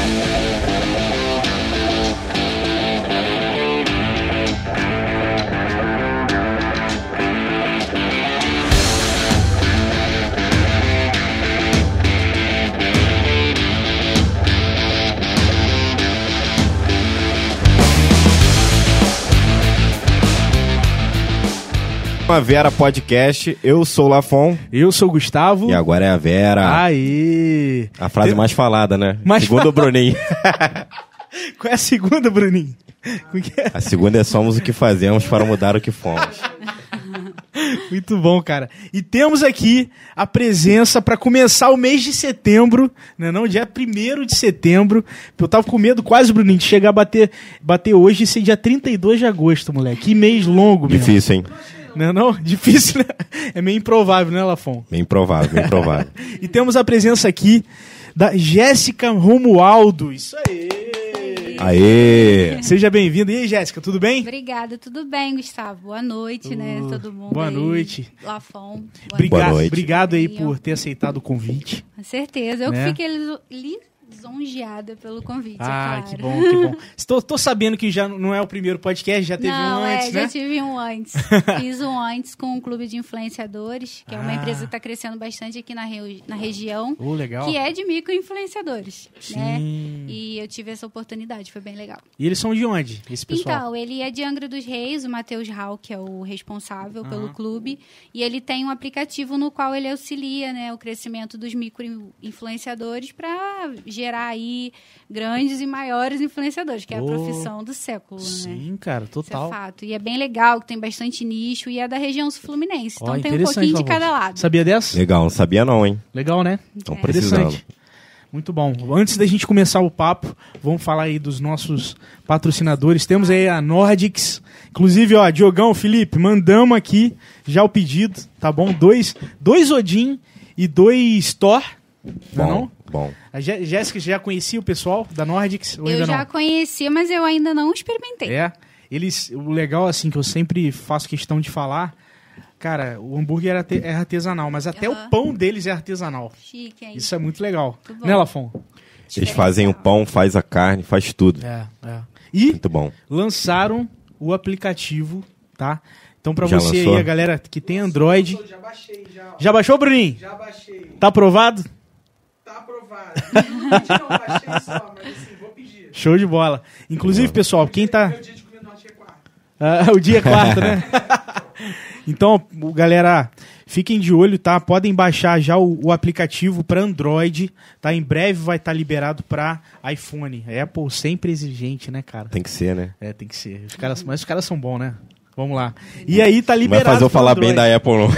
A Vera Podcast, eu sou o Lafon. Eu sou o Gustavo. E agora é a Vera. Aí. A frase mais falada, né? Mais Segundo o Bruninho. Qual é a segunda, Bruninho? A segunda é: somos o que fazemos para mudar o que fomos. Muito bom, cara. E temos aqui a presença para começar o mês de setembro, né? Não, dia 1º de setembro. Eu tava com medo quase, Bruninho, de chegar a bater hoje e ser dia 32 de agosto, moleque. Que mês longo, meu. Difícil, hein? Não? Difícil, né? É meio improvável, né, Lafon? Bem improvável, bem improvável. E temos a presença aqui da Jéssica Romualdo. Isso aí! Aê! Seja bem-vinda. E aí, Jéssica, tudo bem? Obrigada, tudo bem, Gustavo? Boa noite, né, todo mundo. Boa aí. noite. Lafon. Boa noite. Obrigado aí por ter aceitado o convite. Com certeza. Eu Né? que fiquei lisonjeada pelo convite, Ah, claro. que bom, que bom. Tô sabendo que já não é o primeiro podcast, já teve um antes, né? já tive um antes. Fiz um antes com um clube de influenciadores, que é uma empresa que está crescendo bastante aqui na região. Legal. Que é de microinfluenciadores, né? Sim. E eu tive essa oportunidade, foi bem legal. E eles são de onde, esse pessoal? Então, ele é de Angra dos Reis, o Matheus Hall, que é o responsável pelo clube, e ele tem um aplicativo no qual ele auxilia, né, o crescimento dos micro-influenciadores para gerar aí grandes e maiores influenciadores, que é a profissão do século, né? Sim, cara, total. Isso é fato. E é bem legal, que tem bastante nicho, e é da região sul-fluminense. Então tem um interessante, pouquinho de Lafon. cada lado. Sabia dessa? Legal, não sabia não, hein? Legal, né? Estão precisando. Interessante. Muito bom. Antes da gente começar o papo, vamos falar aí dos nossos patrocinadores. Temos aí a Nordics. Inclusive, ó, Diogão, Felipe, mandamos aqui já o pedido, tá bom? Dois Odin e 2 Thor. Não? Bom. A Jéssica já conhecia o pessoal da Nordics? Ou Eu ainda já não? conhecia, mas eu ainda não experimentei. O legal, assim, que eu sempre faço questão de falar, cara, o hambúrguer é artesanal, mas até o pão deles é artesanal. Chique, hein? Isso é muito legal. Muito bom. Né, Lafon? Eles fazem o pão, faz a carne, faz tudo. E Muito bom. lançaram o aplicativo, tá? Então, pra Já você lançou? aí, a galera que tem Android... Já baixei, já. Já baixou, Bruninho? Já baixei. Tá aprovado? Tá aprovado. Não, baixei só, mas assim, vou pedir. Show de bola. Inclusive, pessoal, quem tá... Meu dia de comer norte é quarta. o dia é quarto, né? Então, galera, fiquem de olho, tá? Podem baixar já o aplicativo para Android, tá? Em breve vai estar liberado para iPhone. A Apple sempre exigente, né, cara? Tem que ser, né? Tem que ser. Mas os caras são bons, né? Vamos lá. E aí tá Não vai liberado fazer eu pra falar Android. bem da Apple, não.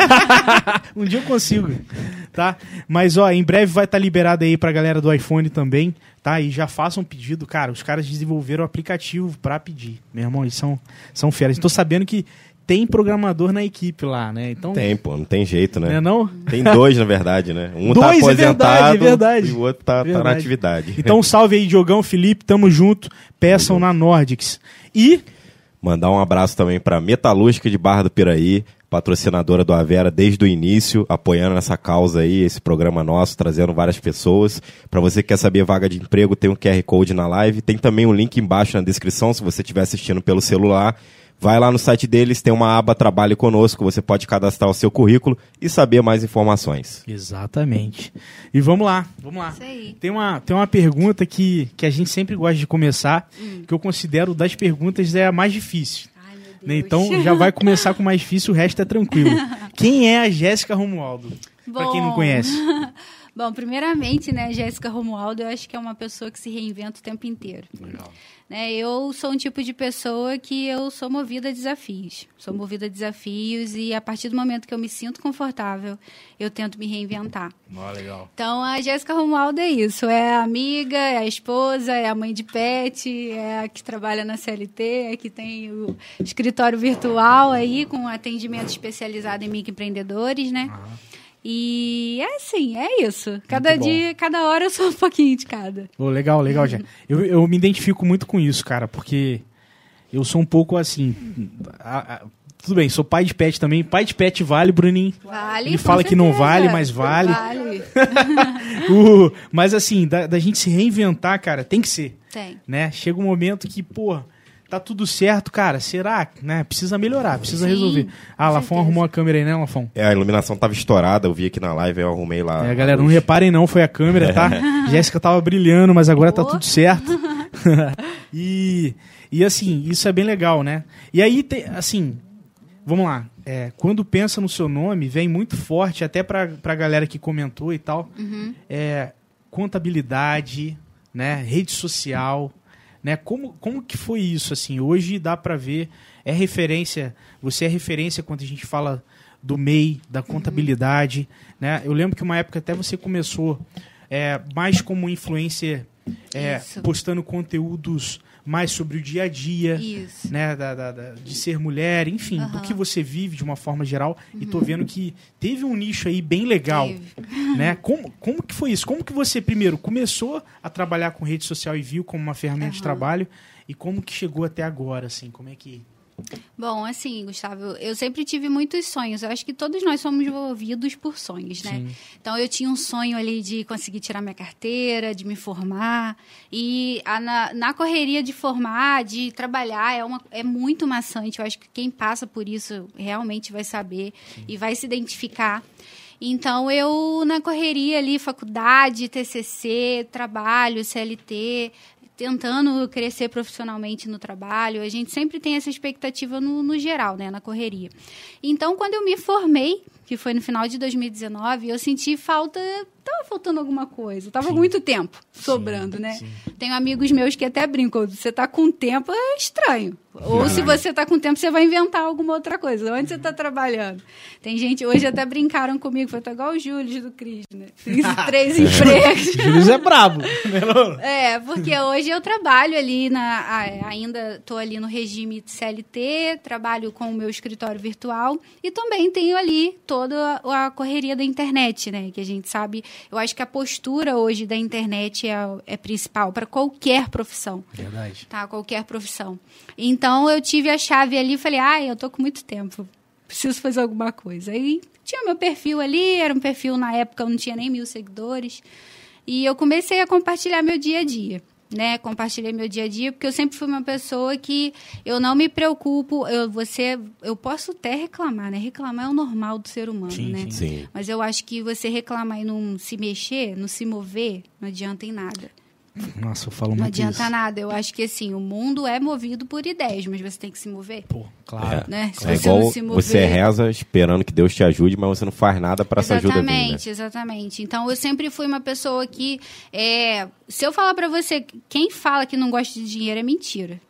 Um dia eu consigo, tá? Mas, ó, em breve vai estar liberado aí pra galera do iPhone também, tá? E já façam pedido. Cara, os caras desenvolveram o aplicativo pra pedir. Meu irmão, eles são feras. Tô sabendo que tem programador na equipe lá, né? Então, Tem, pô, não tem jeito, né? não? Tem 2, na verdade, né? Um tá Dois, é aposentado verdade. e o outro tá na Verdade. atividade. Então, salve aí, Diogão, Felipe, tamo junto. Peçam na Nordics. E... Mandar um abraço também para Metalúrgica de Barra do Piraí, patrocinadora do Avera desde o início, apoiando essa causa aí, esse programa nosso, trazendo várias pessoas. Para você que quer saber vaga de emprego, tem um QR Code na live. Tem também um link embaixo na descrição, se você estiver assistindo pelo celular. Vai lá no site deles, tem uma aba Trabalhe Conosco, você pode cadastrar o seu currículo e saber mais informações. Exatamente. E vamos lá. Isso aí. Tem uma pergunta que a gente sempre gosta de começar, que eu considero das perguntas é a mais difícil. Ai, meu Deus. Né? Então já vai começar com o mais difícil, o resto é tranquilo. Quem é a Jéssica Romualdo? Pra quem não conhece. Bom, primeiramente, né, Jéssica Romualdo, eu acho que é uma pessoa que se reinventa o tempo inteiro. Legal. Né, eu sou um tipo de pessoa que eu sou movida a desafios. E a partir do momento que eu me sinto confortável, eu tento me reinventar. Legal. Então, a Jéssica Romualdo é isso. É a amiga, é a esposa, é a mãe de pet, é a que trabalha na CLT, é a que tem o escritório virtual aí, com atendimento especializado em microempreendedores, né? E é assim, é isso. Cada dia, cada hora eu sou um pouquinho de cada. Legal, já. Eu me identifico muito com isso, cara, porque eu sou um pouco assim... tudo bem, sou pai de pet também. Pai de pet vale, Bruninho? Vale, Ele fala que não vale, mas vale. Vale. Mas assim, da gente se reinventar, cara, tem que ser. Tem. Né? Chega um momento que, pô, tá tudo certo, cara, será? Né? Precisa melhorar, precisa Sim, resolver. Ah, com Lafon certeza. arrumou a câmera aí, né, Lafon? A iluminação tava estourada, eu vi aqui na live, eu arrumei lá. Galera, não reparem não, foi a câmera, tá? Jéssica tava brilhando, mas agora tá Boa. tudo certo. E assim, isso é bem legal, né? E aí, assim, vamos lá. Quando pensa no seu nome, vem muito forte, até pra galera que comentou e tal, contabilidade, né? Rede social, né? Como que foi isso, assim? Hoje dá pra ver, você é referência quando a gente fala do MEI, da contabilidade, né? Eu lembro que uma época até você começou mais como influencer, Isso. postando conteúdos mais sobre o dia a dia, Isso. né, de ser mulher, enfim, do que você vive de uma forma geral. E tô vendo que teve um nicho aí bem legal. Teve. Né? Como que foi isso? Como que você, primeiro, começou a trabalhar com rede social e viu como uma ferramenta de trabalho? E como que chegou até agora, assim? Como é que... Bom, assim, Gustavo, eu sempre tive muitos sonhos. Eu acho que todos nós somos movidos por sonhos, né? Sim. Então, eu tinha um sonho ali de conseguir tirar minha carteira, de me formar. E na correria de formar, de trabalhar, é muito maçante. Eu acho que quem passa por isso realmente vai saber e vai se identificar. Então, eu, na correria ali, faculdade, TCC, trabalho, CLT... tentando crescer profissionalmente no trabalho. A gente sempre tem essa expectativa no geral, né, na correria. Então, quando eu me formei, que foi no final de 2019, eu senti tava faltando alguma coisa. Tava muito tempo sobrando, né? Sim. Tenho amigos meus que até brincam, você tá com tempo, é estranho. Ou se você tá com tempo, você vai inventar alguma outra coisa. Onde você tá trabalhando? Tem gente, hoje até brincaram comigo, foi igual o Júlio do Cris, né? Tem 3 empregos. Júlio é brabo. Porque hoje eu trabalho ali ainda estou ali no regime de CLT, trabalho com o meu escritório virtual e também tenho ali toda a correria da internet, né? Que a gente sabe, eu acho que a postura hoje da internet é principal para qualquer profissão. Verdade. Tá, qualquer profissão. Então eu tive a chave ali e falei, eu tô com muito tempo, preciso fazer alguma coisa. Aí tinha meu perfil ali, era um perfil na época, eu não tinha nem 1.000 seguidores. E eu comecei a compartilhar meu dia a dia, né? Compartilhei meu dia a dia, porque eu sempre fui uma pessoa que eu não me preocupo. Eu posso até reclamar, né? Reclamar é o normal do ser humano, Sim, né? Sim. Mas eu acho que você reclamar e não se mexer, não se mover, não adianta em nada. Nossa, eu falo Não muito adianta isso. nada. Eu acho que, assim, o mundo é movido por ideias, mas você tem que se mover. Pô, claro. Né? Se É você igual não se mover... você reza esperando que Deus te ajude, mas você não faz nada para essa ajuda vir, né? Exatamente. Então, eu sempre fui uma pessoa que... se eu falar pra você, quem fala que não gosta de dinheiro é mentira.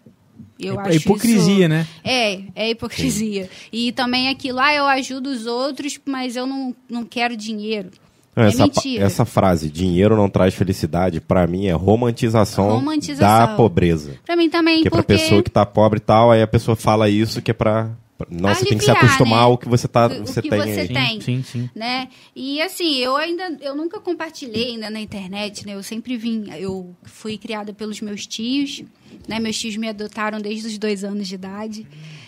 Eu acho hipocrisia, isso... né? É hipocrisia. E também aquilo, eu ajudo os outros, mas eu não quero dinheiro. Não, mentira. essa frase, dinheiro não traz felicidade, pra mim é romantização da pobreza. Pra mim também, porque pra pessoa que tá pobre e tal, aí a pessoa fala isso que é pra... Nossa, você tem que se acostumar né? ao que você tem tem. Sim. Né? E assim, eu nunca compartilhei ainda na internet, né? Eu fui criada pelos meus tios, né? Meus tios me adotaram desde os 2 anos de idade.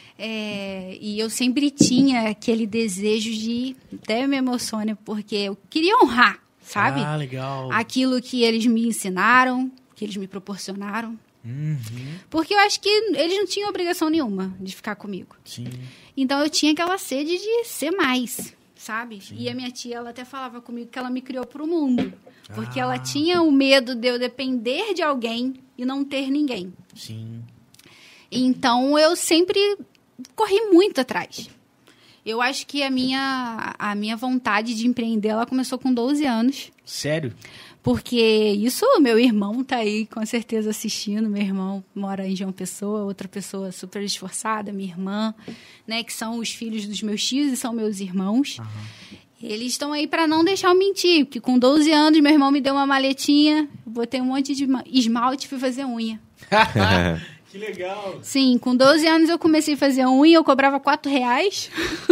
E eu sempre tinha aquele desejo de... Até me emociona, porque eu queria honrar, sabe? Ah, legal. Aquilo que eles me ensinaram, que eles me proporcionaram. Uhum. Porque eu acho que eles não tinham obrigação nenhuma de ficar comigo. Sim. Então eu tinha aquela sede de ser mais, sabe? Sim. E a minha tia, ela até falava comigo que ela me criou pro mundo. Porque ela tinha o medo de eu depender de alguém e não ter ninguém. Sim. Então eu sempre corri muito atrás. Eu acho que a minha vontade de empreender, ela começou com 12 anos. Sério? Porque isso, meu irmão tá aí com certeza assistindo. Meu irmão mora em João Pessoa, outra pessoa super esforçada, minha irmã, né? Que são os filhos dos meus tios e são meus irmãos. Uhum. Eles estão aí para não deixar eu mentir. Porque com 12 anos, meu irmão me deu uma maletinha, botei um monte de esmalte e fui fazer unha. Que legal. Sim, com 12 anos eu comecei a fazer unha, eu cobrava R$4.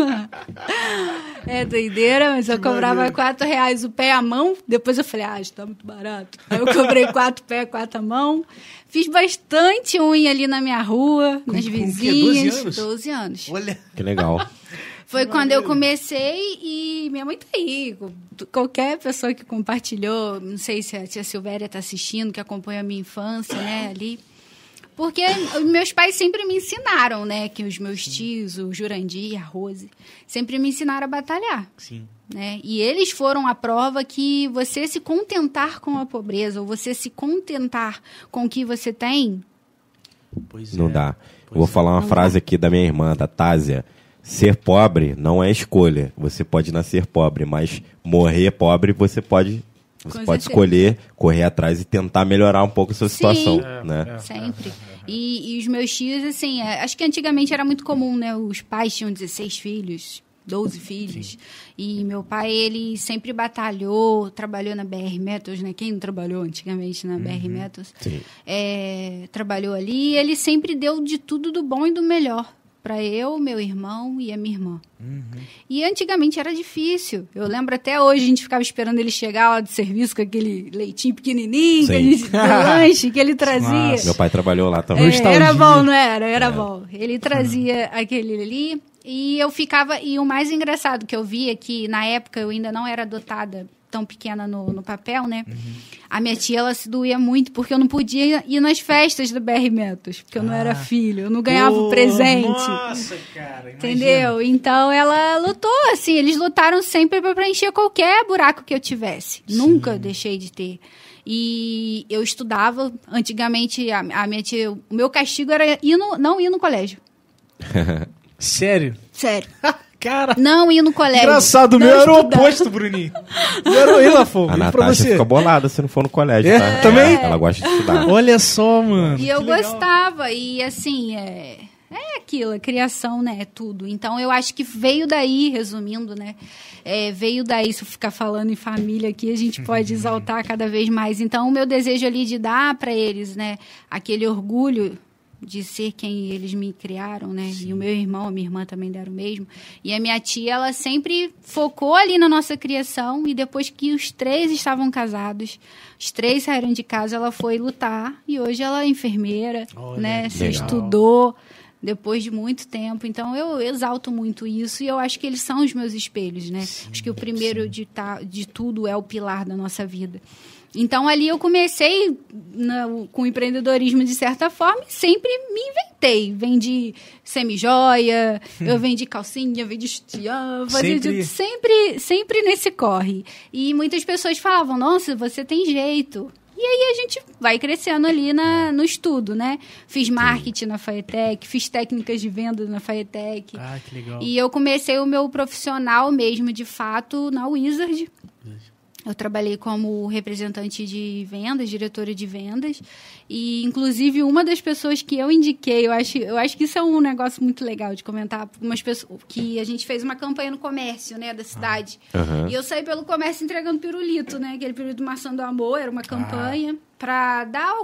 É doideira, mas eu cobrava R$4 o pé e a mão. Depois eu falei, isso tá muito barato. Aí eu cobrei 4 pés, 4 a mão. Fiz bastante unha ali na minha rua, nas vizinhas. 12 anos? 12 anos. Olha. Que legal. Foi quando eu comecei e minha mãe tá aí. Qualquer pessoa que compartilhou, não sei se a tia Silvéria tá assistindo, que acompanha a minha infância, né, ali. Porque meus pais sempre me ensinaram, né, que os meus tios, o Jurandir, a Rose, sempre me ensinaram a batalhar. Sim. Né? E eles foram a prova que você se contentar com a pobreza, ou você se contentar com o que você tem... Pois Não é. dá. Eu vou falar uma frase aqui da minha irmã, da Tásia. Ser pobre não é escolha. Você pode nascer pobre, mas morrer pobre você pode escolher, correr atrás e tentar melhorar um pouco a sua situação. Né? Sempre. E os meus tios, assim, acho que antigamente era muito comum, né? Os pais tinham 16 filhos, 12 filhos. Sim. E meu pai, ele sempre batalhou, trabalhou na BR Metals, né? Quem não trabalhou antigamente na BR Metals? Trabalhou ali e ele sempre deu de tudo do bom e do melhor para eu, meu irmão e a minha irmã. E antigamente era difícil. Eu lembro até hoje, a gente ficava esperando ele chegar lá do serviço com aquele leitinho pequenininho, que a gente, do lanche que ele trazia. Nossa. Meu pai trabalhou lá também. Era bom, não era? Era bom. Ele trazia aquele ali e eu ficava... E o mais engraçado que eu via, que na época eu ainda não era adotada tão pequena no papel, né? A minha tia, ela se doía muito, porque eu não podia ir nas festas do BR Metals, porque eu não era filho, eu não ganhava o presente. Nossa, cara, imagina. Entendeu? Então, ela lutou, assim, eles lutaram sempre para preencher qualquer buraco que eu tivesse. Sim. Nunca deixei de ter. E eu estudava, antigamente, a minha tia, o meu castigo era não ir no colégio. Sério? Sério. Cara, não ir no colégio. Engraçado, o meu era o oposto, Bruninho. Eu era o Ilafogo. A Natasha fica bolada se não for no colégio, tá? Também? Ela gosta de estudar. Olha só, mano. E eu gostava. E assim, é aquilo, a criação, né? É tudo. Então, eu acho que veio daí, resumindo, né? Veio daí, se eu ficar falando em família aqui, a gente pode exaltar cada vez mais. Então, o meu desejo ali de dar para eles, né? Aquele orgulho de ser quem eles me criaram, né? Sim. E o meu irmão, a minha irmã também deram o mesmo. E a minha tia, ela sempre focou ali na nossa criação e depois que os 3 estavam casados, os 3 saíram de casa, ela foi lutar e hoje ela é enfermeira, né? Se estudou depois de muito tempo. Então, eu exalto muito isso e eu acho que eles são os meus espelhos, né? Sim, acho que o primeiro de tudo é o pilar da nossa vida. Então, ali eu comecei com empreendedorismo de certa forma e sempre me inventei. Vendi semi-joia, eu vendi calcinha, vendi sutiã, fazia sempre nesse corre. E muitas pessoas falavam, nossa, você tem jeito. E aí a gente vai crescendo ali no estudo, né? Fiz marketing na Faetec, fiz técnicas de venda na Faetec. Ah, que legal. E eu comecei o meu profissional mesmo, de fato, na Wizard. Eu trabalhei como representante de vendas, diretora de vendas, e inclusive uma das pessoas que eu indiquei, eu acho que isso é um negócio muito legal de comentar, umas pessoas que a gente fez uma campanha no comércio, né, da cidade, e eu saí pelo comércio entregando pirulito, né, aquele pirulito maçã do amor, era uma campanha para dar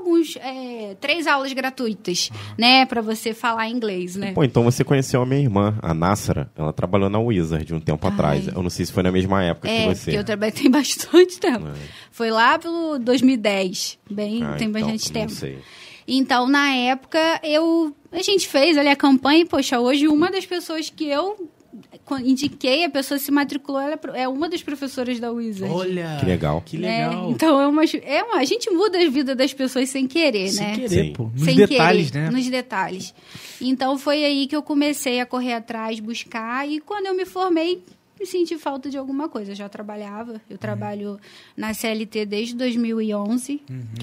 3 aulas gratuitas, né, para você falar inglês, né. Pô, então você conheceu a minha irmã, a Nassara, ela trabalhou na Wizard um tempo atrás, eu não sei se foi na mesma época que você. Porque eu trabalhei tem bastante tempo, foi lá pelo 2010, tem bastante tempo. Não sei. Então, na época, a gente fez ali a campanha e, poxa, hoje uma das pessoas que eu indiquei, a pessoa se matriculou, ela é uma das professoras da Wizard. Olha, que legal. Que legal. Então, a gente muda a vida das pessoas sem querer, né? Sem querer, pô. Nos sem detalhes, querer, né? Nos detalhes. Então, foi aí que eu comecei a correr atrás, buscar, e quando eu me formei, me senti falta de alguma coisa. Eu já trabalhava, eu trabalho na CLT desde 2011,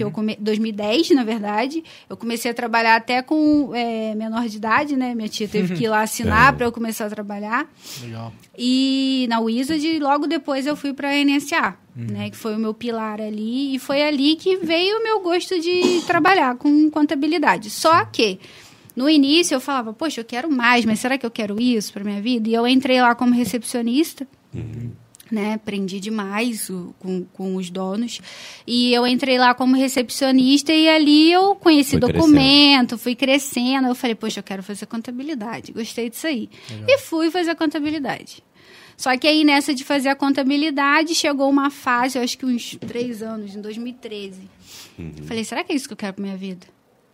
2010, na verdade. Eu comecei a trabalhar até com menor de idade, né? Minha tia teve que ir lá assinar para eu começar a trabalhar. Legal. E na Wizard, logo depois eu fui para a NSA, né? Que foi o meu pilar ali. E foi ali que veio o meu gosto de trabalhar com contabilidade. Só que no início eu falava, poxa, eu quero mais, mas será que eu quero isso para minha vida? E eu entrei lá como recepcionista. né? Aprendi demais com os donos. E eu entrei lá como recepcionista e ali eu conheci documento, fui crescendo. Eu falei, poxa, eu quero fazer contabilidade. Gostei disso aí. Legal. E fui fazer contabilidade. Só que aí, nessa de fazer a contabilidade, chegou uma fase, eu acho que uns 3 anos, em 2013. Falei, será que é isso que eu quero pra minha vida?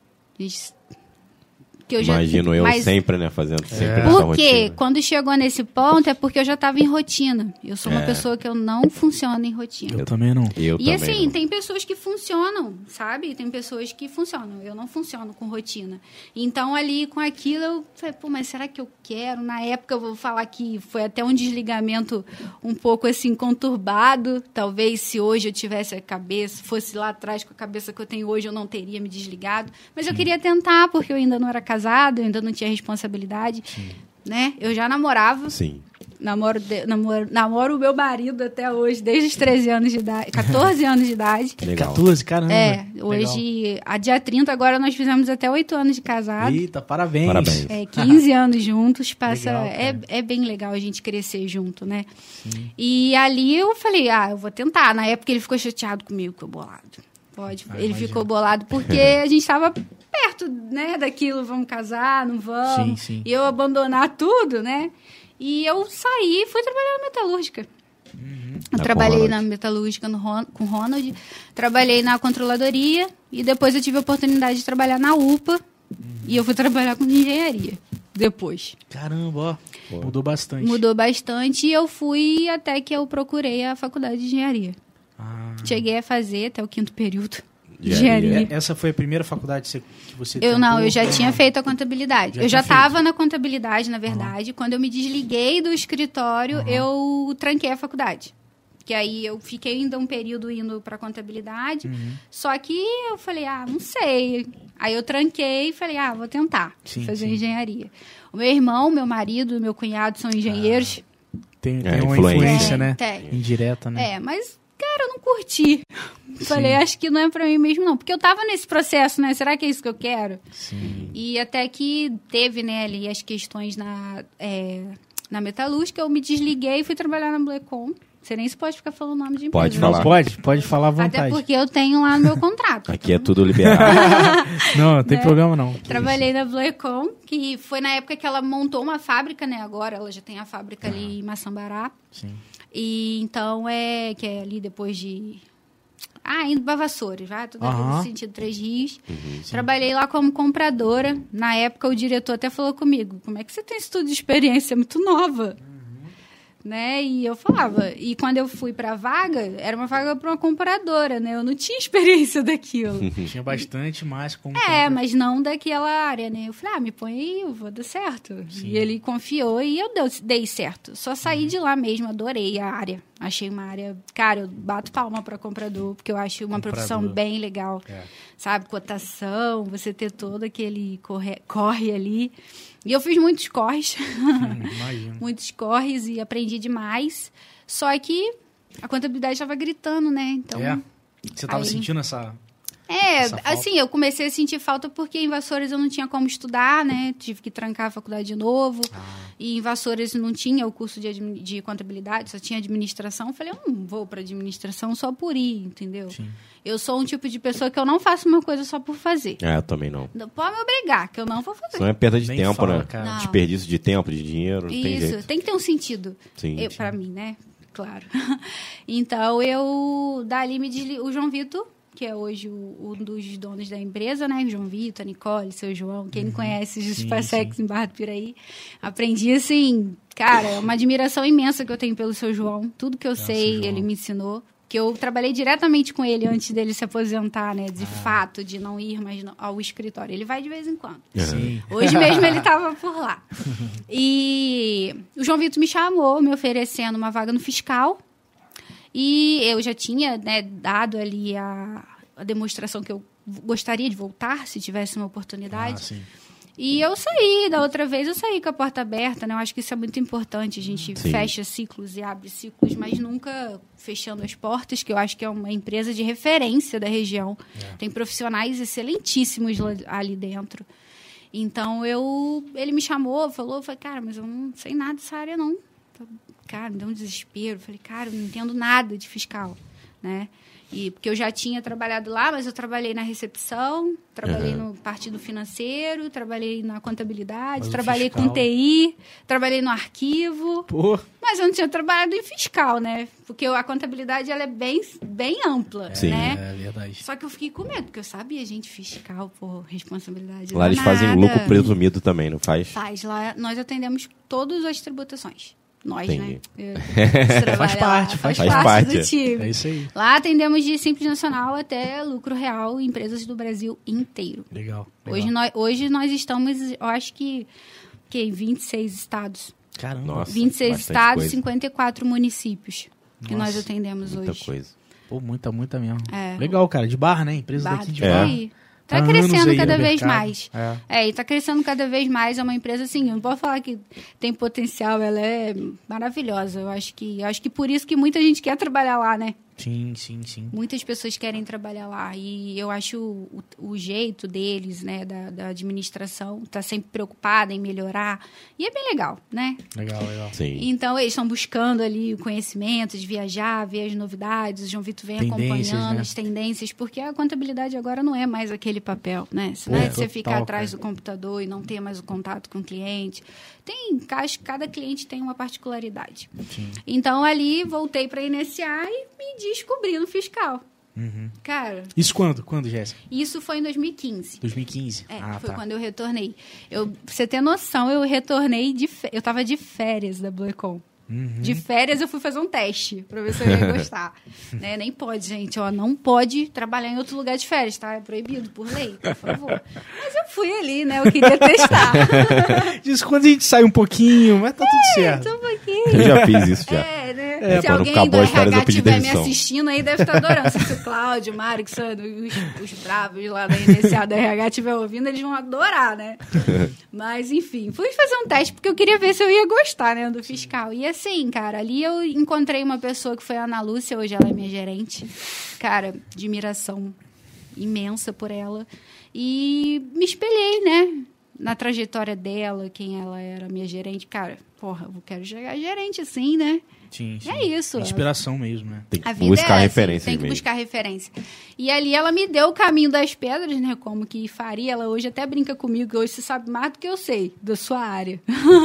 Imagino eu sempre, né, fazendo sempre essa Porque rotina. quando chegou nesse ponto é porque eu já estava em rotina. Eu sou uma pessoa que eu não funciono em rotina. Eu também não. E assim, tem pessoas que funcionam, sabe? Tem pessoas que funcionam. Eu não funciono com rotina. Então, ali, com aquilo, eu falei, pô, mas será que eu quero? Na época, eu vou falar que foi até um desligamento um pouco, assim, conturbado. Talvez, se hoje eu tivesse a cabeça, fosse lá atrás com a cabeça que eu tenho hoje, eu não teria me desligado. Mas eu queria tentar, porque eu ainda não era casada, eu ainda não tinha responsabilidade, né? Eu já namorava. Sim. Namoro o meu marido até hoje, desde os 13 anos de idade, 14 anos de idade. Legal. 14, caramba. Hoje, a dia 30, agora nós fizemos até 8 anos de casado. Eita, parabéns. 15 anos juntos, Legal, é bem legal a gente crescer junto, né? E ali eu falei, eu vou tentar. Na época ele ficou chateado comigo, ficou bolado. Ele ficou bolado porque a gente estava perto, né, daquilo, vamos casar, não vamos. Sim. E eu abandonar tudo, né? E eu saí e fui trabalhar na metalúrgica. Eu trabalhei na metalúrgica com o Ronald, trabalhei na controladoria e depois eu tive a oportunidade de trabalhar na UPA e eu fui trabalhar com engenharia depois. Caramba, ó, mudou bastante. Mudou bastante e eu fui até que eu procurei a faculdade de engenharia. Cheguei a fazer até o 5º período. Engenharia. Essa foi a primeira faculdade que você eu já tinha feito a contabilidade. Eu já estava na contabilidade, na verdade. Quando eu me desliguei do escritório, eu tranquei a faculdade. Que aí eu fiquei ainda um período indo para contabilidade. Só que eu falei, não sei. Aí eu tranquei e falei, vou tentar fazer engenharia. O meu irmão, meu marido, meu cunhado são engenheiros. Tem uma influência, né? Tem. Indireta, né? Mas... Cara, eu não curti. Falei, acho que não é pra mim mesmo, não. Porque eu tava nesse processo, né? Será que é isso que eu quero? Sim. E até que teve, né, ali as questões na metalúrgica, eu me desliguei e fui trabalhar na Blecom. Você nem se pode ficar falando o nome de empresa. Pode falar. Pode falar à vontade. Até porque eu tenho lá no meu contrato. Aqui é tudo liberado. Não tem problema não. Trabalhei na Blecom, que foi na época que ela montou uma fábrica, né? Agora ela já tem a fábrica ali em Maçambará. Sim. E então que é ali depois de... indo para Vassouras, vai? Tudo no sentido 3 Rios. Trabalhei lá como compradora. Na época, o diretor até falou comigo, como é que você tem esse tudo de experiência? É muito nova. Né? E eu falava. E quando eu fui para a vaga, era uma vaga para uma compradora, né? Eu não tinha experiência daquilo. Tinha bastante mais como... mas não daquela área, né? Eu falei, me põe aí, eu vou dar certo. Sim. E ele confiou e eu dei certo. Só saí de lá mesmo, adorei a área. Achei uma área... Cara, eu bato palma para comprador, porque eu acho uma profissão bem legal. Sabe? Cotação, você ter todo aquele corre ali. E eu fiz muitos corres. Imagino. Muitos corres e aprendi demais. Só que a contabilidade estava gritando, né? Então, você estava sentindo essa... assim, eu comecei a sentir falta porque em Vassouras eu não tinha como estudar, né? Tive que trancar a faculdade de novo. E em Vassouras não tinha o curso de contabilidade, só tinha administração. Eu falei, eu não vou para administração só por ir, entendeu? Sim. Eu sou um tipo de pessoa que eu não faço uma coisa só por fazer. Eu também não. Não pode me obrigar, que eu não vou fazer. Isso não é perda de tempo, fala, né? Cara. Desperdício de tempo, de dinheiro, não tem jeito. Isso, tem que ter um sentido. Sim. Para mim, né? Claro. Então, dali me desliguei. O João Vitor, que é hoje um dos donos da empresa, né? João Vitor, a Nicole, seu João, quem não conhece os Passex em Barra do Piraí. Aprendi, assim, cara, uma admiração imensa que eu tenho pelo seu João. Tudo que eu sei, ele me ensinou. Que eu trabalhei diretamente com ele antes dele se aposentar, né? De fato, de não ir mais ao escritório. Ele vai de vez em quando. Sim. Hoje mesmo ele estava por lá. E o João Vitor me chamou, me oferecendo uma vaga no fiscal. E eu já tinha, né, dado ali a demonstração que eu gostaria de voltar, se tivesse uma oportunidade. Sim. E eu saí, da outra vez eu saí com a porta aberta, né? Eu acho que isso é muito importante, a gente fecha ciclos e abre ciclos, mas nunca fechando as portas, que eu acho que é uma empresa de referência da região. Tem profissionais excelentíssimos ali dentro. Então, ele me chamou, falou, cara, mas eu não sei nada dessa área, não. cara, me deu um desespero. Falei, cara, eu não entendo nada de fiscal, né? Porque eu já tinha trabalhado lá, mas eu trabalhei na recepção, trabalhei no partido financeiro, trabalhei na contabilidade, trabalhei com TI, trabalhei no arquivo. Pô. Mas eu não tinha trabalhado em fiscal, né? Porque a contabilidade ela é bem ampla, né? É verdade. Só que eu fiquei com medo, porque eu sabia, gente, fiscal, pô, responsabilidade. Lá eles fazem lucro presumido também, não faz? Faz. Lá nós atendemos todas as tributações. Nós, Entendi. né? Faz parte do time. É isso aí. Lá atendemos de Simples Nacional até lucro real em empresas do Brasil inteiro. Legal. Hoje nós estamos, eu acho que em 26 estados. Caramba. Nossa, 26 bastante estados, coisa. 54 municípios que Nossa, nós atendemos Muita hoje. coisa. Pô, muita mesmo. É. Legal, cara. De Barra, né? Empresa Barra daqui de de Barra. Piauí. Tá Há anos crescendo aí cada no vez mercado. mais. É. E tá crescendo cada vez mais. É uma empresa, assim, eu não posso falar que tem potencial, ela é maravilhosa. Eu acho que por isso que muita gente quer trabalhar lá, né? Sim. Muitas pessoas querem trabalhar lá. E eu acho o jeito deles, né, da administração, tá sempre preocupada em melhorar. E é bem legal, né? Legal. Sim. Então, eles estão buscando ali o conhecimento de viajar, ver as novidades. O João Vitor vem Tendências, acompanhando né? as tendências, porque a contabilidade agora não é mais aquele papel, né? Não Pô, é de você ficar total, atrás cara. do computador e não ter mais o contato com o cliente. Cada cliente tem uma particularidade. Sim. Então, ali, voltei para iniciar e me descobri no fiscal. Cara, Isso quando? Quando, Jéssica? isso foi em 2015. 2015? Foi quando eu retornei. Pra você ter noção, eu retornei eu tava de férias da Bluecom. De férias eu fui fazer um teste pra ver se eu ia gostar. Né? Nem pode, gente, ó, não pode trabalhar em outro lugar de férias, tá? É proibido por lei, por favor. Mas eu fui ali, né? Eu queria testar. Diz quando a gente sai um pouquinho, mas tá tudo certo. Só um pouquinho. Eu já fiz isso já. Né? Se quando alguém acabou do as férias, eu RH pedi estiver me demissão. assistindo aí, deve estar adorando. Se o Cláudio, o Mário, os bravos lá da inicial da RH estiver ouvindo, eles vão adorar, né? Mas, enfim, fui fazer um teste porque eu queria ver se eu ia gostar, né, do fiscal. E assim, cara, ali eu encontrei uma pessoa que foi a Ana Lúcia, hoje ela é minha gerente. Cara, admiração imensa por ela. E me espelhei, né? Na trajetória dela, quem ela era, minha gerente. Cara, porra, eu quero chegar gerente assim, né? Sim. É isso. Inspiração mesmo, né? Tem que A vida buscar é referências tem que mesmo. buscar referência. E ali ela me deu o caminho das pedras, né? Como que faria. Ela hoje até brinca comigo, que hoje você sabe mais do que eu sei, da sua área.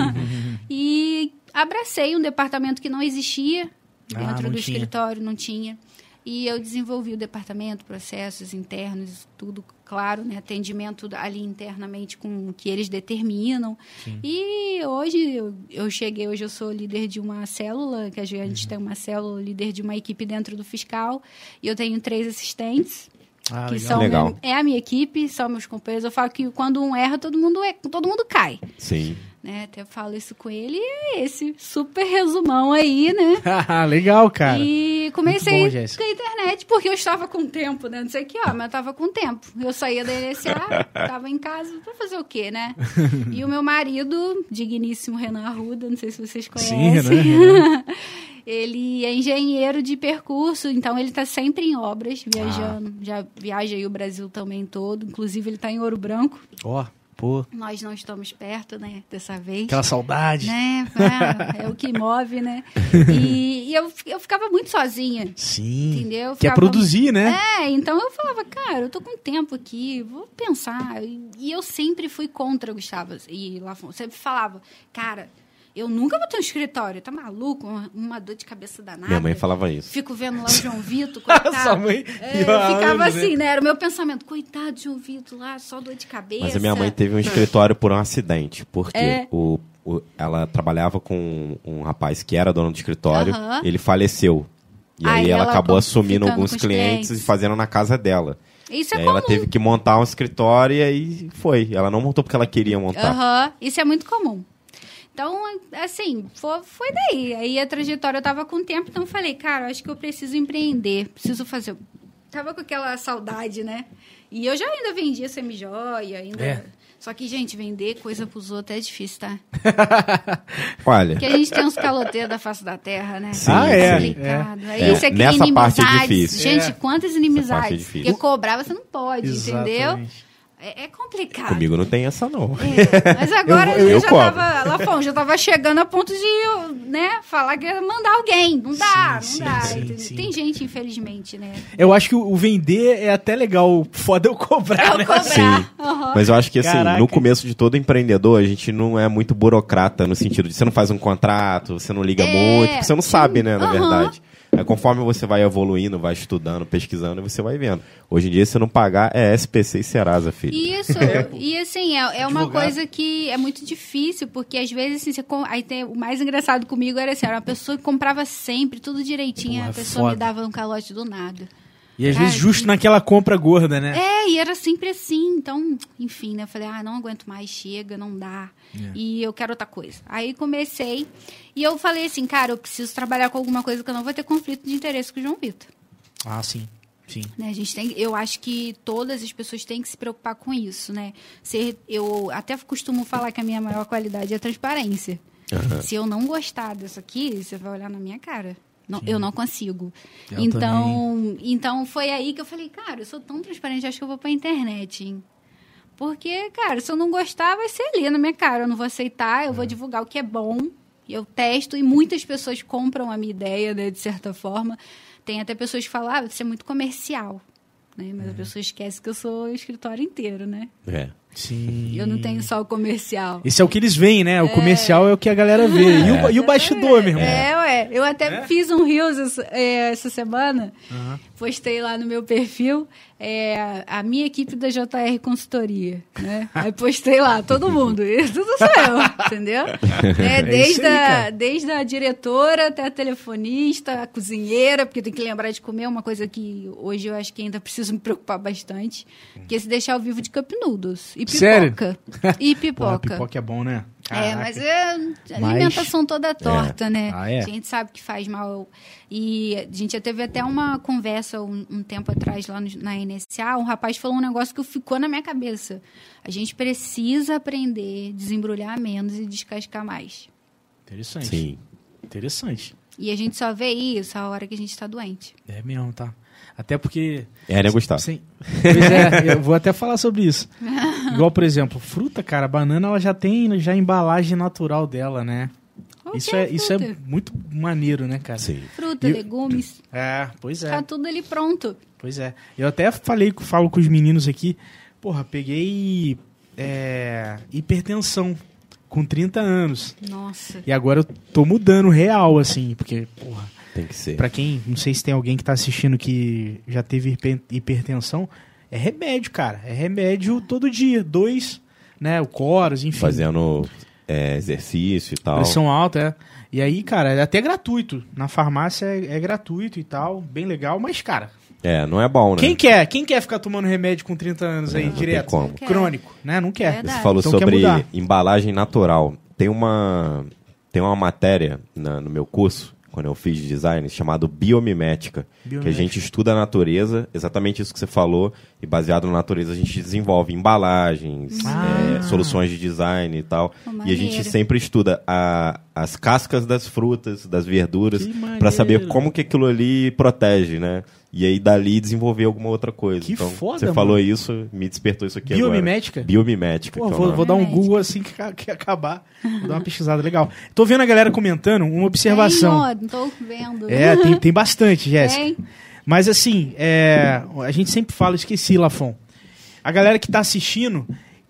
E abracei um departamento que não existia dentro não do tinha. escritório, não tinha. E eu desenvolvi o departamento, processos internos, tudo, claro, né? Atendimento ali internamente com o que eles determinam. Sim. E hoje eu cheguei, hoje eu sou líder de uma célula, que a gente tem uma célula, líder de uma equipe dentro do fiscal, e eu tenho 3 assistentes. Ah, Que legal. são Legal. É a minha equipe, são meus companheiros. Eu falo que quando um erra, todo mundo cai. Sim. Né? Até falo isso com ele. E é esse super resumão aí, né? Legal, cara. E comecei Muito bom, Jéssica. com a internet, porque eu estava com tempo, né? Não sei que, mas eu estava com tempo. Eu saía da NSA, estava em casa, para fazer o quê, né? E o meu marido, digníssimo Renan Arruda, não sei se vocês conhecem. Sim, Renan. Ele é engenheiro de percurso, então ele está sempre em obras, viajando. Já viaja aí o Brasil também todo. Inclusive, ele está em Ouro Branco. Ó, pô. Nós não estamos perto, né, dessa vez. Aquela saudade. Né? É o que move, né? E eu ficava muito sozinha. Sim. Entendeu? Quer produzir, né? Então eu falava, cara, eu tô com tempo aqui, vou pensar. E eu sempre fui contra, Gustavo. E Lafon sempre falava, cara, eu nunca vou ter um escritório, tá maluco? Uma dor de cabeça danada. Minha mãe falava isso. Fico vendo lá o João Vitor, coitado. Sua mãe Eu ficava assim, né? Era o meu pensamento, coitado de João Vitor lá, só dor de cabeça. Mas a minha mãe teve um escritório por um acidente, porque É. ela trabalhava com um rapaz que era dono do escritório, Aham. ele faleceu. E aí ela acabou assumindo ficando alguns com os clientes e fazendo na casa dela. Isso E é aí comum. ela teve que montar um escritório e aí foi. Ela não montou porque ela queria montar. Aham, isso é muito comum. Então, assim, foi daí. Aí a trajetória eu tava com tempo, então eu falei, cara, eu acho que eu preciso empreender, preciso fazer. Tava com aquela saudade, né? E eu já ainda vendia semi-joia, ainda. É. Só que, gente, vender coisa pros outros é difícil, tá? Olha, Porque a gente tem uns caloteiros da face da terra, né? Sim, Complicado. sim. Aí É. você cria Nessa parte é inimizades. difícil. Gente, quantas parte é inimizades? difícil. Porque cobrar você não pode, entendeu? Exatamente. É complicado. Comigo não tem essa, não. Mas agora eu já cobro. tava, Lafon, já tava chegando a ponto de, né, falar que ia mandar alguém. Não dá, Sim, não dá. sim, entendeu? sim. Tem gente, infelizmente, né? Eu acho que o vender é até legal. Foda eu cobrar, né? Cobrar. Sim. Aham. Mas eu acho que, assim, Caraca. no começo de todo empreendedor, a gente não é muito burocrata no sentido de você não faz um contrato, você não liga muito, porque você não sabe, né, na Aham. verdade. Aí, conforme você vai evoluindo, vai estudando, pesquisando, você vai vendo. Hoje em dia, se não pagar, é SPC e Serasa, filho. Isso, e assim, é uma Advogado. coisa que é muito difícil, porque às vezes, assim, aí o mais engraçado comigo era assim, era uma pessoa que comprava sempre, tudo direitinho, Porra, a pessoa me foda. dava um calote do nada. E às Cara, vezes justo naquela compra gorda, né? E era sempre assim, então, enfim, né, eu falei, não aguento mais, chega, não dá, e eu quero outra coisa. Aí comecei, e eu falei assim, cara, eu preciso trabalhar com alguma coisa que eu não vou ter conflito de interesse com o João Vitor. Ah, sim. Sim. Né, eu acho que todas as pessoas têm que se preocupar com isso, né? Eu até costumo falar que a minha maior qualidade é a transparência. Uhum. Se eu não gostar disso aqui, você vai olhar na minha cara. Não, eu não consigo. Eu Então foi aí que eu falei, cara, eu sou tão transparente, acho que eu vou pra internet, hein? Porque, cara, se eu não gostar, vai ser ali na minha cara. Eu não vou aceitar, eu vou divulgar o que é bom. Eu testo e muitas pessoas compram a minha ideia, né, de certa forma. Tem até pessoas que falam, você é muito comercial. Né? Mas a pessoa esquece que eu sou o escritório inteiro, né? É. Sim. Eu não tenho só o comercial. Esse é o que eles veem, né? O comercial é o que a galera vê. E o bastidor, meu irmão? Eu até fiz um Reels essa semana. Postei lá no meu perfil a minha equipe da JR Consultoria, né? Aí postei lá, todo mundo. Isso tudo sou eu, entendeu? isso aí, cara. Desde a diretora até a telefonista, a cozinheira, porque tem que lembrar de comer, uma coisa que hoje eu acho que ainda preciso me preocupar bastante. Porque se deixar eu vivo de cup noodles. E pipoca. Sério? E Porra, pipoca. pipoca é bom, né? Mas a alimentação toda torta, né? Ah, é? A gente sabe que faz mal. E a gente já teve até uma conversa um tempo atrás lá na NSA. Um rapaz falou um negócio que ficou na minha cabeça. A gente precisa aprender, desembrulhar menos e descascar mais. Interessante. Sim. Interessante. E a gente só vê isso a hora que a gente está doente. É mesmo, tá? Até porque... É, né, Gustavo? Sim. Pois é, eu vou até falar sobre isso. Igual, por exemplo, fruta, cara, a banana ela já tem já a embalagem natural dela, né? Isso é fruta? muito maneiro, né, cara? Sim. Fruta, E- legumes, Pois é. tá tudo ali pronto. Pois é. Eu até falo com os meninos aqui, porra, peguei hipertensão com 30 anos. Nossa. E agora eu tô mudando real, assim, porque, porra, Tem que ser. pra quem, não sei se tem alguém que tá assistindo que já teve hipertensão, é remédio, cara. É remédio todo dia. 2, né, o Coros, enfim. Fazendo exercício e tal. Pressão alta, é. E aí, cara, é até gratuito. Na farmácia é gratuito e tal, bem legal, mas, cara, Não é bom, né? quem quer ficar tomando remédio com 30 anos aí, Não tem direto? como. Quer. Crônico, né? Não quer. Verdade. Você falou Então quer sobre mudar. embalagem natural. Tem uma matéria no meu curso, quando eu fiz design, chamado Biomimética, que a gente estuda a natureza, exatamente isso que você falou, e baseado na natureza a gente desenvolve embalagens, soluções de design e tal. Pô, E a gente maneiro. sempre estuda as cascas das frutas, das verduras, Que para saber maneiro. como que aquilo ali protege, né? E aí dali desenvolver alguma outra coisa. Que então, foda, você mano. falou isso, me despertou isso aqui Biomimética? agora. Biomimética. Pô, que é o vou nome. dar um Médica. Google assim que acabar. Vou dar uma pesquisada legal. Tô vendo a galera comentando uma observação. Não tô vendo. Tem bastante, Jéssica. Tem. Mas assim, a gente sempre fala, esqueci, Lafon. A galera que tá assistindo,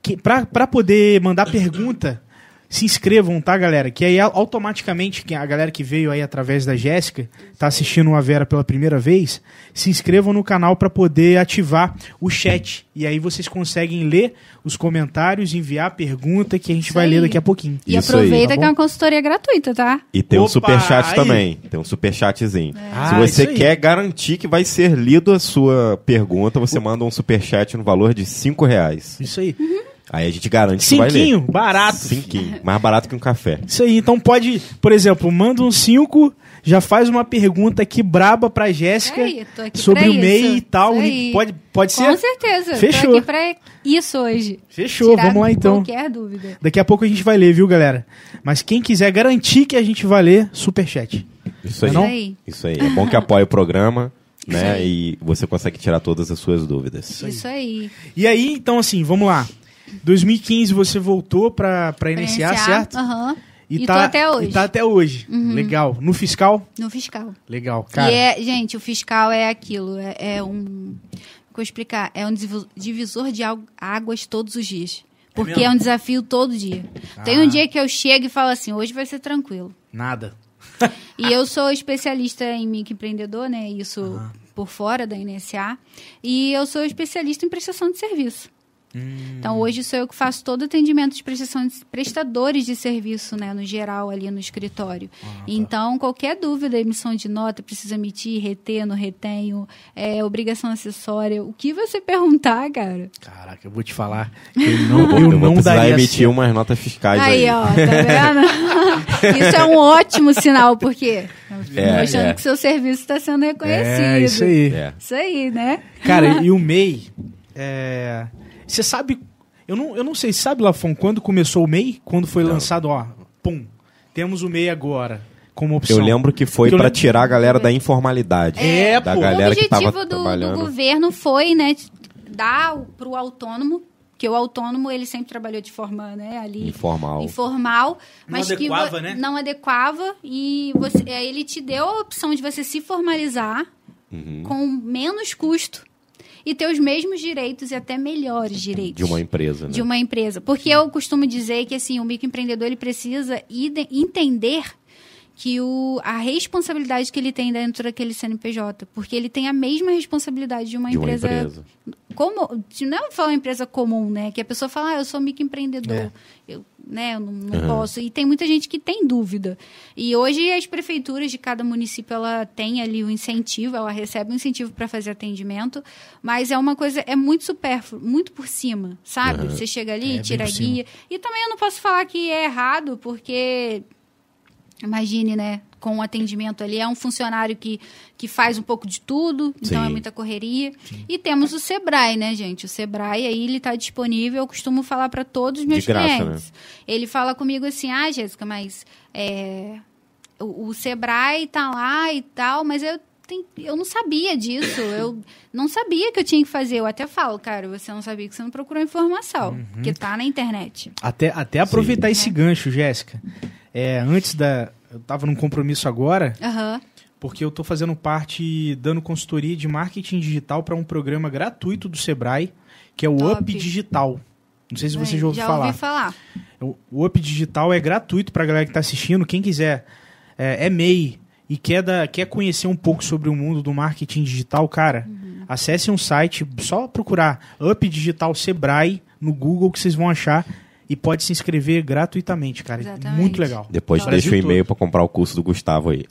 pra poder mandar pergunta, se inscrevam, tá, galera? Que aí automaticamente, a galera que veio aí através da Jéssica, tá assistindo a Vera pela primeira vez, se inscrevam no canal pra poder ativar o chat. E aí vocês conseguem ler os comentários, enviar a pergunta que a gente Isso vai aí. ler daqui a pouquinho. E Isso aproveita aí, tá que é bom? uma consultoria gratuita, tá? E tem um Opa, superchat aí. também. Tem um superchatzinho. Ah, Se você isso aí. quer garantir que vai ser lido a sua pergunta, você manda um superchat no valor de R$5. Isso aí. Aí a gente garante que vai ler. Cinquinho, barato. Cinquinho. Mais barato que um café. Isso aí, então pode, por exemplo, manda um 5, já faz uma pergunta aqui braba pra Jéssica Aí, tô aqui sobre pra o MEI isso. e tal. Isso aí. Pode ser? Com certeza. Fechou. Tô aqui pra isso hoje. Fechou, Tirar vamos lá então. Qualquer dúvida. Daqui a pouco a gente vai ler, viu, galera? Mas quem quiser garantir que a gente vai ler, superchat. Isso aí. Não? Aí. Isso aí. É bom que apoie o programa. né? aí. E você consegue tirar todas as suas dúvidas. Isso aí. E aí, então assim, vamos lá. 2015 você voltou pra iniciar, certo? Aham. E tá, tô até hoje. E tá até hoje. Legal. No fiscal? No fiscal. Legal, cara. E gente, o fiscal é aquilo, é um... Vou explicar, é um divisor de águas todos os dias. Porque é um desafio todo dia. Tem um dia que eu chego e falo assim, hoje vai ser tranquilo. Nada. E eu sou especialista em microempreendedor, né? Isso por fora da NSA. E eu sou especialista em prestação de serviço. Então, hoje sou eu que faço todo o atendimento de prestadores de serviço, né, no geral, ali no escritório. Então, qualquer dúvida, emissão de nota, precisa emitir, reter, não retenho, obrigação acessória, o que você perguntar, cara. Caraca, eu vou te falar. Eu não vou precisar daria emitir certo. umas notas fiscais aí. Aí, ó, tá vendo? Isso é um ótimo sinal, porque mostrando que seu serviço está sendo reconhecido. É, isso aí. Isso aí, né? Cara, e o MEI, você sabe, eu não sei, sabe, Lafon, quando começou o MEI? Quando foi lançado, ó, pum, temos o MEI agora, como opção. Eu lembro que foi pra tirar a galera da informalidade. Da pô. galera que tava O objetivo do trabalhando. governo foi, né, dar pro autônomo, que o autônomo, ele sempre trabalhou de forma, né, ali... Informal. Mas adequava, que né? Não adequava, e ele te deu a opção de você se formalizar com menos custo e ter os mesmos direitos e até melhores direitos. De uma empresa, né? De uma empresa. Porque eu costumo dizer que, assim, o microempreendedor, ele precisa entender que a responsabilidade que ele tem dentro daquele CNPJ, porque ele tem a mesma responsabilidade de uma empresa. Como, não é uma empresa comum, né? Que a pessoa fala, eu sou microempreendedor, eu não posso. E tem muita gente que tem dúvida. E hoje as prefeituras de cada município, ela tem ali o incentivo, ela recebe um incentivo para fazer atendimento, mas é uma coisa, é muito supérfluo, muito por cima, sabe? Você chega ali, tira a guia. E também eu não posso falar que é errado, porque... Imagine, né? Com o atendimento ali, é um funcionário que faz um pouco de tudo, então é muita correria. E temos o Sebrae, né, gente? O Sebrae aí, ele tá disponível, eu costumo falar para todos os meus clientes. Né? Ele fala comigo assim, Jéssica, mas o Sebrae tá lá e tal, mas eu não sabia disso, eu não sabia que eu tinha que fazer. Eu até falo, cara, você não sabia que você não procurou informação, que tá na internet. Até aproveitar esse gancho, Jéssica. Eu tava num compromisso agora, porque eu tô fazendo parte, dando consultoria de marketing digital para um programa gratuito do Sebrae, que é o Up Digital. Não sei se você já ouviu falar. Já ouvi falar. O Up Digital é gratuito pra galera que tá assistindo. Quem quiser, é MEI e quer conhecer um pouco sobre o mundo do marketing digital, cara, acesse um site, só procurar Up Digital Sebrae no Google que vocês vão achar. E pode se inscrever gratuitamente, cara. Exatamente. Muito legal. Depois deixa o e-mail pra comprar o curso do Gustavo aí.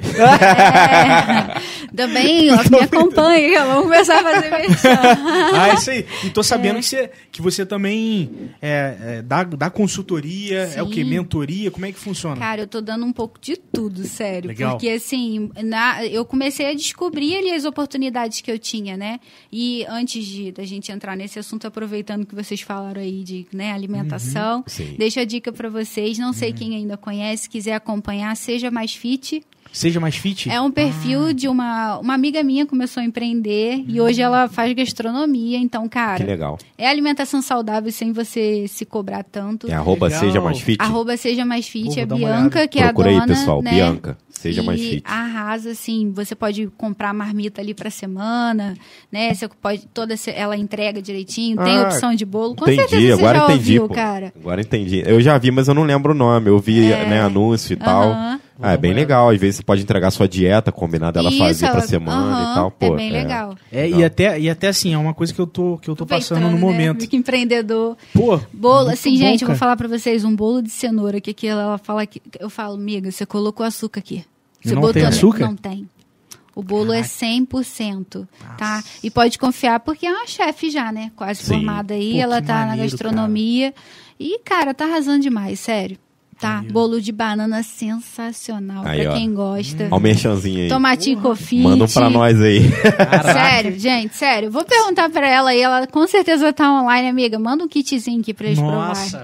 Também, ó, me acompanha. Vamos começar a fazer merchan. Isso aí. E tô sabendo que você também dá consultoria, Sim. o quê? Mentoria? Como é que funciona? Cara, eu tô dando um pouco de tudo, sério. Legal. Porque, assim, eu comecei a descobrir ali as oportunidades que eu tinha, né? E antes da gente entrar nesse assunto, aproveitando que vocês falaram aí de, né, alimentação, deixo a dica pra vocês. Não sei quem ainda conhece, quiser acompanhar, Seja Mais Fit. Seja Mais Fit? É um perfil de uma amiga minha, começou a empreender e hoje ela faz gastronomia. Então, cara, que legal. É alimentação saudável sem você se cobrar tanto. É @Seja Mais Fit? @Seja Mais Fit. Vou é dar uma Bianca, olhada. que é Procura a dona, aí, pessoal. né? Bianca, Seja Mais E Fit. arrasa, assim, você pode comprar marmita ali pra semana, né? Você pode, ela entrega direitinho, tem opção de bolo. Com certeza você agora já entendi, ouviu, pô. cara. Agora entendi. Eu já vi, mas eu não lembro o nome. Eu vi, né, anúncio e tal. É bem legal. Às vezes você pode entregar sua dieta combinada ela fazer pra semana e tal. Pô, é bem legal. E até assim, é uma coisa que eu tô passando no momento. Né? Que empreendedor. Pô, bolo, assim, bom, gente, eu cara. vou falar pra vocês, um bolo de cenoura, que ela fala que eu falo, amiga, você colocou açúcar aqui. Você Não botou tem açúcar? Não tem. O bolo é 100%, tá? E pode confiar, porque é uma chefe já, né? Quase formada aí, Pô, ela que tá na maneiro, gastronomia. E, cara, tá arrasando demais, sério. Tá? Bolo de banana sensacional, Aí, pra ó. quem gosta. Olha o merchanzinho aí. Tomatinho confite. Manda um pra nós aí. Sério, gente, sério. Vou perguntar pra ela e ela com certeza tá online, amiga. Manda um kitzinho aqui pra eles provarem. Nossa.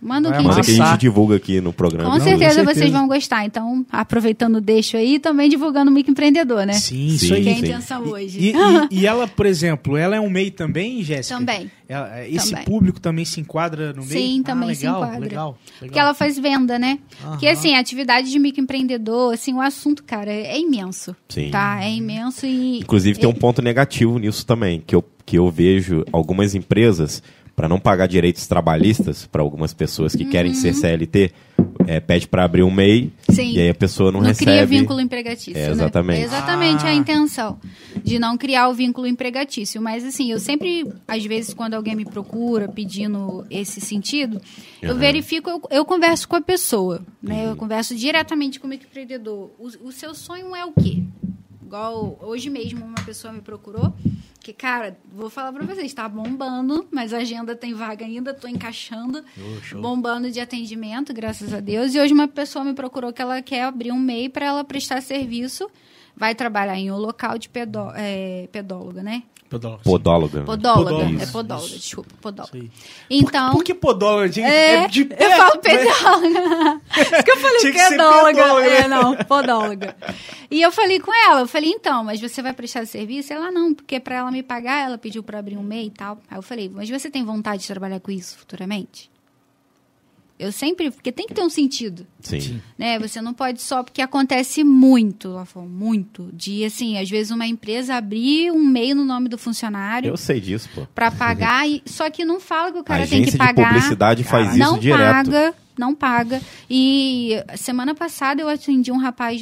Manda o que Vai Manda que a amassar. gente divulga aqui no programa. Com Não, certeza com certeza. vocês vão gostar. Então, aproveitando o deixo aí, também divulgando o microempreendedor, né? Sim, Sim, isso aí. Que é a sim. intenção hoje. E ela, por exemplo, ela é um MEI também, Jéssica? Também. Esse Também. público também se enquadra no MEI? Sim, também se legal, enquadra. Legal. Porque ela faz venda, né? Aham. Porque, assim, a atividade de microempreendedor, assim, o assunto, cara, é imenso. Sim. Tá? É imenso e... Inclusive tem um ponto negativo nisso também, que eu vejo algumas empresas, para não pagar direitos trabalhistas para algumas pessoas que querem ser CLT, pede para abrir um MEI Sim. e aí a pessoa não Não recebe. cria vínculo empregatício, É, né? exatamente. É exatamente Ah. a intenção de não criar o vínculo empregatício. Mas, assim, eu sempre, às vezes, quando alguém me procura pedindo esse sentido, eu verifico, eu converso com a pessoa, né? Eu converso diretamente com o microempreendedor. O seu sonho é o quê? Igual hoje mesmo uma pessoa me procurou, que, cara, vou falar pra vocês, tá bombando, mas a agenda tem vaga ainda, tô encaixando, Show. bombando de atendimento, graças a Deus. E hoje uma pessoa me procurou que ela quer abrir um MEI para ela prestar serviço, vai trabalhar em um local de pedóloga, né? Podóloga. Podóloga, Podóloga. é podóloga, Isso. desculpa, podóloga. Sei. Então... Por que podóloga? eu falo pedóloga. Isso que eu falei Tinha que ser pedóloga. pedóloga, né? Não, podóloga. E eu falei com ela, eu falei, então, mas você vai prestar serviço? Ela, não, porque pra ela me pagar, ela pediu pra abrir um MEI e tal. Aí eu falei, mas você tem vontade de trabalhar com isso futuramente? Eu sempre, porque tem que ter um sentido, Sim. né? Você não pode só, porque acontece muito, ela falou, muito, de, assim, às vezes uma empresa abrir um MEI no nome do funcionário Eu sei disso, pô. pra pagar, só que não fala que o cara A tem que agência pagar. de publicidade faz isso Não direto. paga, não paga. E semana passada eu atendi um rapaz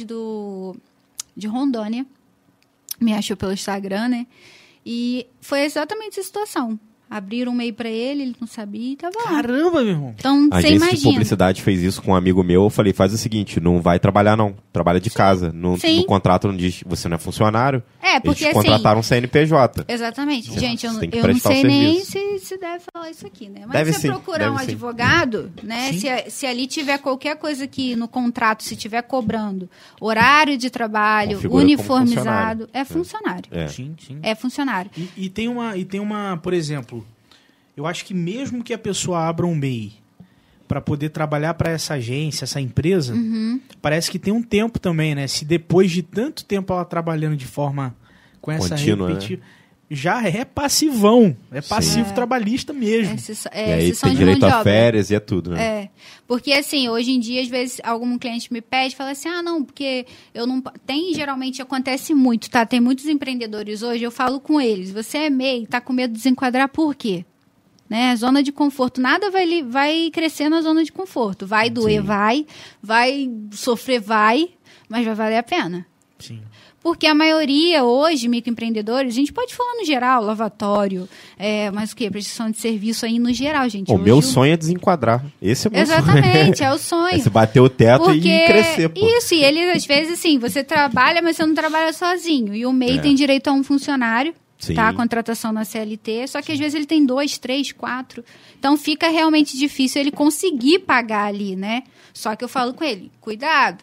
de Rondônia, me achou pelo Instagram, né? E foi exatamente essa situação. Abriram um MEI pra ele, ele não sabia e tava lá. Caramba, meu irmão. Então, A você agência de imagina. publicidade fez isso com um amigo meu. Eu falei, faz o seguinte, não vai trabalhar não. Trabalha de casa. No Sim. contrato não diz você não é funcionário. É, porque Eles assim... contrataram um CNPJ. Exatamente. Gente, eu Você tem que não prestar o sei nem serviço. se deve falar isso aqui, né? Mas Deve se sim, você procurar deve um sim. advogado, né? Se ali tiver qualquer coisa que no contrato, se tiver cobrando horário de trabalho, Configura como uniformizado, é funcionário. É. Sim, sim. É funcionário. E tem uma, por exemplo, eu acho que mesmo que a pessoa abra um MEI para poder trabalhar para essa agência, essa empresa, parece que tem um tempo também, né? Se depois de tanto tempo ela trabalhando de forma com essa Contínua, repetitiva, já é passivão, é passivo trabalhista mesmo. E aí Sessão tem de mão direito de a obra. férias e é tudo, né? É, porque assim, hoje em dia, às vezes, algum cliente me pede, fala assim, não, porque eu não... geralmente acontece muito, tá? Tem muitos empreendedores hoje, eu falo com eles, você é MEI, tá com medo de desenquadrar por quê? Né? Zona de conforto, nada vai crescer na zona de conforto. Vai doer, vai sofrer, mas vai valer a pena. Sim. Porque a maioria hoje, microempreendedores, a gente pode falar no geral, lavatório, mas o quê? Prestação de serviço aí no geral, gente. O Hoje meu sonho é desenquadrar. Esse é o meu sonho. Exatamente, é o sonho. É se bater o teto e crescer, pô. Isso, e eles, às vezes, assim, você trabalha, mas você não trabalha sozinho. E o MEI tem direito a um funcionário, Sim. tá? A contratação na CLT, só que às vezes ele tem 2, 3, 4. Então fica realmente difícil ele conseguir pagar ali, né? Só que eu falo com ele, cuidado.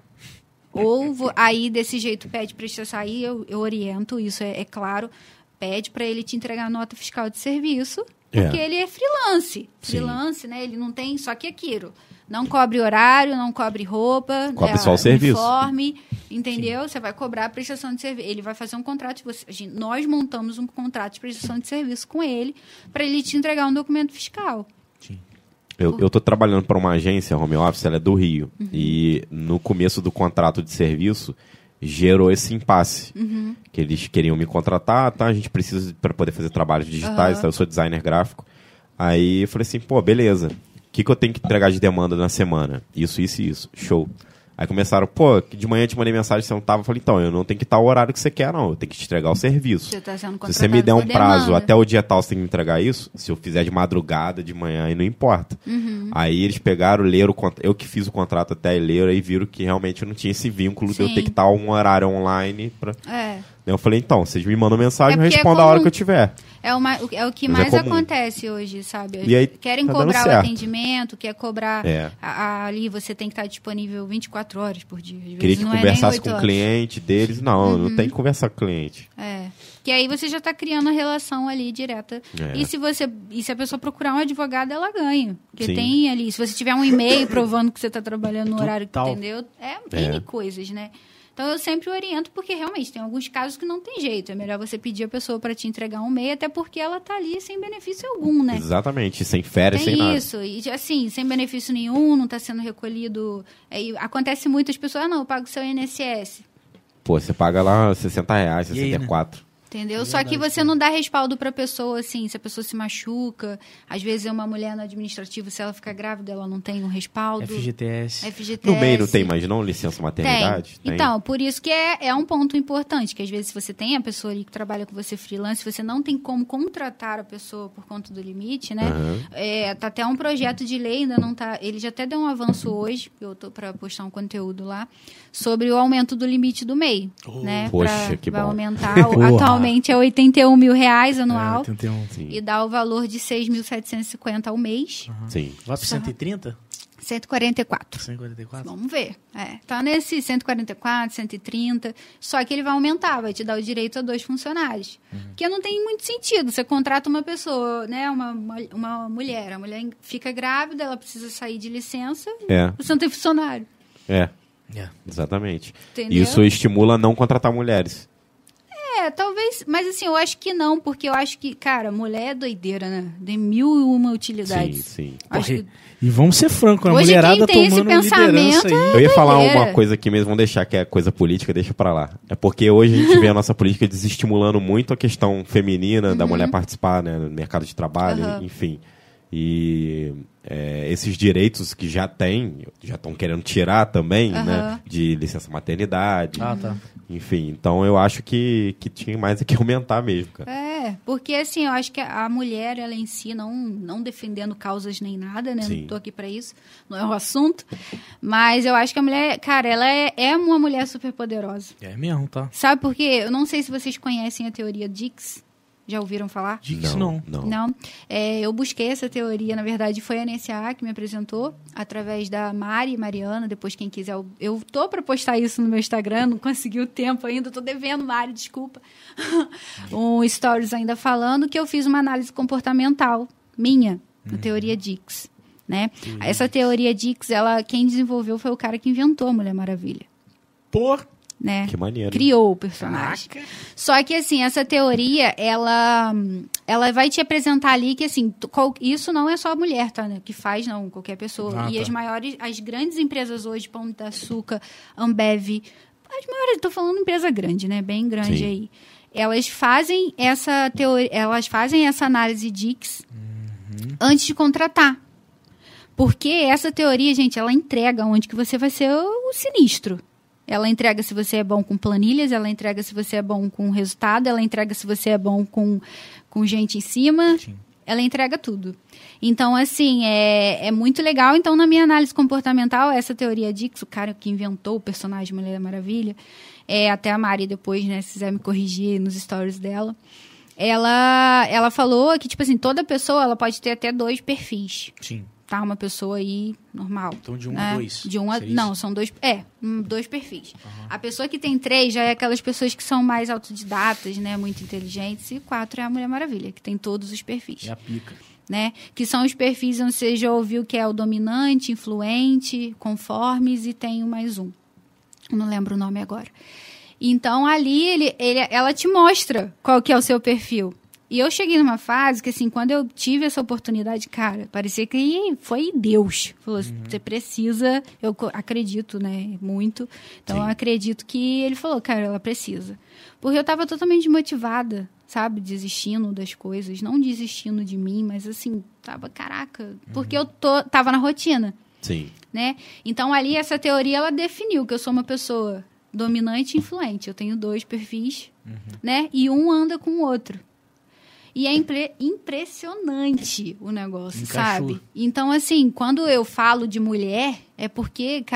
Ou aí desse jeito pede para ele sair, eu oriento, isso é claro, pede para ele te entregar nota fiscal de serviço, porque ele é freelance. Freelance, né? Ele não tem só que aquilo. Não cobre horário, não cobre roupa, Cobre só o serviço. uniforme, entendeu? Você vai cobrar a prestação de serviço. Ele vai fazer um contrato. Nós montamos um contrato de prestação de serviço com ele para ele te entregar um documento fiscal. Eu tô trabalhando para uma agência home office, ela é do Rio. E no começo do contrato de serviço, gerou esse impasse. Que eles queriam me contratar, tá? A gente precisa para poder fazer trabalhos digitais, tá? Eu sou designer gráfico. Aí eu falei assim, pô, beleza. O que eu tenho que entregar de demanda na semana? Isso, isso e isso. Show. Aí começaram, pô, de manhã eu te mandei mensagem, você não tava. Eu falei, então, eu não tenho que estar o horário que você quer, não. Eu tenho que te entregar o serviço. Você tá sendo Se você me der um contratado por prazo demanda. até o dia tal, você tem que me entregar isso. Se eu fizer de madrugada, de manhã, aí não importa. Aí eles pegaram, leram o contrato. Eu que fiz o contrato até aí, leram e viram que realmente eu não tinha esse vínculo de eu Sim. ter que estar um horário online. É. Eu falei, então, vocês me mandam mensagem, eu porque respondo é a hora comum. que eu tiver. É o que Mas é mais comum. acontece hoje, sabe? E aí, Querem tá dando cobrar o certo. atendimento, quer cobrar É. ali, você tem que estar disponível 24 horas por dia. Às Queria vezes que não conversasse é nem 8 com o horas. cliente deles. Não, não tem que conversar com o cliente. É. Porque aí você já está criando a relação ali direta. É. E se a pessoa procurar um advogado, ela ganha. Porque Sim. tem ali, se você tiver um e-mail provando que você está trabalhando no horário que Total. entendeu, N coisas, né? Então eu sempre oriento, porque realmente tem alguns casos que não tem jeito. É melhor você pedir a pessoa para te entregar um e-mail, até porque ela tá ali sem benefício algum, né? Exatamente, sem férias, sem nada. Tem isso, e assim, sem benefício nenhum, não está sendo recolhido. E acontece muito, as pessoas, não, eu pago o seu INSS. Pô, você paga lá R$60, E aí, 64. Entendeu? Só que você não dá respaldo para a pessoa, assim, se a pessoa se machuca. Às vezes é uma mulher no administrativo, se ela fica grávida, ela não tem um respaldo. FGTS. No MEI não tem mais não, licença maternidade? Tem. Então, por isso que é um ponto importante, que às vezes se você tem a pessoa ali que trabalha com você freelance, você não tem como contratar a pessoa por conta do limite, né? Tá até um projeto de lei, ainda não tá... Ele já até deu um avanço hoje, eu tô para postar um conteúdo lá, sobre o aumento do limite do MEI, né? Poxa, que vai bom. aumentar. Atualmente é R$81 mil anual. 81. Sim. E dá o valor de 6.750 ao mês. Sim. Vai para 130? 144. 144? Vamos ver. Tá nesse 144, 130. Só que ele vai aumentar, vai te dar o direito a 2 funcionários. Porque não tem muito sentido. Você contrata uma pessoa, né? Uma mulher. A mulher fica grávida, ela precisa sair de licença. Você não tem funcionário. Exatamente. Entendeu? Isso estimula a não contratar mulheres. Talvez, mas assim, eu acho que não, porque eu acho que, cara, mulher é doideira, né? Tem 1001 utilidades. Sim. Acho que E vamos ser francos, a Hoje mulherada quem tem esse tomando liderança pensamento aí. Eu ia falar doideira. uma coisa aqui mesmo, vamos deixar que é coisa política, deixa pra lá. É porque hoje a gente vê a nossa política desestimulando muito a questão feminina, da mulher participar, né, no mercado de trabalho, enfim. E esses direitos que já tem, já estão querendo tirar também, né, de licença maternidade. Tá. Enfim, então eu acho que tinha mais que aumentar mesmo, cara. Porque assim, eu acho que a mulher, ela em si, não defendendo causas nem nada, né? Sim. Não tô aqui pra isso, não é o assunto. Mas eu acho que a mulher, cara, ela é uma mulher super poderosa. É mesmo, tá? Sabe por quê? Eu não sei se vocês conhecem a teoria Dix. Já ouviram falar? Dix não. Não. Eu busquei essa teoria, na verdade foi a NSA que me apresentou, através da Mariana, depois quem quiser, eu tô para postar isso no meu Instagram, não consegui o tempo ainda, tô devendo, Mari, desculpa. Um stories ainda falando que eu fiz uma análise comportamental minha, na teoria Dix, né? Essa teoria Dix, quem desenvolveu foi o cara que inventou a Mulher Maravilha. Né? Que maneiro. Criou o personagem. Caraca. Só que, assim, essa teoria, ela vai te apresentar ali que, assim, isso não é só a mulher, tá, né? Que faz, não, qualquer pessoa. E as grandes empresas hoje, Pão de Açúcar, Ambev, as maiores, tô falando empresa grande, né? Bem grande aí. Elas fazem essa teoria, elas fazem essa análise Dix antes de contratar. Porque essa teoria, gente, ela entrega onde que você vai ser o sinistro. Ela entrega se você é bom com planilhas, ela entrega se você é bom com resultado, ela entrega se você é bom com gente em cima. Sim. Ela entrega tudo. Então, assim, é muito legal. Então, na minha análise comportamental, essa teoria Dix, o cara que inventou o personagem Mulher Maravilha, até a Mari depois, né, se quiser me corrigir nos stories dela, ela falou que, tipo assim, toda pessoa ela pode ter até 2 perfis. Sim. Tá, uma pessoa aí normal. Então, de 1 a 2. De 1 a... Não, são 2... 2 perfis. A pessoa que tem 3 já é aquelas pessoas que são mais autodidatas, né? Muito inteligentes. E 4 é a Mulher Maravilha, que tem todos os perfis. É a pica. Né? Que são os perfis onde você já ouviu que é o dominante, influente, conformes e tem o mais um. Eu não lembro o nome agora. Então, ali, ela te mostra qual que é o seu perfil. E eu cheguei numa fase que, assim, quando eu tive essa oportunidade, cara, parecia que foi Deus. Falou, você precisa, eu acredito, né, muito. Então, eu acredito que ele falou, cara, ela precisa. Porque eu tava totalmente desmotivada, sabe, desistindo das coisas. Não desistindo de mim, mas, assim, tava, caraca, porque eu tava na rotina. Sim. Né? Então, ali, essa teoria, ela definiu que eu sou uma pessoa dominante e influente. Eu tenho 2 perfis, né, e um anda com o outro. E é impressionante o negócio, sabe? Então, assim, quando eu falo de mulher, é porque, cara,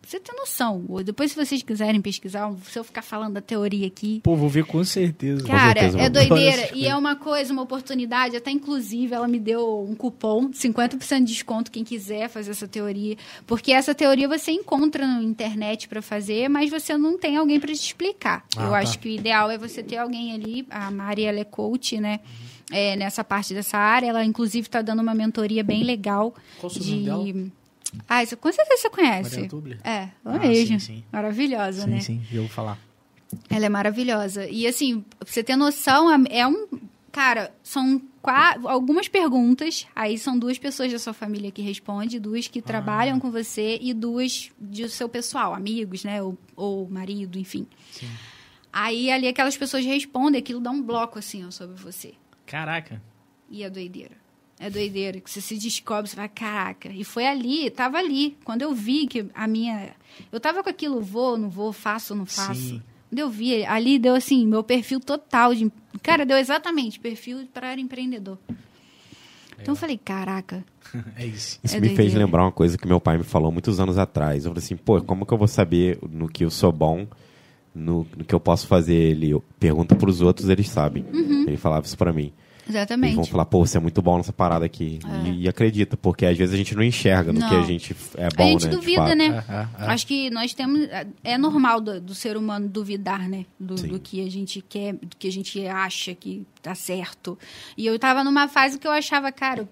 você ter noção. Depois, se vocês quiserem pesquisar, se eu ficar falando da teoria aqui... Pô, vou ver com certeza. Cara, certeza, é vamos ver. doideira. E é uma coisa, uma oportunidade. Até, inclusive, ela me deu um cupom de 50% de desconto quem quiser fazer essa teoria. Porque essa teoria você encontra na internet para fazer, mas você não tem alguém para te explicar. Eu acho que o ideal é você ter alguém ali. A Mari, ela é coach, né? Nessa parte dessa área. Ela, inclusive, está dando uma mentoria bem legal. Qual o nome dela? Isso, com certeza você conhece. Mariana Tubler? Ela mesmo. Sim. Maravilhosa, né? Sim, eu vou falar. Ela é maravilhosa. E, assim, pra você ter noção, Cara, são algumas perguntas, aí são 2 pessoas da sua família que respondem, 2 que trabalham com você e 2 do seu pessoal, amigos, né? Ou marido, enfim. Sim. Aí, ali, aquelas pessoas respondem, aquilo dá um bloco, assim, ó, sobre você. Caraca. E é doideira. É doideira, que você se descobre, você vai, caraca. E foi ali, tava ali. Quando eu vi que eu tava com aquilo, vou, não vou, faço, não faço. Sim. Quando eu vi, ali deu assim, meu perfil total. Cara, deu exatamente, perfil para empreendedor. Então eu falei, caraca. É isso. Isso me fez lembrar uma coisa que meu pai me falou muitos anos atrás. Eu falei assim, pô, como que eu vou saber no que eu sou bom, no que eu posso fazer? Ele pergunta pros outros, eles sabem. Ele falava isso pra mim. Exatamente. Eles vão falar, pô, você é muito bom nessa parada aqui. E acredita, porque às vezes a gente não enxerga no que a gente é bom, né? A gente duvida, né? Acho que nós temos... É normal do ser humano duvidar, né? Do que a gente quer, do que a gente acha que tá certo. E eu tava numa fase que eu achava, cara,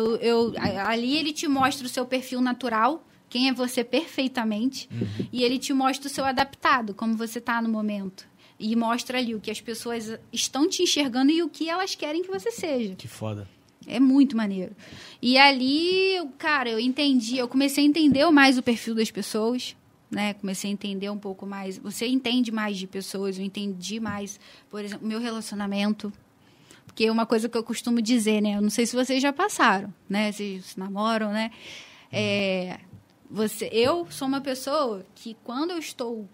ali ele te mostra o seu perfil natural, quem é você perfeitamente, e ele te mostra o seu adaptado, como você tá no momento. E mostra ali o que as pessoas estão te enxergando e o que elas querem que você seja. Que foda. É muito maneiro. E ali, cara, eu comecei a entender mais o perfil das pessoas, né? Comecei a entender um pouco mais. Você entende mais de pessoas, eu entendi mais, por exemplo, o meu relacionamento. Porque é uma coisa que eu costumo dizer, né? Eu não sei se vocês já passaram, né? Vocês namoram, né? Eu sou uma pessoa que quando eu estou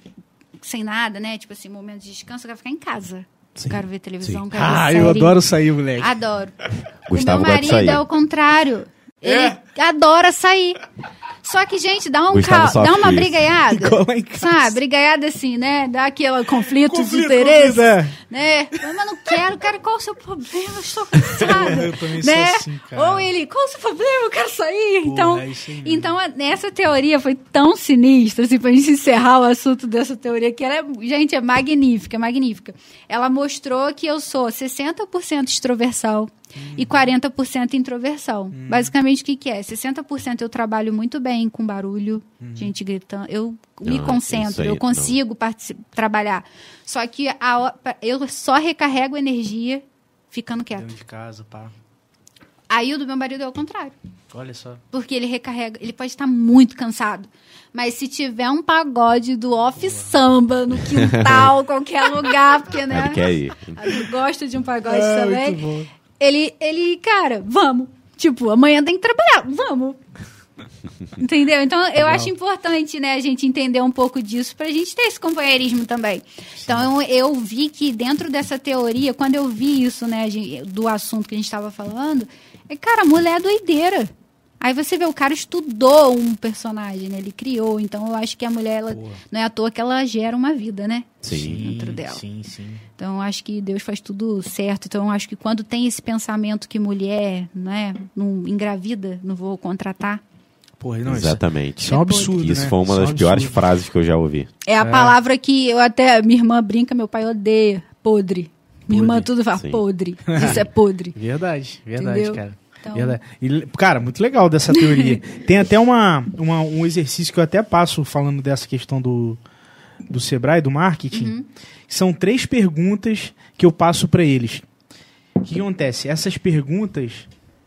sem nada, né? Tipo assim, momento de descanso, eu quero ficar em casa. Sim. Quero ver televisão, Sim. quero ver série. Eu adoro sair, moleque. Adoro. Gustavo o meu gosta de marido sair. é o contrário. Ele adora sair. Só que, gente, dá Gustavo dá uma sofre brigaiada. Igual lá em casa. Sabe? Brigaiada assim, né? Dá aquele conflito de Conflito, interesse. né? Mas não quero, cara, qual o seu problema? Eu estou cansada. Eu também sou né? assim, cara. Ou ele, qual o seu problema? Eu quero sair. Porra, é isso aí mesmo. Então, essa teoria foi tão sinistra, assim, pra gente encerrar o assunto dessa teoria, que ela é magnífica, magnífica. Ela mostrou que eu sou 60% extroversão e 40% introversão. Basicamente, o que é? 60% eu trabalho muito bem com barulho, gente gritando. Eu me concentro, eu consigo trabalhar. Só que eu só recarrego energia ficando quieto. Dentro de casa, pá. Aí o do meu marido é o contrário. Olha só. Porque ele recarrega, ele pode estar muito cansado. Mas se tiver um pagode do off samba no quintal, qualquer lugar, porque, né? Ele quer ir. Eu gosto de um pagode também. Muito bom. Ele, cara, vamos. Tipo, amanhã tem que trabalhar, vamos. Entendeu? Então, eu acho importante, né, a gente entender um pouco disso pra gente ter esse companheirismo também. Então, eu vi que dentro dessa teoria, quando eu vi isso, né, do assunto que a gente estava falando, cara, a mulher é doideira. Aí você vê, o cara estudou um personagem, né? Ele criou. Então, eu acho que a mulher, não é à toa que ela gera uma vida, né? Sim. Dentro dela. Sim. Então, eu acho que Deus faz tudo certo. Então, eu acho que quando tem esse pensamento que mulher, né, não engravida, não vou contratar. Porra, não, Exatamente. Isso é um absurdo, Isso né? foi uma Isso é das um piores absurdo. frases que eu já ouvi. É a palavra que minha irmã brinca, meu pai odeia. Podre. Minha irmã tudo fala, Sim. podre. Isso é podre. Verdade, Entendeu? cara. Então- Verdade. E, cara, muito legal dessa teoria. Tem até um exercício que eu até passo falando dessa questão do Sebrae, do marketing. São 3 perguntas que eu passo para eles. O que acontece? Essas perguntas,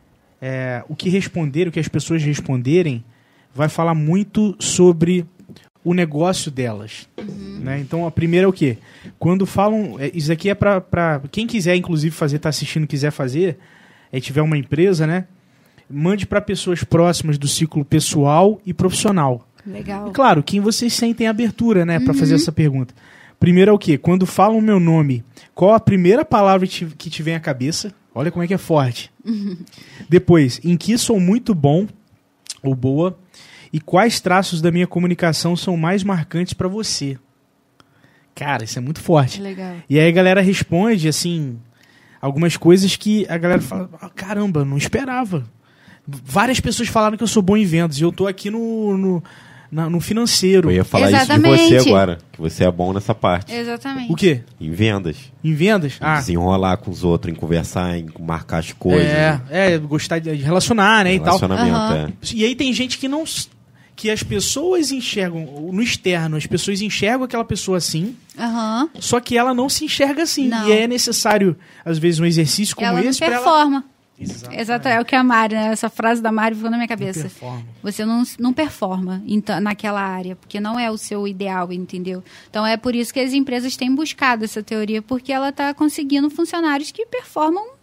o que as pessoas responderem, vai falar muito sobre o negócio delas. Né? Então, a primeira é o quê? Quando falam... Isso aqui é para quem quiser, inclusive, fazer, tá assistindo, quiser fazer, tiver uma empresa, né? Mande para pessoas próximas do ciclo pessoal e profissional. Legal. E, claro, quem vocês sentem abertura, né, para fazer essa pergunta. Primeiro é o quê? Quando falam o meu nome, qual a primeira palavra que te vem à cabeça? Olha como é que é forte. Depois, em que sou muito bom ou boa. E quais traços da minha comunicação são mais marcantes pra você? Cara, isso é muito forte. Legal. E aí a galera responde, assim, algumas coisas que a galera fala, caramba, não esperava. Várias pessoas falaram que eu sou bom em vendas e eu tô aqui no financeiro. Eu ia falar Exatamente. isso de você agora, que você é bom nessa parte. Exatamente. O quê? Em vendas. Em vendas? Em desenrolar com os outros, em conversar, em marcar as coisas. Gostar de relacionar, né, e tal. Relacionamento, E aí tem gente que não... que as pessoas enxergam, no externo, as pessoas enxergam aquela pessoa assim, Aham. só que ela não se enxerga assim. Não. E é necessário, às vezes, um exercício como Ela não esse pra ela... performa. Exato. Exato, é o que a Mari, né? Essa frase da Mari ficou na minha Não cabeça. performa. Você não performa então, naquela área, porque não é o seu ideal, entendeu? Então é por isso que as empresas têm buscado essa teoria, porque ela está conseguindo funcionários que performam.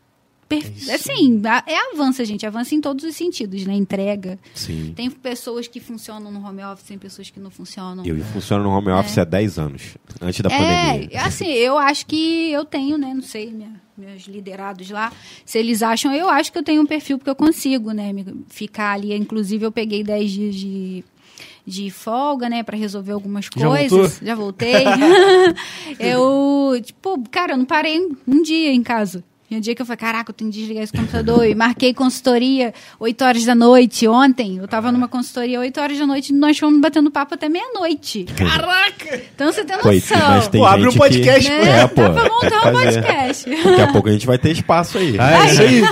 Assim, avança, gente, avança em todos os sentidos, né? Entrega. Sim. Tem pessoas que funcionam no home office, tem pessoas que não funcionam. Eu funciono no home office há 10 anos, antes da pandemia. Assim, eu acho que eu tenho, né? Não sei, meus liderados lá, se eles acham, eu acho que eu tenho um perfil, porque eu consigo, né? Ficar ali. Inclusive, eu peguei 10 dias de folga, né, pra resolver algumas coisas. Já voltei. Eu, cara, eu não parei um dia em casa. Tinha um dia que eu falei, caraca, eu tenho que desligar esse computador. E marquei consultoria 8 horas da noite. Ontem, eu tava numa consultoria 8 horas da noite e nós fomos batendo papo até meia-noite. Caraca! Então você tem Mas noção. tem Abre um gente podcast. que... Né? pô. Dá pra montar tem um que fazer. podcast. Daqui a pouco a gente vai ter espaço aí. É isso aí.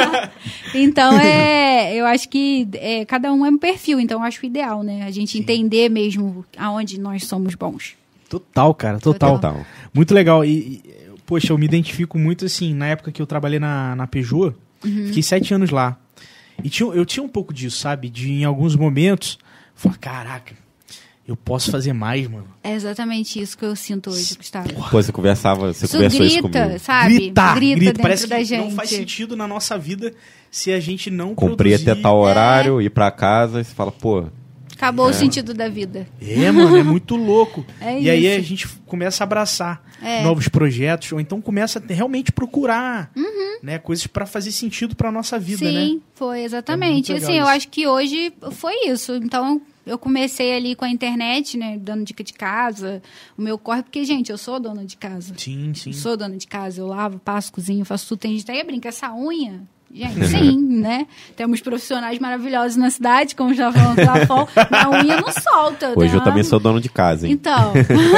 Então, eu acho que cada um é um perfil. Então, eu acho ideal, né? A gente entender mesmo aonde nós somos bons. Total, cara, total. Total. Muito legal. Poxa, eu me identifico muito, assim, na época que eu trabalhei na Peugeot, fiquei 7 anos lá. E eu tinha um pouco disso, sabe? De, em alguns momentos, falar, caraca, eu posso fazer mais, mano. É exatamente isso que eu sinto hoje, Gustavo. Pô, você conversou isso comigo. Sabe? Grita Dentro parece da que gente. não faz sentido na nossa vida se a gente não Cumprir produzir. até tal horário, ir pra casa e você fala, pô... Acabou o sentido da vida. Mano, é muito louco. É e aí isso. a gente começa a abraçar novos projetos, ou então começa a realmente procurar né, coisas pra fazer sentido pra nossa vida, né? Sim, foi exatamente. É muito legal Assim, eu isso. acho que hoje foi isso. Então, eu comecei ali com a internet, né? Dando dica de casa, o meu corre, porque, gente, eu sou dona de casa. Sim, sim. Eu sou dona de casa, eu lavo, passo, cozinho, faço tudo. Tem gente aí brinca, essa unha... Gente, sim, né? Temos profissionais maravilhosos na cidade, como já falamos lá fora. Minha unha não solta. Hoje eu também sou dono de casa, hein? Então,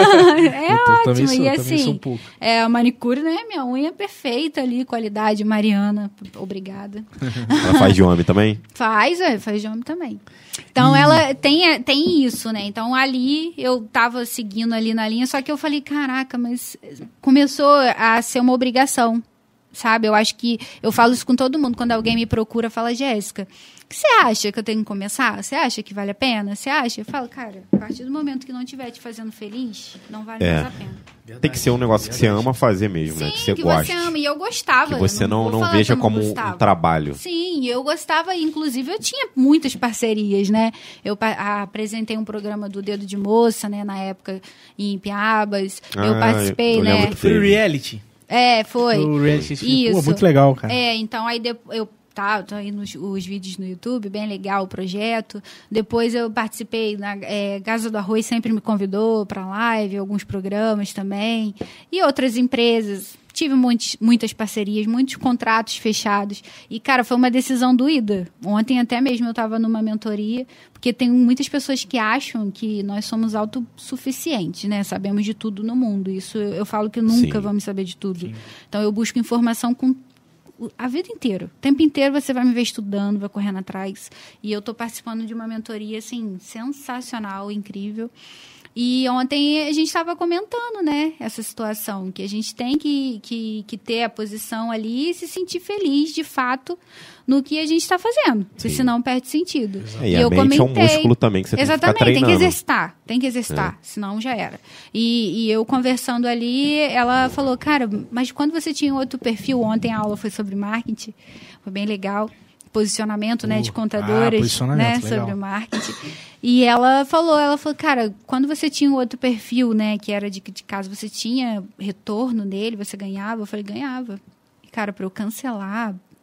Também ótimo. sou, E também sou assim, um pouco. a manicure, né? Minha unha é perfeita ali, qualidade. Mariana, obrigada. Ela faz de homem também? Faz de homem também. Então, ela tem isso, né? Então, ali, eu tava seguindo ali na linha, só que eu falei, caraca, mas começou a ser uma obrigação. Sabe, eu acho que eu falo isso com todo mundo. Quando alguém me procura, fala, Jéssica, o que você acha que eu tenho que começar? Você acha que vale a pena? Você acha? Eu falo, cara, a partir do momento que não estiver te fazendo feliz, não vale mais a pena. Tem que ser um negócio que você ama fazer mesmo, né? Que você gosta. Você ama. E eu gostava. Que você eu não vou falar veja que eu como gostava. um trabalho. Sim, eu gostava. Inclusive, eu tinha muitas parcerias, né? Eu apresentei um programa do Dedo de Moça, né? Na época, em Piabas. Eu participei, eu né? lembro que Foi reality. Foi. O reality. Isso. Pô, muito legal, cara. Então aí eu tô aí os vídeos no YouTube, bem legal o projeto. Depois eu participei na Casa do Arroz, sempre me convidou para live, alguns programas também. E outras empresas. Tive muitas parcerias, muitos contratos fechados. E, cara, foi uma decisão doída. Ontem até mesmo eu estava numa mentoria, porque tem muitas pessoas que acham que nós somos autossuficientes, né? Sabemos de tudo no mundo. Isso eu falo que nunca vamos saber de tudo. Sim. Então, eu busco informação com a vida inteira. O tempo inteiro você vai me ver estudando, vai correndo atrás. E eu estou participando de uma mentoria, assim, sensacional, incrível. E ontem a gente estava comentando, né, essa situação, que a gente tem que ter a posição ali e se sentir feliz, de fato, no que a gente está fazendo, porque senão perde sentido. E a mente é um músculo também que você tem que ficar treinando. Tem que exercitar, senão já era. E eu conversando ali, ela falou, cara, mas quando você tinha outro perfil, ontem a aula foi sobre marketing, foi bem legal, posicionamento, né, de contadoras, né, sobre o marketing. E ela falou, cara, quando você tinha um outro perfil, né, que era de casa, você tinha retorno nele, você ganhava? Eu falei, ganhava. E, cara, para eu cancelar,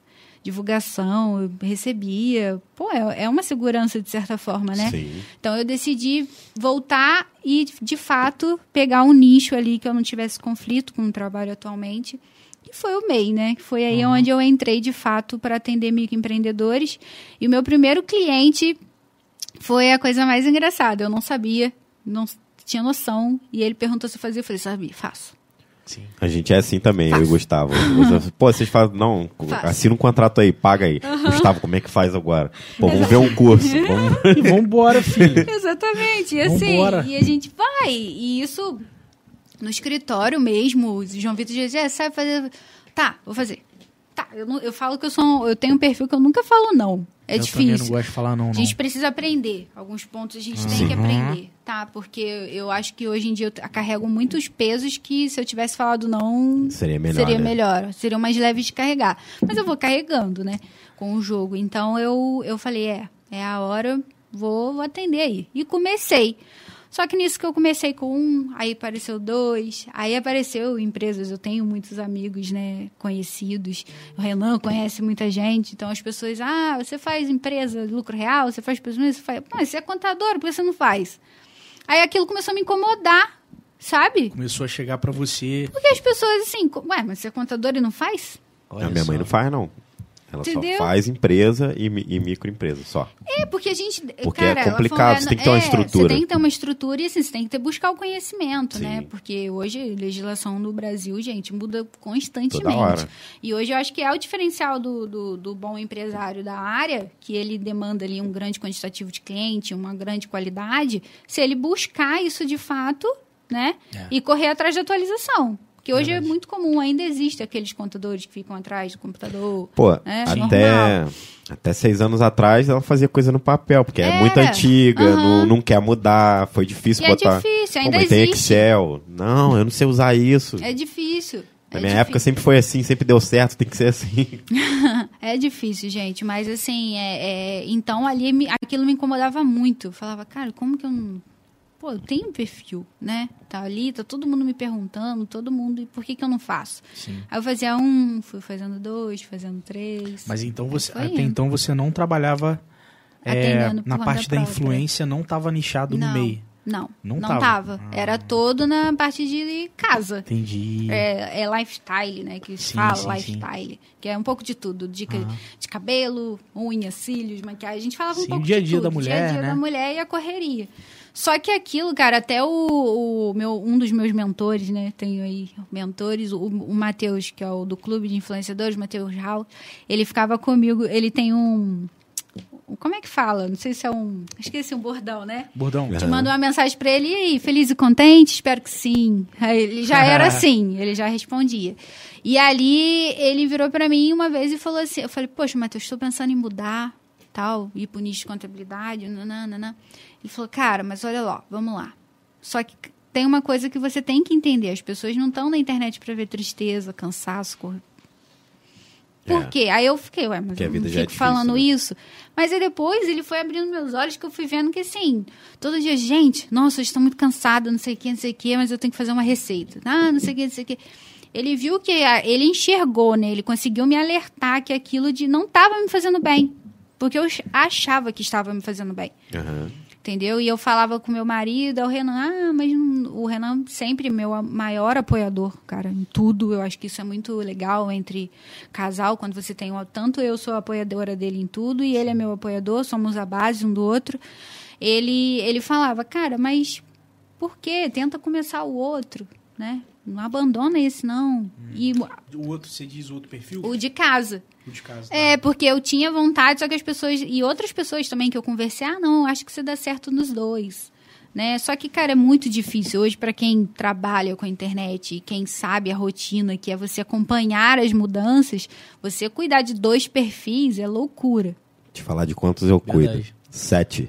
divulgação, eu recebia. Pô, é uma segurança de certa forma, né? Sim. Então eu decidi voltar e, de fato, pegar um nicho ali que eu não tivesse conflito com o trabalho atualmente. E foi o MEI, né? Que foi aí onde eu entrei, de fato, para atender microempreendedores. E o meu primeiro cliente foi a coisa mais engraçada. Eu não sabia, não tinha noção. E ele perguntou se eu fazia. Eu falei, sabia, faço. Sim. A gente é assim também, eu e o Gustavo. Pô, vocês fazem, não, assina um contrato aí, paga aí. Gustavo, como é que faz agora? Pô, vamos ver um curso. Vamos... E vambora, filho. Exatamente. E assim, Vambora. e a gente vai. E isso, no escritório mesmo, o João Vitor dizia, sabe fazer... Tá, vou fazer. Tá, eu falo que eu tenho um perfil que eu nunca falo não. É eu difícil. também não gosto de falar não. A gente precisa aprender. Alguns pontos a gente tem que aprender, tá? Porque eu acho que hoje em dia eu carrego muitos pesos que se eu tivesse falado não... Seria melhor, Seria né? melhor. Seriam mais leves de carregar. Mas eu vou carregando, né? Com o jogo. Então eu falei, é a hora, vou atender aí. E comecei. Só que nisso que eu comecei com um, aí apareceu 2, aí apareceu empresas, eu tenho muitos amigos, né, conhecidos, o Renan conhece muita gente, então as pessoas, você faz empresa de lucro real, você faz presumido, mas você é contador, por que você não faz? Aí aquilo começou a me incomodar, sabe? Começou a chegar pra você. Porque as pessoas assim, mas você é contador e não faz? Olha A minha mãe só. não faz, não. Ela Entendeu? só faz empresa e microempresa, só. Porque a gente... Porque cara, é complicado, você tem que ter uma estrutura. Você tem que ter uma estrutura e assim, você tem que buscar o conhecimento, Sim. né? Porque hoje a legislação no Brasil, gente, muda constantemente. Toda hora. E hoje eu acho que é o diferencial do bom empresário da área, que ele demanda ali um grande quantitativo de cliente, uma grande qualidade, se ele buscar isso de fato, né? E correr atrás da atualização. Porque hoje é muito comum, ainda existe aqueles contadores que ficam atrás do computador. Pô, né? até 6 anos atrás ela fazia coisa no papel, porque é muito Era. antiga, não quer mudar, foi difícil E botar. é difícil, Pô, ainda mas tem existe. Excel. Não, eu não sei usar isso. É difícil. Na é minha difícil. época sempre foi assim, sempre deu certo, tem que ser assim. É difícil, gente, mas assim, então ali aquilo me incomodava muito. Eu falava, cara, como que eu não... Pô, eu tenho um perfil, né? Tá ali, tá todo mundo me perguntando, todo mundo, e por que eu não faço? Sim. Aí eu fazia 1, fui fazendo 2, fazendo 3. Mas então você, Foi até indo. então você não trabalhava Atendendo por na conta parte da própria. influência, não estava nichado no meio. Não Não tava. tava. Era todo na parte de casa. Entendi. É lifestyle, né? Que se Sim, fala, sim, lifestyle. Que é um pouco de tudo. Dica de cabelo, unhas, cílios, maquiagem. A gente falava Sim, um pouco o dia a de dia tudo. da mulher, Dia a dia né? da mulher e a correria. Só que aquilo, cara, até um dos meus mentores, né? Tenho aí mentores, o Matheus, que é o do Clube de Influenciadores, Matheus Raul, ele ficava comigo, ele tem como é que fala? Não sei se é esqueci um bordão, né? Bordão. Te mando uma mensagem pra ele, e aí, feliz e contente? Espero que sim. Aí ele já era assim, ele já respondia. E ali, ele virou pra mim uma vez e falou assim, eu falei, poxa, Matheus, estou pensando em mudar, tal, ir pro nicho de contabilidade, nananana. Ele falou, cara, mas olha lá, vamos lá. Só que tem uma coisa que você tem que entender, as pessoas não estão na internet pra ver tristeza, cansaço, Por quê? Aí eu fiquei, mas Porque a eu vida não já é fico difícil, falando né? isso. Mas aí depois ele foi abrindo meus olhos, que eu fui vendo que assim, todo dia, gente, nossa, eu estou muito cansada, não sei o que, mas eu tenho que fazer uma receita. Não sei o que, não sei o que. Ele viu que, ele enxergou, né? Ele conseguiu me alertar que aquilo não estava me fazendo bem. Porque eu achava que estava me fazendo bem. Aham. Entendeu? E eu falava com meu marido, o Renan, mas o Renan sempre meu maior apoiador, cara, em tudo. Eu acho que isso é muito legal entre casal, quando você tem tanto eu sou apoiadora dele em tudo e ele é meu apoiador, somos a base um do outro. Ele falava, cara, mas por quê? Tenta começar o outro, né? Não abandona esse, não. E O outro, você diz o outro perfil? o de casa. O de casa. Porque eu tinha vontade, só que as pessoas... E outras pessoas também que eu conversei, não, acho que você dá certo nos dois. Né? Só que, cara, é muito difícil. Hoje, para quem trabalha com a internet e quem sabe a rotina, que é você acompanhar as mudanças, você cuidar de 2 perfis é loucura. Te falar de quantos eu cuido. Verdade. 7.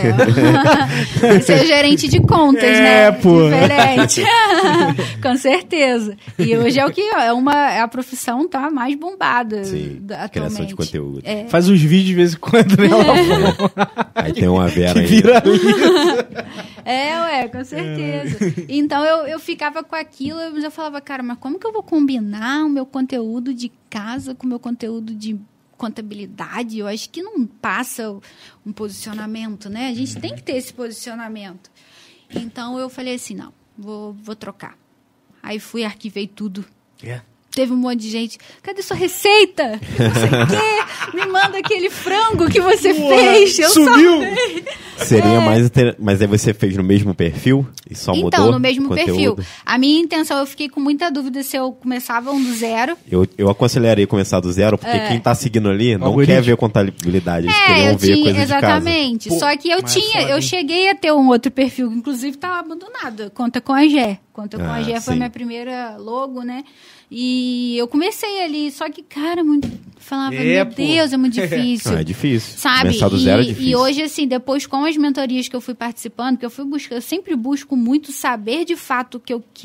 Você é gerente de contas, né? Pô. Diferente. Com certeza. E hoje é o que é a profissão tá mais bombada Sim, atualmente. criação de conteúdo. Faz uns vídeos de vez em quando, né? Aí tem uma Vera Que aí. viraliza. Com certeza. Então eu ficava com aquilo, mas eu falava, cara, mas como que eu vou combinar o meu conteúdo de casa com o meu conteúdo de contabilidade, eu acho que não passa um posicionamento, né? A gente tem que ter esse posicionamento. Então, eu falei assim, não, vou trocar. Aí fui, arquivei tudo. Teve um monte de gente, cadê sua receita? Não sei o quê, me manda aquele frango que você fez. Eu sumiu! Seria mais mas aí você fez no mesmo perfil e só mudou? Então, no mesmo conteúdo? perfil. A minha intenção, eu fiquei com muita dúvida se eu começava do zero. Eu aconselharia começar do zero, porque quem tá seguindo ali não Algoritmo. quer ver contabilidade, eles queriam eu ver tinha, coisa exatamente. de casa. Só que eu mas é foda, eu hein? cheguei a ter um outro perfil, que inclusive tá abandonado. Conta com a Gé. Conta com a Gé foi sim. minha primeira logo, né? E eu comecei ali, só que, cara, falava, meu pô. Deus, é muito difícil. É difícil. Sabe? Começar do zero é difícil. E hoje, assim, depois com as mentorias que eu fui participando, que eu fui buscar, eu sempre busco muito saber de fato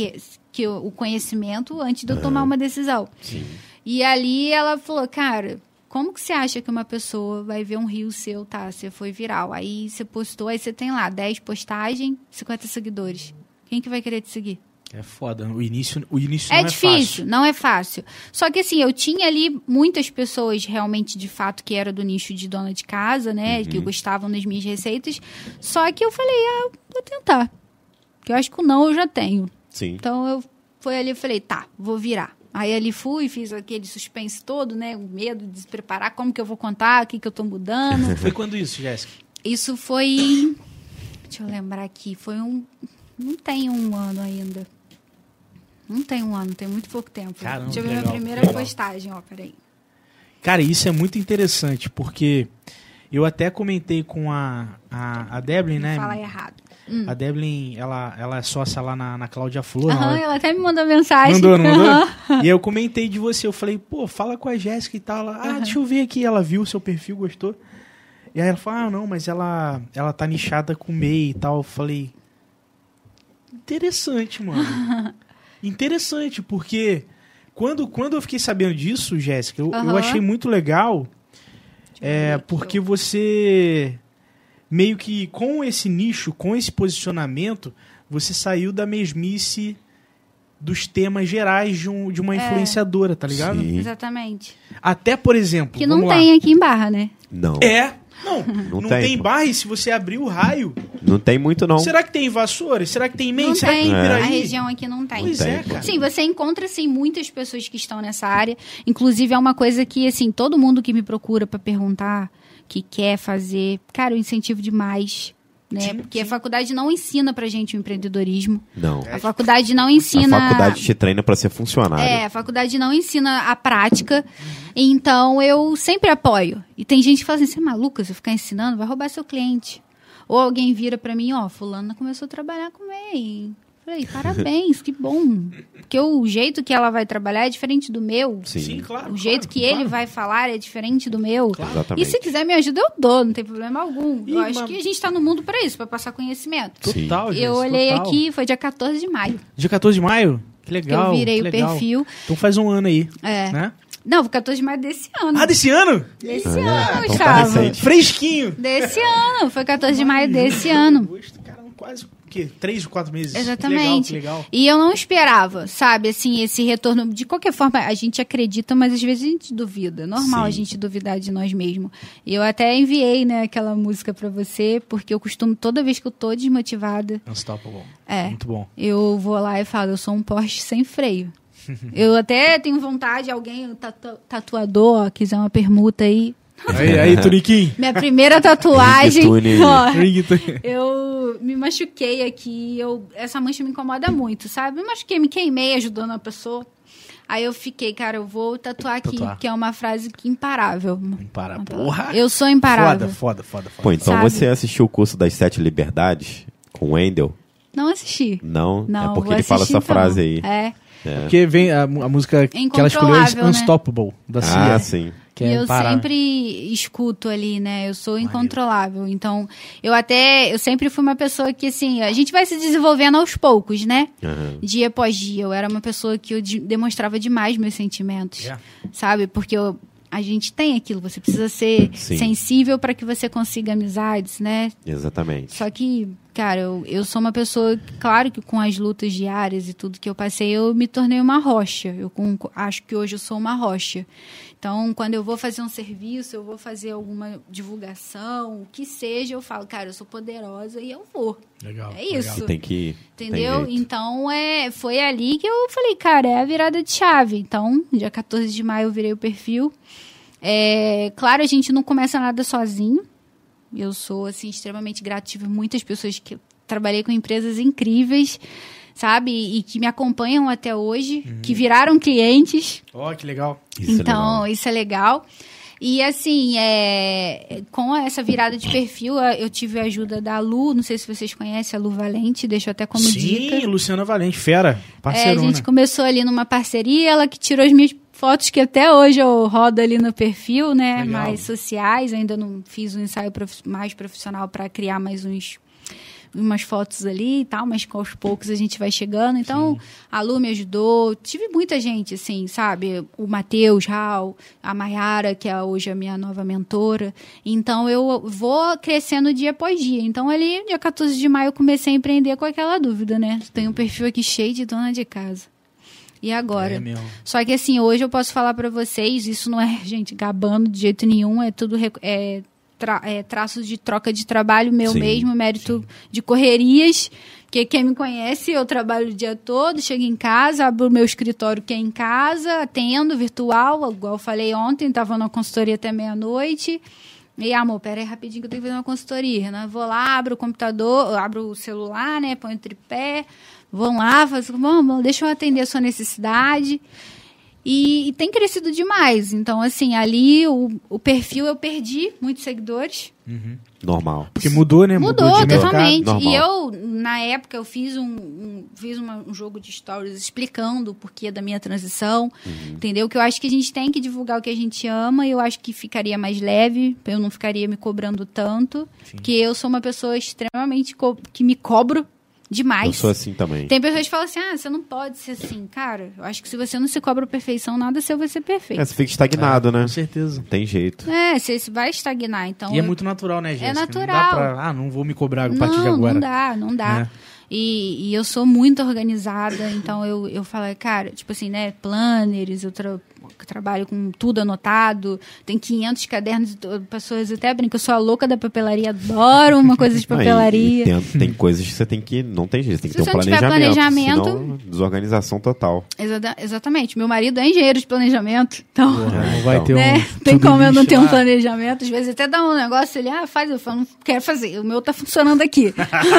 o conhecimento antes de eu tomar uma decisão. Sim. E ali ela falou, cara, como que você acha que uma pessoa vai ver um reel seu, tá? Você foi viral, aí você postou, aí você tem lá 10 postagens, 50 seguidores. Quem que vai querer te seguir? É foda. O início não É é difícil, fácil. não é fácil. Só que assim, eu tinha ali muitas pessoas realmente, de fato, que era do nicho de dona de casa, né? Que gostavam das minhas receitas. Só que eu falei, vou tentar. Porque eu acho que o não eu já tenho. Sim. Então eu fui ali e falei, tá, vou virar. Aí ali fui, fiz aquele suspense todo, né? O medo de se preparar, como que eu vou contar, o que eu tô mudando. Foi quando isso, Jéssica? Isso foi... Deixa eu lembrar aqui. Foi não tem um ano ainda. Não tem um ano, tem muito pouco tempo. Caramba, Deixa eu ver legal, minha primeira legal. postagem, ó, peraí. Cara, isso é muito interessante, porque eu até comentei com a Deblin, né? Fala errado. A Deblin, ela é sócia lá na Cláudia Flor. Aham, ela até me mandou mensagem. Não mandou? Aham. E aí eu comentei de você, eu falei, pô, fala com a Jéssica e tal. Ela, deixa eu ver aqui. Ela viu o seu perfil, gostou. E aí ela falou, não, mas ela tá nichada com MEI e tal. Eu falei, interessante, mano. Interessante, porque quando eu fiquei sabendo disso, Jéssica, eu achei muito legal, porque você meio que com esse nicho, com esse posicionamento, você saiu da mesmice dos temas gerais de uma influenciadora, tá ligado? Sim. Exatamente. Até, por exemplo, Que não vamos lá. tem aqui em Barra, né? Não. Não tem, tem pô. barra, e se você abrir o raio, Não tem muito, não. será que tem vassoura? Será que tem MEI? Não Será que tem. tem A Piraí? região aqui não tem. Pois Tem, é, pô. cara. Sim, você encontra, assim, muitas pessoas que estão nessa área. Inclusive, é uma coisa que, assim, todo mundo que me procura pra perguntar, que quer fazer, cara, eu incentivo demais, né? Sim, Porque sim. a faculdade não ensina pra gente o empreendedorismo. Não. A faculdade não ensina... A faculdade te treina pra ser funcionário. A faculdade não ensina a prática, então eu sempre apoio. E tem gente que fala assim, você é maluca, se eu ficar ensinando, vai roubar seu cliente. Ou alguém vira pra mim, fulana começou a trabalhar com MEI. Falei, parabéns, que bom. Porque o jeito que ela vai trabalhar é diferente do meu. Sim. Sim, claro. O jeito que ele vai falar é diferente do meu. Exatamente. E se quiser me ajuda, eu dou, não tem problema algum. Ih, Eu acho mas- que a gente tá no mundo pra isso, pra passar conhecimento. Total, Jéssica, Eu olhei total. aqui, foi dia 14 de maio Dia 14 de maio? Que que legal. eu virei que o legal. perfil. Então faz um ano aí. É. Né? Não, foi 14 de maio desse ano. Ah, desse ano? Desse então ano, tá Gustavo. recente. Fresquinho. Desse ano, foi 14 de maio desse ano. Agosto, caramba, quase o quê? 3 ou 4 meses. Exatamente. Que legal. E eu não esperava, sabe, assim, esse retorno. De qualquer forma, a gente acredita, mas às vezes a gente duvida. É normal Sim. a gente duvidar de nós mesmos. E eu até enviei, né, aquela música pra você, porque eu costumo, toda vez que eu tô desmotivada, Unstoppable. É. Muito bom. eu vou lá e falo, eu sou um Porsche sem freio. Eu até tenho vontade, alguém, tatuador, ó, quiser uma permuta aí. Aí, Tuniquim. Minha primeira tatuagem. Ringtone. ó, Ringtone. eu me machuquei aqui, essa mancha me incomoda muito, sabe? Me machuquei, me queimei ajudando a pessoa. Aí eu fiquei, cara, eu vou tatuar aqui, Tatuar. que é uma frase que imparável. Para, porra. Eu sou imparável. Foda. Pô, então Sabe? você assistiu o curso das 7 liberdades com o Wendel? Não assisti. Não? Não, é porque vou ele fala assistir, essa então. frase aí. É. Porque vem a música que ela escolheu é Incontrolável, né? Unstoppable, da Cia. Ah, sim. Que E é eu imparável. sempre escuto ali, né? Eu sou incontrolável. Então, eu sempre fui uma pessoa que, assim, a gente vai se desenvolvendo aos poucos, né? Aham. Dia após dia. Eu era uma pessoa que eu demonstrava demais meus sentimentos. Yeah. Sabe? Porque a gente tem aquilo. Você precisa ser Sim. sensível para que você consiga amizades, né? Exatamente. Só que, cara, eu sou uma pessoa, claro que com as lutas diárias e tudo que eu passei, eu me tornei uma rocha. Acho que hoje eu sou uma rocha. Então, quando eu vou fazer um serviço, eu vou fazer alguma divulgação, o que seja, eu falo, cara, eu sou poderosa e eu vou. Legal. É isso. Que tem que... Entendeu? tem jeito. Então, foi ali que eu falei, cara, é a virada de chave. Então, dia 14 de maio eu virei o perfil. Claro, a gente não começa nada sozinho. Eu sou, assim, extremamente grata. Tive muitas pessoas que trabalhei com empresas incríveis, sabe? E que me acompanham até hoje, que viraram clientes. Ó, que legal. Isso é legal. E, assim, com essa virada de perfil, eu tive a ajuda da Lu, não sei se vocês conhecem a Lu Valente, deixo até como dica. Sim, Luciana Valente, fera, A parceirona. gente começou ali numa parceria, ela que tirou as minhas fotos que até hoje eu rodo ali no perfil, né? Legal. Mais sociais, ainda não fiz um ensaio mais profissional para criar mais umas fotos ali e tal, mas aos poucos a gente vai chegando. Então, a Lu me ajudou. Tive muita gente, assim, sabe? O Matheus, Raul, a Mayara, que é hoje a minha nova mentora. Então, eu vou crescendo dia após dia. Então, ali, dia 14 de maio, eu comecei a empreender com aquela dúvida, né? Tem um perfil aqui cheio de dona de casa. E agora? É mesmo. Só que, assim, hoje eu posso falar pra vocês, isso não é, gente, gabando de jeito nenhum, é tudo... traços de troca de trabalho meu Sim, mesmo, mérito de correrias, porque quem me conhece, eu trabalho o dia todo, chego em casa, abro o meu escritório que é em casa, atendo virtual, igual eu falei ontem, estava na consultoria até meia-noite, e amor, pera aí rapidinho que eu tenho que fazer uma consultoria, né? Vou lá, abro o computador, abro o celular, né? Ponho o tripé, vão lá, vamos, deixa eu atender a sua necessidade. E tem crescido demais. Então, assim, ali o perfil eu perdi muitos seguidores. Normal. Porque mudou, né? Mudou de mercado. totalmente. Normal. E eu, na época, eu fiz um jogo de stories explicando o porquê da minha transição. Entendeu? Que eu acho que a gente tem que divulgar o que a gente ama. E eu acho que ficaria mais leve. Eu não ficaria me cobrando tanto. Porque eu sou uma pessoa extremamente que me cobro demais. Eu sou assim também. Tem pessoas que falam assim, você não pode ser assim. Cara, eu acho que se você não se cobra perfeição, nada seu vai ser perfeito. Você fica estagnado, né? Com certeza. Não tem jeito. Você vai estagnar. Então, E é muito natural, né, Jéssica? natural. Não dá pra... não vou me cobrar a partir de agora. Não dá. E eu sou muito organizada, então eu falo, cara, tipo assim, né, planners, eu trabalho com tudo anotado, tem 500 cadernos, pessoas até brincam, eu sou a louca da papelaria, adoro uma coisa de papelaria. Tem coisas que você tem que, não tem jeito, tem que Se ter um você não tiver planejamento, planejamento- senão desorganização total. Exatamente, meu marido é engenheiro de planejamento, então... Não vai ter Né? um... Tem tudo como eu não ter um lixo lá. planejamento, às vezes até dá um negócio, ele faz, eu falo, não quero fazer, o meu tá funcionando aqui.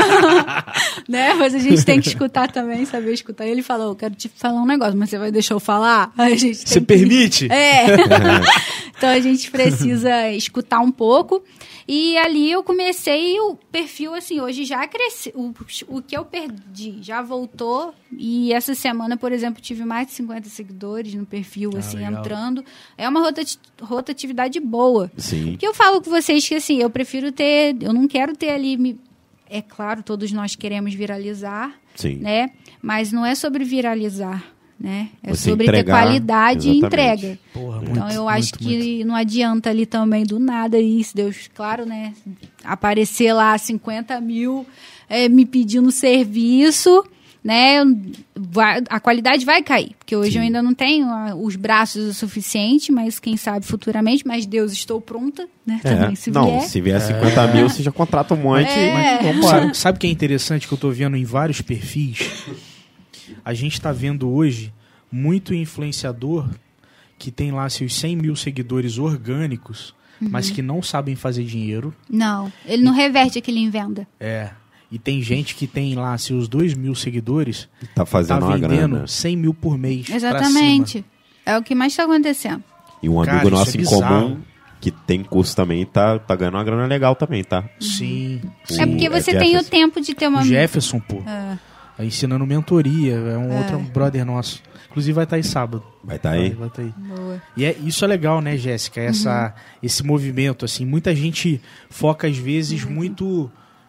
Né? Mas a gente tem que escutar também, saber escutar. Ele falou, eu quero te falar um negócio, mas você vai deixar eu falar? Aí a gente Você tem que- permite? Então a gente precisa escutar um pouco. E ali eu comecei o perfil, assim, hoje já cresceu. O que eu perdi já voltou. E essa semana, por exemplo, tive mais de 50 seguidores no perfil, assim, legal. entrando. É uma rotatividade boa. Sim. Porque eu falo com vocês que, assim, eu prefiro ter... Eu não quero ter ali... É claro, todos nós queremos viralizar, Sim. né? Mas não é sobre viralizar, né? É Você sobre entregar, ter qualidade e exatamente. entrega. Porra, Então, muito, eu acho muito, que muito. não adianta ali também do nada isso, Deus, claro, né? Aparecer lá 50 mil me pedindo serviço, né? A qualidade vai cair, porque hoje eu ainda não tenho os braços o suficiente, mas quem sabe futuramente, mas Deus, estou pronta, né? Também, se vier. Se vier 50 mil, você já contrata um monte. É. Mas vambora. Sabe o que é interessante que eu tô vendo em vários perfis? A gente tá vendo hoje muito influenciador que tem lá seus 100 mil seguidores orgânicos, mas que não sabem fazer dinheiro. Não, ele não reverte aquilo em venda. E tem gente que tem lá seus 2 mil seguidores, Tá fazendo tá uma vendendo grana. 100 mil por mês. pra Exatamente. É o que mais está acontecendo. E um Cara, amigo isso nosso é em bizarro. comum, que tem curso também, tá ganhando uma grana legal também, tá? Sim. É porque você tem o tempo de ter uma... O Jefferson, pô. É. Tá ensinando mentoria. É um outro brother nosso. Inclusive vai estar aí sábado. Vai tá aí? Vai tá aí. Boa. E isso é legal, né, Jéssica? Esse movimento, assim. Muita gente foca, às vezes, muito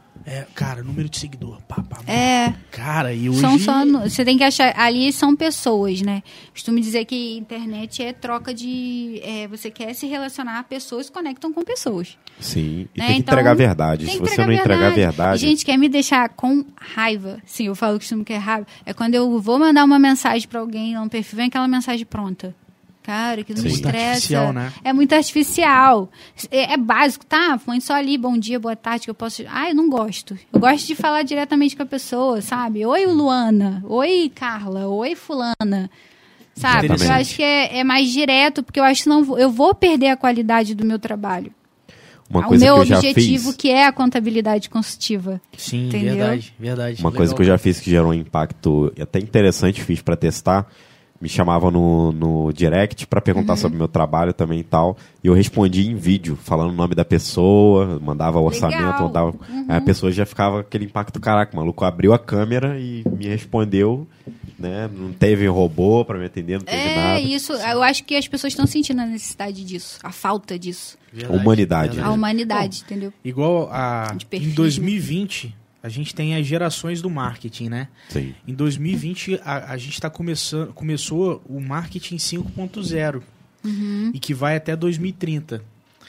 Cara, número de seguidor. Pá. Cara, e hoje... Você tem que achar... Ali são pessoas, né? Costumo dizer que internet é troca de... você quer se relacionar, pessoas se conectam com pessoas. Sim, e né? tem que Então, entregar a verdade. Se você não entregar a verdade... Gente, quer me deixar com raiva. Sim, eu falo que costumo que é raiva. É quando eu vou mandar uma mensagem pra alguém lá no perfil, vem aquela mensagem pronta. Cara, que não me estressa. Artificial, né? É muito artificial. É básico, tá? Põe só ali, bom dia, boa tarde, que eu posso... eu não gosto. Eu gosto de falar diretamente com a pessoa, sabe? Oi, Luana. Oi, Carla. Oi, fulana. Sabe? Exatamente. Eu acho que é mais direto, porque eu acho que não, eu vou perder a qualidade do meu trabalho. Uma coisa meu que eu já objetivo, fiz, que é a contabilidade consultiva. Sim, Entendeu? verdade. uma coisa que eu já fiz que gerou um impacto até interessante, fiz pra testar. Me chamava no direct pra perguntar sobre o meu trabalho também e tal. E eu respondia em vídeo, falando o nome da pessoa, mandava o orçamento, Legal. mandava... Aí a pessoa já ficava aquele impacto, caraca, o maluco abriu a câmera e me respondeu, né? Não teve robô pra me atender, não teve nada. Isso. Eu acho que as pessoas estão sentindo a necessidade disso, a falta disso. Verdade, Humanidade, verdade. A humanidade, entendeu? Igual De em perfil. 2020, a gente tem as gerações do marketing, né? Sim. Em 2020, a gente começou o marketing 5.0 e que vai até 2030.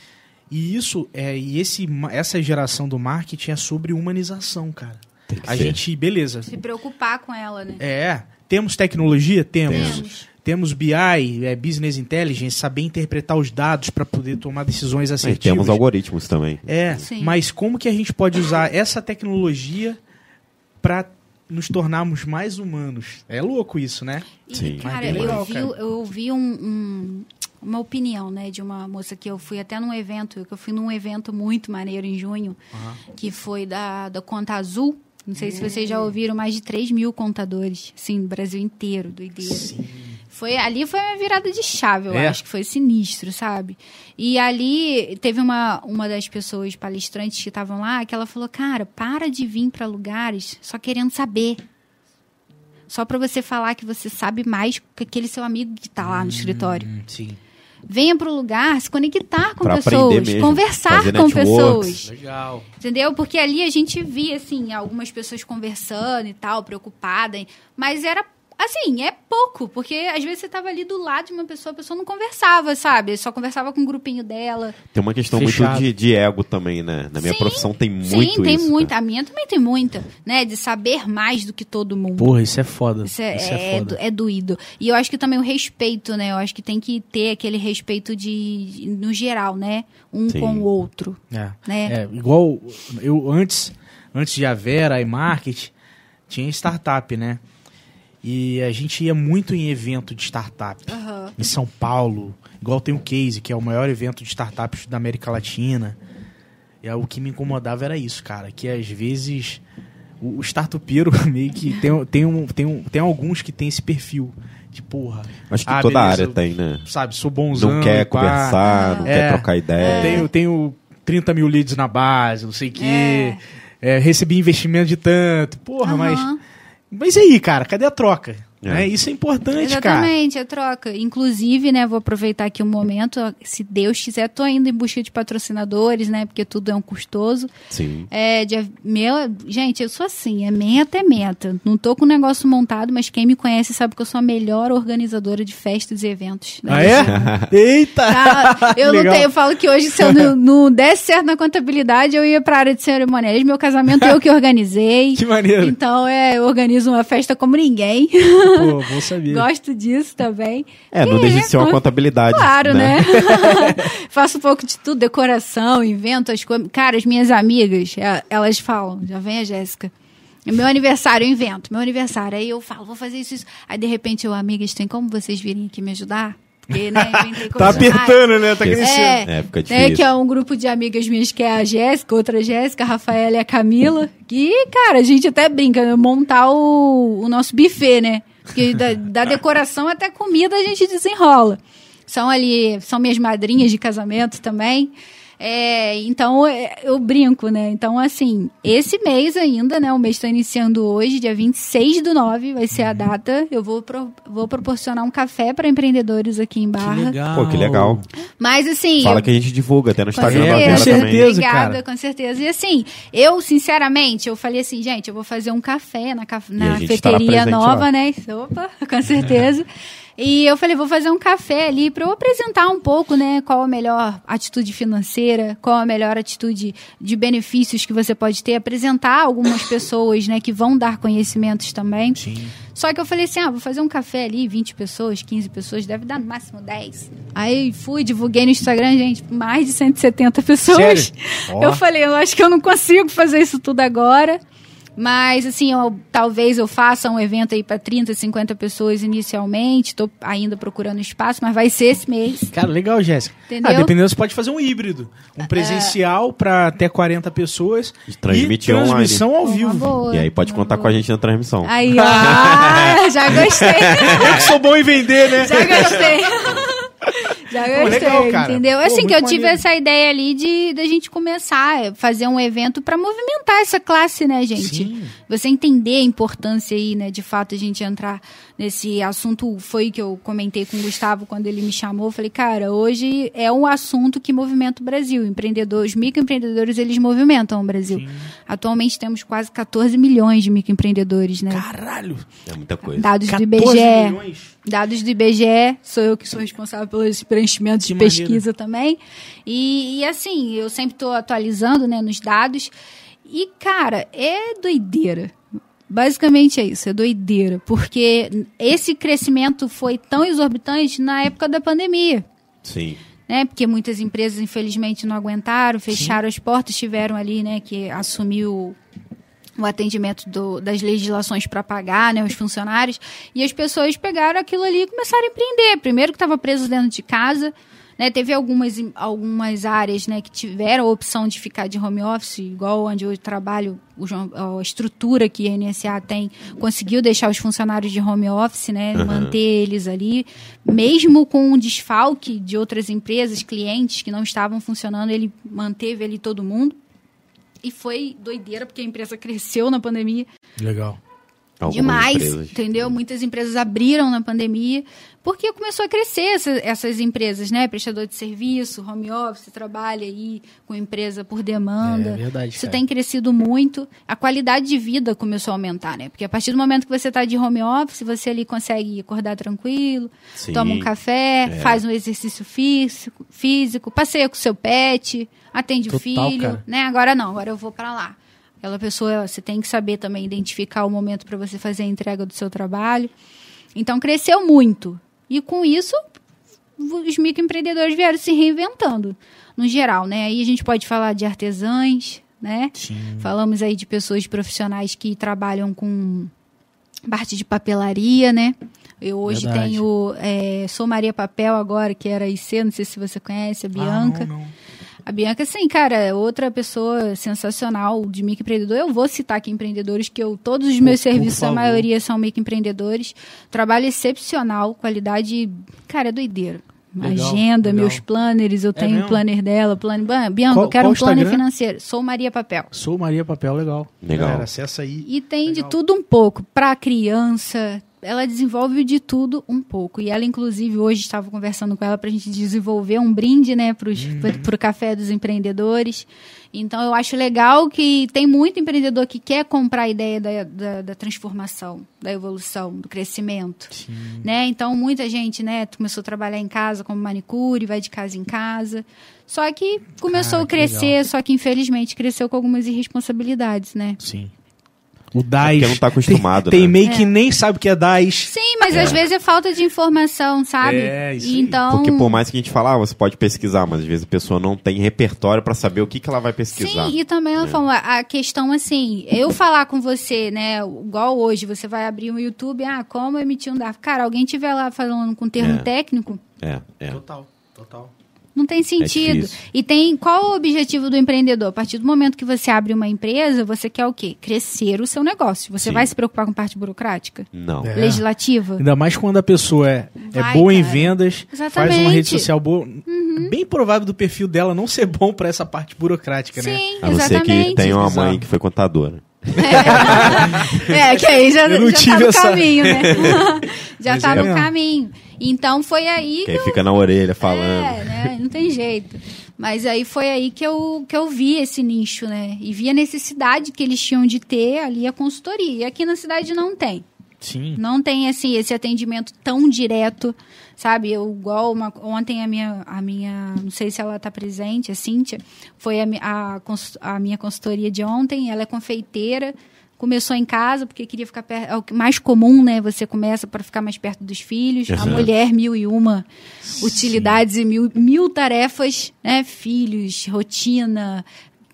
E isso essa geração do marketing é sobre humanização, cara. Tem que A ser. gente, beleza. Se preocupar com ela, né? Temos tecnologia? Temos. Temos BI, Business Intelligence, saber interpretar os dados para poder tomar decisões E assertivas. temos algoritmos também. Sim. Mas como que a gente pode usar essa tecnologia para nos tornarmos mais humanos? É louco isso, né? E, Sim. cara, Mas bem legal, eu ouvi uma opinião, né, de uma moça que eu fui até num evento, que eu fui num evento muito maneiro em junho, que foi da Conta Azul. Não sei se vocês já ouviram, mais de 3 mil contadores, assim, no Brasil inteiro, doideira. Sim. Ali foi uma virada de chave, eu É. acho que foi sinistro, sabe? E ali teve uma das pessoas palestrantes que estavam lá, que ela falou, cara, para de vir para lugares só querendo saber. Só para você falar que você sabe mais que aquele seu amigo que tá lá no escritório. Sim. Venha pro lugar se conectar com Pra pessoas, aprender mesmo, conversar fazer com networks. pessoas. Legal. Entendeu? Porque ali a gente via, assim, algumas pessoas conversando e tal, preocupadas, mas era, assim, é pouco, porque às vezes você tava ali do lado de uma pessoa, a pessoa não conversava, sabe? Só conversava com um grupinho dela. Tem uma questão Fechado. muito de ego também, né? Na minha Sim, profissão tem muito isso. Sim, tem cara. muita. A minha também tem muita, né? De saber mais do que todo mundo. Porra, isso é foda. Isso é doído. E eu acho que também o respeito, né? Eu acho que tem que ter aquele respeito no geral, né? Um Sim. com o outro. Né? Igual eu antes de a Vera e marketing, tinha startup, né? E a gente ia muito em evento de startup. Aham. Em São Paulo. Igual tem o Case, que é o maior evento de startups da América Latina. E o que me incomodava era isso, cara. Que às vezes o startupeiro meio que tem alguns que tem esse perfil. De porra. Acho que toda beleza, área tem, né? Sabe, sou bonzão. Não quer pá. conversar, não quer trocar ideia. Tenho 30 mil leads na base, não sei o quê. Recebi investimento de tanto. Porra, Aham. Mas aí, cara, cadê a troca? É. Né? Isso é importante, cara. Exatamente, a troca. Inclusive, né, vou aproveitar aqui um momento, se Deus quiser, tô indo em busca de patrocinadores, né, porque tudo é um custoso. Sim. Gente, eu sou assim, é meta. Não tô com o negócio montado, mas quem me conhece sabe que eu sou a melhor organizadora de festas e eventos. da Ah, região. é? Eita! Tá? Eu não Legal. tenho, eu falo que hoje, se eu não desse certo na contabilidade, eu ia pra área de cerimoniais. Meu casamento eu que organizei. Que maneiro. Então, eu organizo uma festa como ninguém. Pô, vou saber. Gosto disso também. Não deixa de ser uma contabilidade. Claro, né? Faço um pouco de tudo, decoração, invento as coisas. Cara, as minhas amigas, elas falam, já vem a Jéssica. Meu aniversário, eu invento, meu aniversário. Aí eu falo, vou fazer isso. Aí, de repente, amigas, tem como vocês virem aqui me ajudar? Porque, né, inventei Tá coisas demais. apertando, né? Tá crescendo. Fica Né, difícil. que é um grupo de amigas minhas, que é a Jéssica, outra Jéssica, a Rafaela e a Camila. E, cara, a gente até brinca, né, montar o nosso buffet, né? Porque da decoração até comida a gente desenrola. são minhas madrinhas de casamento também. Então, eu brinco, né? Então, assim, esse mês ainda, né? O mês está iniciando hoje, dia 26/9 vai ser a data. Eu vou proporcionar um café para empreendedores aqui em Barra. Que legal. Pô, que legal. Mas, assim... Fala que a gente divulga até no Instagram da com Vera certeza. também. Obrigada, cara. com certeza. E assim, eu, sinceramente, eu falei assim, gente, eu vou fazer um café na a gente estará cafeteria presente nova, lá. né? Opa, com certeza. E eu falei, vou fazer um café ali para eu apresentar um pouco, né? Qual a melhor atitude financeira, qual a melhor atitude de benefícios que você pode ter, apresentar algumas pessoas, né? Que vão dar conhecimentos também. Sim. Só que eu falei assim, vou fazer um café ali, 20 pessoas, 15 pessoas, deve dar no máximo 10. Aí fui, divulguei no Instagram, gente, mais de 170 pessoas. Sério? Ó. Eu falei, eu acho que eu não consigo fazer isso tudo agora. Mas, assim, talvez eu faça um evento aí para 30, 50 pessoas inicialmente. Estou ainda procurando espaço, mas vai ser esse mês. Cara, legal, Jéssica. Entendeu? Dependendo, você pode fazer um híbrido. Um presencial para até 40 pessoas E transmitir e transmissão ao Uma vivo. boa, E aí pode uma contar boa. com a gente na transmissão. Aí, já gostei. Eu que sou bom em vender, né? Já gostei. Já Pô, gostei, legal, cara. entendeu? Pô, Assim, muito que eu tive maneiro. essa ideia ali de a gente começar a fazer um evento para movimentar essa classe, né, gente? Sim. Você entender a importância aí, né, de fato, a gente entrar nesse assunto. Foi que eu comentei com o Gustavo quando ele me chamou. Eu falei, cara, hoje é um assunto que movimenta o Brasil. Os microempreendedores, eles movimentam o Brasil. Sim. Atualmente temos quase 14 milhões de microempreendedores, né? Caralho. É muita coisa. Dados do 14 IBGE. milhões. Dados do IBGE, sou eu que sou responsável pelos preenchimentos Que de pesquisa também. E assim, eu sempre estou atualizando, né, nos dados. E, cara, é doideira. Basicamente é isso, é doideira. Porque esse crescimento foi tão exorbitante na época da pandemia. Sim. Né? Porque muitas empresas, infelizmente, não aguentaram, fecharam as portas, tiveram ali, né, que assumir o atendimento das legislações para pagar, né, os funcionários, e as pessoas pegaram aquilo ali e começaram a empreender. Primeiro que estava preso dentro de casa, né, teve algumas áreas, né, que tiveram a opção de ficar de home office, igual onde eu trabalho, a estrutura que a NSA tem, conseguiu deixar os funcionários de home office, né, manter eles ali, mesmo com um desfalque de outras empresas, clientes que não estavam funcionando, ele manteve ali todo mundo. E foi doideira, porque a empresa cresceu na pandemia. Legal. Algumas Demais, empresas. entendeu? Muitas empresas abriram na pandemia, porque começou a crescer essas empresas, né? Prestador de serviço, home office, trabalha aí com empresa por demanda. É verdade, Isso cara. tem crescido muito. A qualidade de vida começou a aumentar, né? Porque a partir do momento que você está de home office, você ali consegue acordar tranquilo, Sim. toma um café, faz um exercício físico, passeia com o seu pet, atende o Total, filho, cara. né? Agora não, agora eu vou para lá. Aquela pessoa, você tem que saber também identificar o momento para você fazer a entrega do seu trabalho. Então, cresceu muito. E com isso, os microempreendedores vieram se reinventando, no geral, né? Aí a gente pode falar de artesãs, né? Sim. Falamos aí de pessoas profissionais que trabalham com parte de papelaria, né? Eu hoje Verdade. tenho Sou Maria Papel agora, que era IC, não sei se você conhece, a Bianca. Não. A Bianca, assim, cara, é outra pessoa sensacional de microempreendedor. Eu vou citar aqui empreendedores, que todos os meus serviços, a favor. maioria são microempreendedores. Trabalho excepcional, qualidade, cara, é doideira. Legal, Agenda, legal. meus planners, eu tenho mesmo? o planner dela. Bianca, Qual- eu quero qual um planner Instagram? financeiro. Sou Maria Papel. Sou Maria Papel, legal. Legal. Galera, acessa aí. E tem de tudo um pouco. Para criança, ela desenvolve de tudo um pouco. E ela, inclusive, hoje estava conversando com ela para a gente desenvolver um brinde, né, para o Café dos Empreendedores. Então, eu acho legal que tem muito empreendedor que quer comprar a ideia da transformação, da evolução, do crescimento. Sim. Né? Então, muita gente, né, começou a trabalhar em casa como manicure, vai de casa em casa. Só que começou Cara, a que crescer, legal. só que, infelizmente, cresceu com algumas irresponsabilidades, né? Sim. O DAS. porque não tá acostumado, Tem né? MEI que nem sabe o que é DAS. Sim, mas às vezes é falta de informação, sabe? É, isso aí. Então, Porque por mais que a gente fale, você pode pesquisar, mas às vezes a pessoa não tem repertório pra saber o que ela vai pesquisar. sim, e também ela falou, a questão assim, eu falar com você, né, igual hoje, você vai abrir um YouTube, como emitir um DARF. Cara, alguém tiver lá falando com termo É. técnico, É. Total. Não tem sentido. difícil. E qual o objetivo do empreendedor? A partir do momento que você abre uma empresa, você quer o quê? Crescer o seu negócio. Você Sim. vai se preocupar com parte burocrática? Não. É. Legislativa? Ainda mais quando a pessoa é Vai, boa em cara. vendas, faz uma Exatamente. rede social boa. Bem provável do perfil dela não ser bom pra essa parte burocrática, né? Sim, A não ser exatamente. que tenha uma Exato. mãe que foi contadora. Que aí já, Eu não já tá tive no essa- caminho, né? Já Mas tá é no mesmo. caminho. Então foi aí Quem fica na orelha falando. né? Não tem jeito. Mas aí foi aí que eu vi esse nicho, né? E vi a necessidade que eles tinham de ter ali a consultoria. E aqui na cidade não tem. Sim. Não tem, assim, esse atendimento tão direto, sabe? Ontem a minha, não sei se ela tá presente, a Cíntia, foi a minha consultoria de ontem, ela é confeiteira, começou em casa porque queria ficar perto, é o que mais comum, né? Você começa para ficar mais perto dos filhos, a Exato. mulher 1001 utilidades e mil tarefas, né? Filhos, rotina,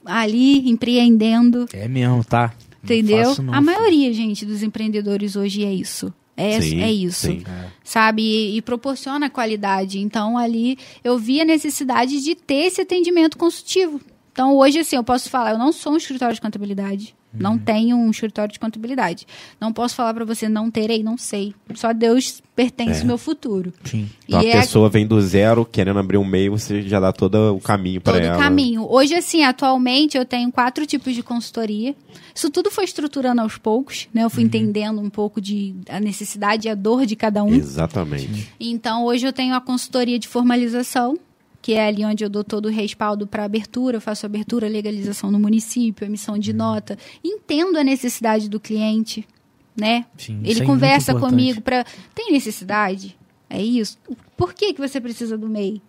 ali empreendendo. É mesmo, tá? Não Entendeu? faço não, A maioria, gente, dos empreendedores hoje é isso. Sim, É isso. sim. Sabe? E proporciona qualidade. Então, ali, eu vi a necessidade de ter esse atendimento consultivo. Então, hoje, assim, eu posso falar, eu não sou um escritório de contabilidade. Não tenho um escritório de contabilidade. Não posso falar pra você, não terei, não sei. Só Deus pertence o meu futuro. Sim. Então E a pessoa vem do zero, querendo abrir um MEI, você já dá todo o caminho para todo ela. o caminho. Hoje, assim, atualmente, eu tenho 4 tipos de consultoria. Isso tudo foi estruturando aos poucos, né? Eu fui entendendo um pouco a necessidade e a dor de cada um. Exatamente. Então, hoje eu tenho a consultoria de formalização, que é ali onde eu dou todo o respaldo para abertura, eu faço abertura, legalização no município, emissão de nota. Entendo a necessidade do cliente, né? Sim, isso Ele é conversa muito importante. comigo tem necessidade? É isso? Por que você precisa do MEI?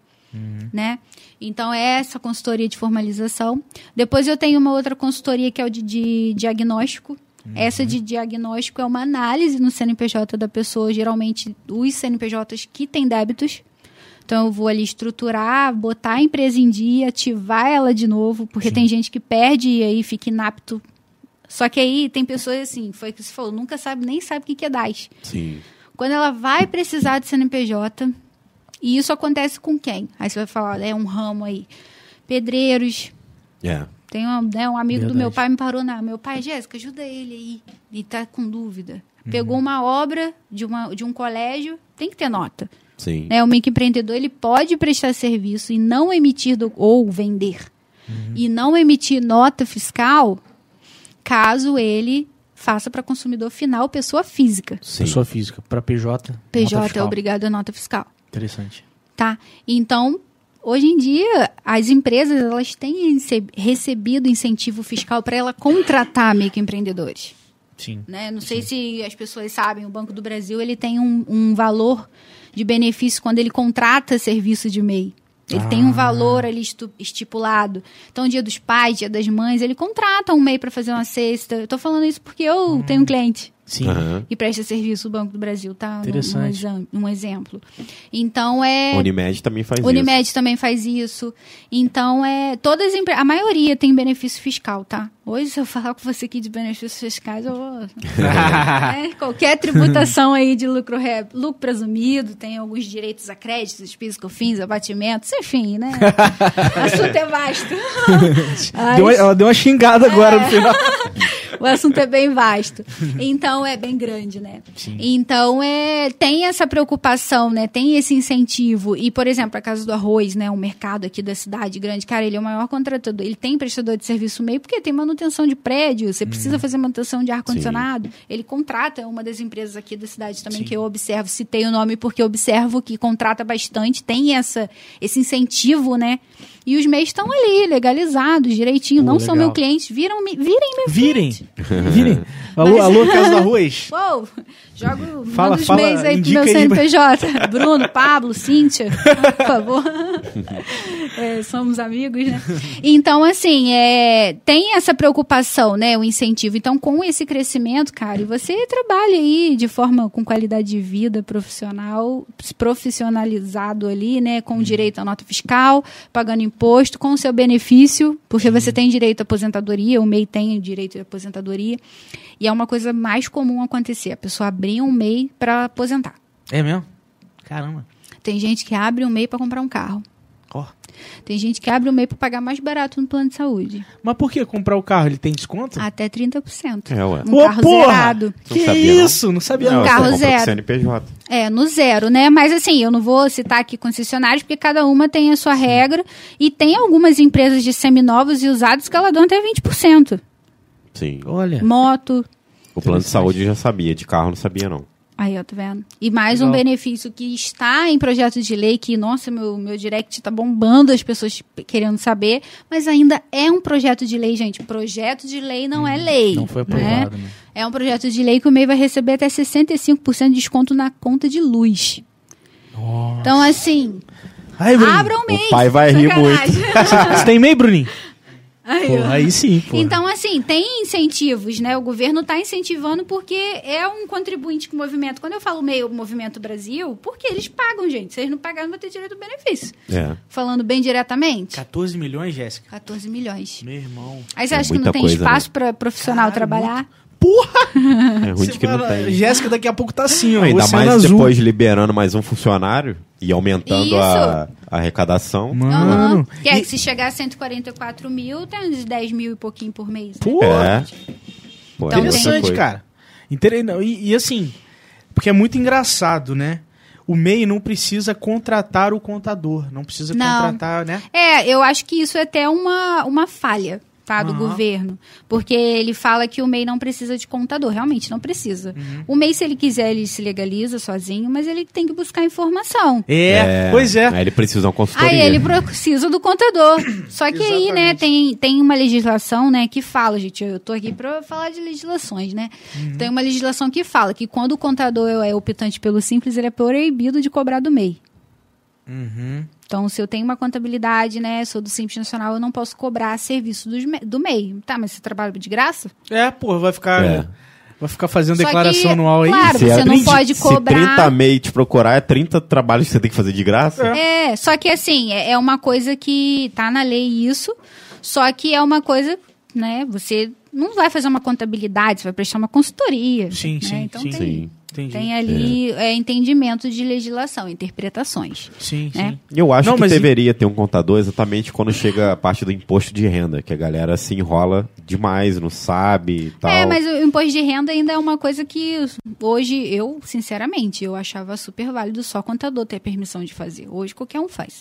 Né? Então, é essa consultoria de formalização. Depois eu tenho uma outra consultoria que é o de diagnóstico. Essa de diagnóstico é uma análise no CNPJ da pessoa, geralmente os CNPJs que têm débitos. Então, eu vou ali estruturar, botar a empresa em dia, ativar ela de novo, porque tem gente que perde e aí fica inapto. Só que aí tem pessoas assim, foi o que você falou, nem sabe o que é DAS. Sim. Quando ela vai precisar de CNPJ, e isso acontece com quem? Aí você vai falar, é um ramo aí. Pedreiros. É. Tem um amigo do Verdade. meu pai me parou meu pai, Jéssica, ajuda ele aí. Ele tá com dúvida. Pegou uma obra de um colégio, tem que ter nota. Sim. Né? O microempreendedor ele pode prestar serviço e não emitir ou vender e não emitir nota fiscal caso ele faça para consumidor final, pessoa física. Sim. Pessoa física. Para PJ, nota PJ é fiscal. obrigado a nota fiscal. Interessante. Tá? Então, hoje em dia, as empresas elas têm recebido incentivo fiscal para ela contratar microempreendedores. Sim. Né? Não sei se as pessoas sabem, o Banco do Brasil ele tem um valor de benefício quando ele contrata serviço de MEI. Ele tem um valor ali estipulado. Então, Dia dos Pais, Dia das Mães, ele contrata um MEI para fazer uma cesta. Eu tô falando isso porque eu tenho um cliente Sim. Aham. que presta serviço no Banco do Brasil, tá? Interessante. Um exemplo. Então, Unimed também faz Unimed também faz isso. Então, a maioria tem benefício fiscal, tá? Hoje, se eu falar com você aqui de benefícios fiscais, eu vou... né? Qualquer tributação aí de lucro presumido, tem alguns direitos a créditos, PIS, COFINS, abatimentos, enfim, né? O assunto é vasto. Ela deu uma xingada agora no final. O assunto é bem vasto. Então, é bem grande, né? Sim. Então, tem essa preocupação, né? Tem esse incentivo. E, por exemplo, a Casa do Arroz, né? Um mercado aqui da cidade grande. Cara, ele é o maior contratador. Ele tem prestador de serviço MEI porque tem manutenção de prédio. Você precisa fazer manutenção de ar-condicionado. Ele contrata uma das empresas aqui da cidade também que eu observo. Citei o nome porque eu observo que contrata bastante. Tem esse incentivo, né? E os MEIs estão ali, legalizados, direitinho. Pô, não são legal. meu cliente. Virem meu Virem. cliente. Virem. Alô, Casa do Arroz. Uou, jogo Fala, manda os MEIs aí pro indica meu aí. CNPJ. Bruno, Pablo, Cíntia, por favor. Somos amigos, né? Então, assim, tem essa preocupação, né? O incentivo. Então, com esse crescimento, cara, e você trabalha aí de forma com qualidade de vida profissional, profissionalizado ali, né? Com direito à nota fiscal, pagando imposto, com o seu benefício, porque você tem direito à aposentadoria, o MEI tem direito à aposentadoria. E é uma coisa mais comum acontecer, a pessoa abrir um MEI para aposentar. É mesmo? Caramba. Tem gente que abre um MEI para comprar um carro. Ó. Tem gente que abre o MEI para pagar mais barato no plano de saúde. Mas por que comprar o carro? Ele tem desconto? Até 30%. Ué. Um carro zerado. Que Não sabia, não? isso? Não sabia Um não. carro você compra com zero. CNPJ. No zero, né? Mas assim, eu não vou citar aqui concessionários, porque cada uma tem a sua regra. E tem algumas empresas de seminovos e usados que ela dão até 20%. Sim. Olha. Moto. O plano de saúde eu já sabia, de carro não sabia, não. Aí, ó, tá vendo? E mais um Legal. benefício que está em projeto de lei, que, nossa, meu direct tá bombando as pessoas querendo saber, mas ainda é um projeto de lei, gente. Projeto de lei não é lei. Não foi né? aprovado, né? É um projeto de lei que o MEI vai receber até 65% de desconto na conta de luz. Nossa. Então, assim, Aí, Bruninho. abra o MEI. pai vai rir Sacanagem. Você tem MEI, Bruninho? Aí, Pô, ó. aí sim, pô. Então, assim, tem incentivos, né? O governo está incentivando porque é um contribuinte com o movimento. Quando eu falo meio Movimento Brasil, porque eles pagam, gente. Se eles não pagarem, não vão ter direito ao benefício. É. Falando bem diretamente, 14 milhões, Jéssica? 14 milhões. Meu irmão. Aí você É acha que não muita tem coisa, espaço para profissional Cara, trabalhar? Porra! É ruim de que não tem. Jéssica daqui a pouco tá assim, ó. Ainda Oceano mais Azul. depois liberando mais um funcionário e aumentando a arrecadação. Mano. Aham. Que é E- que se chegar a 144 mil, tem uns 10 mil e pouquinho por mês. Né? Pô, É. Pô, Então, é muita interessante, coisa. cara. Não, e assim, porque é muito engraçado, né? O MEI não precisa contratar o contador. Não precisa Não. contratar, né? Eu acho que isso é até uma falha, tá, do Aham. governo. Porque ele fala que o MEI não precisa de contador. Realmente, não precisa. O MEI, se ele quiser, ele se legaliza sozinho, mas ele tem que buscar informação. Pois é. Aí ele precisa de uma consultoria. Aí ele precisa do contador. Só que aí, né, tem uma legislação, né, que fala, gente, eu tô aqui pra falar de legislações, né? Tem uma legislação que fala que quando o contador é optante pelo Simples, ele é proibido de cobrar do MEI. Uhum. Então, se eu tenho uma contabilidade, né, sou do Simples Nacional, eu não posso cobrar serviço do MEI. Tá, mas você trabalha de graça? Pô, vai ficar... É. Vai ficar fazendo Só declaração que, anual aí. claro, Se você é não 30 pode cobrar. Se 30 MEI te procurar, é 30 trabalhos que você tem que fazer de graça? Só que assim, é uma coisa que tá na lei isso, só que é uma coisa, né, você não vai fazer uma contabilidade, você vai prestar uma consultoria. Sim, né? sim, Então sim. Sim. Entendi. tem ali entendimento de legislação, interpretações. Sim, né? sim. Eu acho Não, que mas deveria ter um contador exatamente quando chega a parte do imposto de renda, que a galera se enrola demais, não sabe e tal. Mas o imposto de renda ainda é uma coisa que hoje eu, sinceramente, eu achava super válido só contador ter permissão de fazer. Hoje qualquer um faz.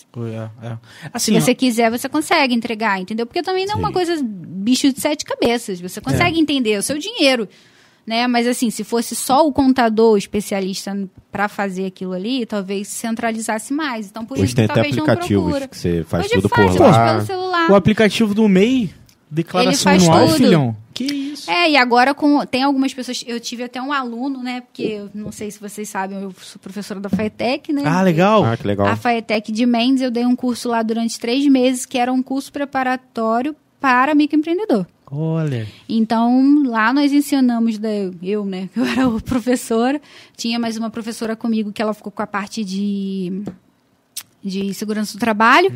Assim, Se você quiser, você consegue entregar, entendeu? Porque também não é uma Sim. coisa bicho de 7 cabeças. Você consegue entender é o seu dinheiro, né? Mas assim, se fosse só o contador especialista para fazer aquilo ali, talvez centralizasse mais. Então, por Hoje isso tem que até talvez não aplicativos procura. que você faz Hoje tudo faz, por lá. pelo celular. o aplicativo do MEI, declaração Ele faz anual, tudo. filhão. Que isso? E agora tem algumas pessoas. Eu tive até um aluno, né? Porque eu não sei se vocês sabem, eu sou professora da FAETEC, né? Ah, legal. Ah, que legal. A FAETEC de Mendes, eu dei um curso lá durante 3 meses, que era um curso preparatório para microempreendedor. Olha. Então, lá nós ensinamos, eu, né, que eu era o professora, tinha mais uma professora comigo que ela ficou com a parte de segurança do trabalho,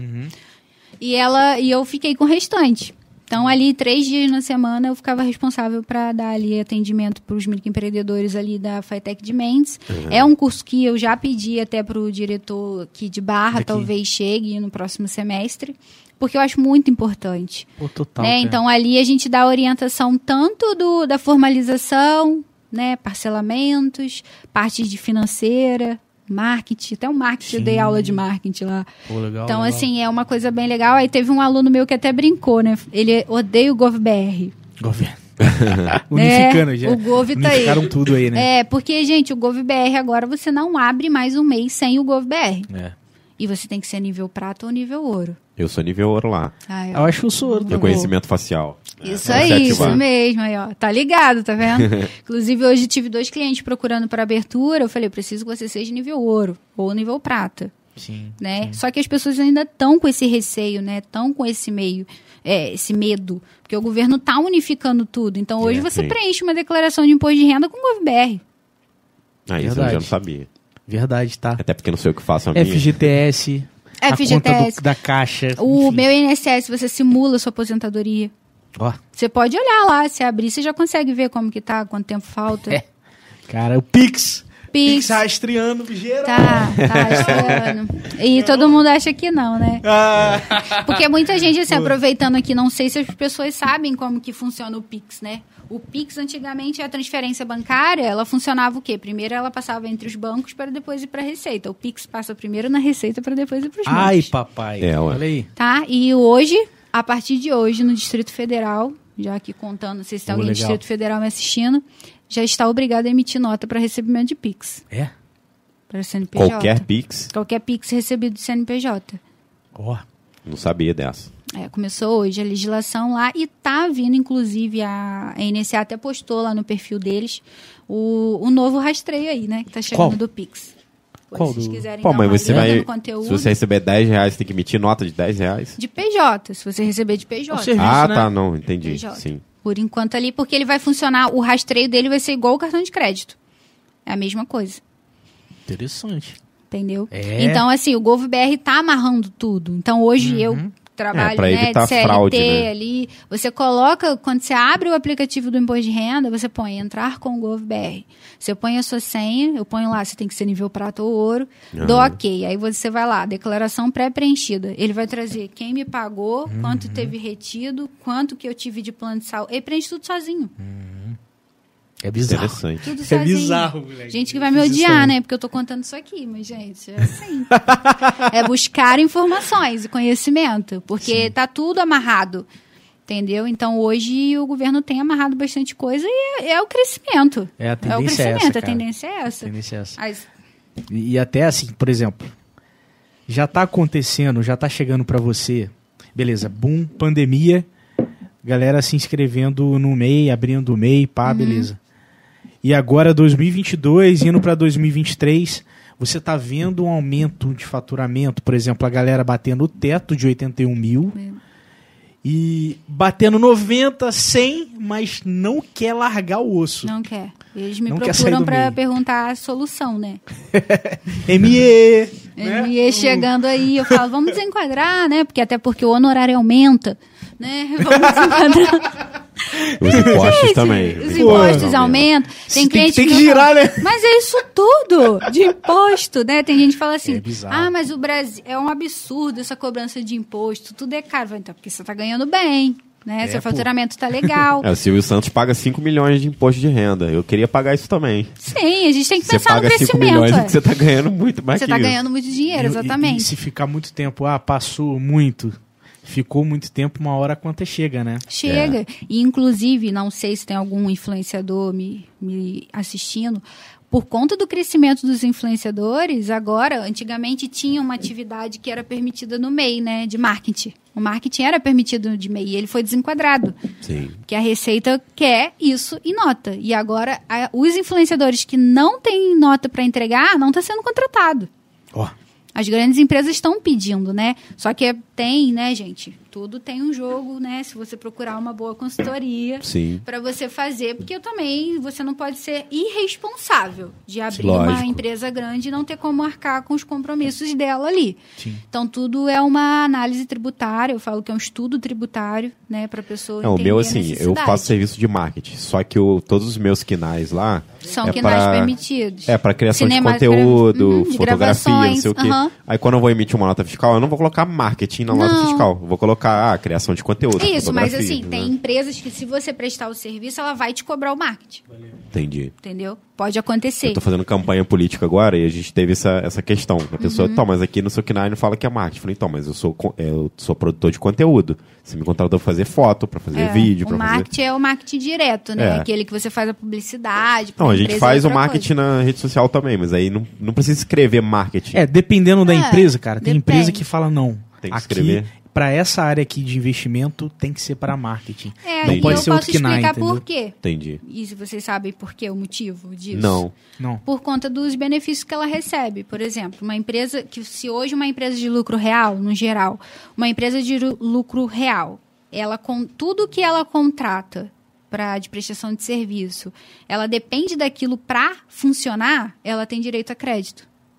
e eu fiquei com o restante. Então, ali, 3 dias na semana, eu ficava responsável para dar ali atendimento para os microempreendedores ali da FAETEC de Mendes. É um curso que eu já pedi até para o diretor aqui de Barra, Daqui. talvez chegue no próximo semestre, porque eu acho muito importante. Pô, total. Né? cara. Então, ali a gente dá orientação tanto da formalização, né, parcelamentos, parte de financeira, marketing, até o marketing, eu dei aula de marketing lá. Pô, legal, Então, legal. assim, é uma coisa bem legal. Aí teve um aluno meu que até brincou, né? Ele odeia o GovBR. Governo. Unificando já. o Gov tá aí. Unificaram tudo aí, né? Porque, gente, o GovBR agora você não abre mais um mês sem o GovBR. É. E você tem que ser nível prata ou nível ouro. Eu sou nível ouro lá. Eu acho que eu sou. Reconhecimento facial. Isso É, aí, pode se isso ativar. mesmo. Aí, ó. Tá ligado, tá vendo? Inclusive, hoje tive 2 clientes procurando para abertura. Eu falei, preciso que você seja nível ouro ou nível prata. Sim. Né? Só que as pessoas ainda estão com esse receio, né? Estão com esse esse medo. Porque o governo tá unificando tudo. Então, hoje você sim. preenche uma declaração de imposto de renda com o GovBR. Ah, isso eu Verdade. já não sabia. Verdade, tá? Até porque não sei o que faço a minha. FGTS. A conta FGTS. da Caixa. O enfim. meu INSS, você simula a sua aposentadoria. Ó, Você pode olhar lá, se abrir, você já consegue ver como que tá, quanto tempo falta. cara, o Pix. Pix rastreando geral. Tá rastreando. E todo mundo acha que não, né? Porque muita gente, assim, aproveitando aqui, não sei se as pessoas sabem como que funciona o Pix, né? O Pix, antigamente, a transferência bancária, ela funcionava o quê? Primeiro ela passava entre os bancos para depois ir para a Receita. O Pix passa primeiro na Receita para depois ir para os bancos. Ai, papai. Olha aí. Tá? E hoje, a partir de hoje, no Distrito Federal, já aqui contando, se tem alguém do Distrito Federal me assistindo, já está obrigado a emitir nota para recebimento de Pix. É? Para CNPJ. Qualquer Pix? Qualquer Pix recebido do CNPJ. Não sabia dessa. Começou hoje a legislação lá e tá vindo, inclusive, a NSA até postou lá no perfil deles o novo rastreio aí, né? Que tá chegando do Pix. Qual? Se vocês quiserem Pô, dar mas uma você olhada vai, no conteúdo. se você receber R$10, tem que emitir nota de R$10? De PJ, se você receber de PJ. serviço, né? Tá, não, entendi. PJ. Sim. Por enquanto ali, porque ele vai funcionar, o rastreio dele vai ser igual o cartão de crédito. É a mesma coisa. Interessante. Entendeu? Então, assim, o GovBR tá amarrando tudo. Então, hoje eu trabalho, pra né, evitar de CLT fraude, né? ali. Você coloca, quando você abre o aplicativo do Imposto de Renda, você põe entrar com o GovBR. Você põe a sua senha, eu ponho lá, você tem que ser nível prata ou ouro, dou ok. Aí você vai lá, declaração pré-preenchida. Ele vai trazer quem me pagou, quanto teve retido, quanto que eu tive de plano de saúde. Ele preenche tudo sozinho. É bizarro. Interessante. Tudo sozinho. É bizarro, moleque. Gente que vai me odiar, né? Porque eu tô contando isso aqui, mas, gente, é assim. É buscar informações e conhecimento, porque tá tudo amarrado, entendeu? Então, hoje, o governo tem amarrado bastante coisa e é o crescimento. A tendência o crescimento, é essa, a tendência é essa. E até assim, por exemplo, já tá acontecendo, já tá chegando pra você, beleza, boom, pandemia, galera se inscrevendo no MEI, abrindo o MEI, pá, beleza. E agora 2022, indo para 2023, você tá vendo um aumento de faturamento, por exemplo, a galera batendo o teto de 81 mil e batendo 90, 100, mas não quer largar o osso. Não quer. Eles me Não quer sair procuram do para meio. perguntar a solução, né? ME! ME chegando aí, eu falo, vamos desenquadrar, né? Até porque o honorário aumenta, né? Vamos desenquadrar. Os impostos também. Os impostos aumentam. Tem cliente tem que fala, girar, né? mas é isso tudo de imposto, né? Tem gente que fala assim, É bizarro. mas o Brasil é um absurdo essa cobrança de imposto, tudo é caro. Então, porque você tá ganhando bem, né? Seu faturamento tá legal. O Silvio Santos paga 5 milhões de imposto de renda. Eu queria pagar isso também. Sim, a gente tem que Você pensar no paga 5 crescimento. milhões e você tá ganhando muito mais Você que tá isso. ganhando muito dinheiro, E exatamente. se ficar muito tempo, passou muito, ficou muito tempo, uma hora a conta chega, né? Chega. E, inclusive, não sei se tem algum influenciador me assistindo, por conta do crescimento dos influenciadores, agora, antigamente tinha uma atividade que era permitida no MEI, né, de marketing. O marketing era permitido de MEI e ele foi desenquadrado. Sim. Que a Receita quer isso e nota. E agora, os influenciadores que não têm nota para entregar, não está sendo contratado. As grandes empresas estão pedindo, né? Só que tem, né, gente? Tudo tem um jogo, né? Se você procurar uma boa consultoria para você fazer, porque também você não pode ser irresponsável de abrir uma empresa grande e não ter como arcar com os compromissos dela ali. Sim. Então, tudo é uma análise tributária. Eu falo que é um estudo tributário, né? Para a pessoa entender o meu, a assim, eu necessidade. faço serviço de marketing. Só que todos os meus quinais lá... São quinais permitidos. Para criação de Cinema, conteúdo, de fotografia, não sei o quê. gravações, Aí quando eu vou emitir uma nota fiscal, eu não vou colocar marketing na nota fiscal. Eu vou colocar criação de conteúdo. Isso, mas fotografia, assim, né? tem empresas que se você prestar o serviço, ela vai te cobrar o marketing. Entendi. Entendeu? Pode acontecer. Eu tô fazendo campanha política agora e a gente teve essa questão. A pessoa, mas aqui no seu KNAI não fala que é marketing. Eu falei, mas eu sou produtor de conteúdo. Você me contratou pra fazer foto, pra fazer vídeo, pra fazer... O marketing é o marketing direto, né? É. Aquele que você faz a publicidade. Não, a gente empresa faz é o outra marketing coisa. na rede social também, mas aí não precisa escrever marketing. Dependendo da empresa, cara. Tem depende. empresa que fala não. Tem que aqui, escrever. para essa área aqui de investimento, tem que ser para marketing. Não E pode eu ser posso outro KNAI, explicar entendeu? por quê. Entendi. E se vocês sabem por quê, o motivo disso? Não. Por conta dos benefícios que ela recebe. Por exemplo, uma empresa que, se hoje uma empresa de lucro real, no geral, uma empresa de lucro real, ela com tudo que ela contrata de prestação de serviço, ela depende daquilo para funcionar, ela tem direito a crédito.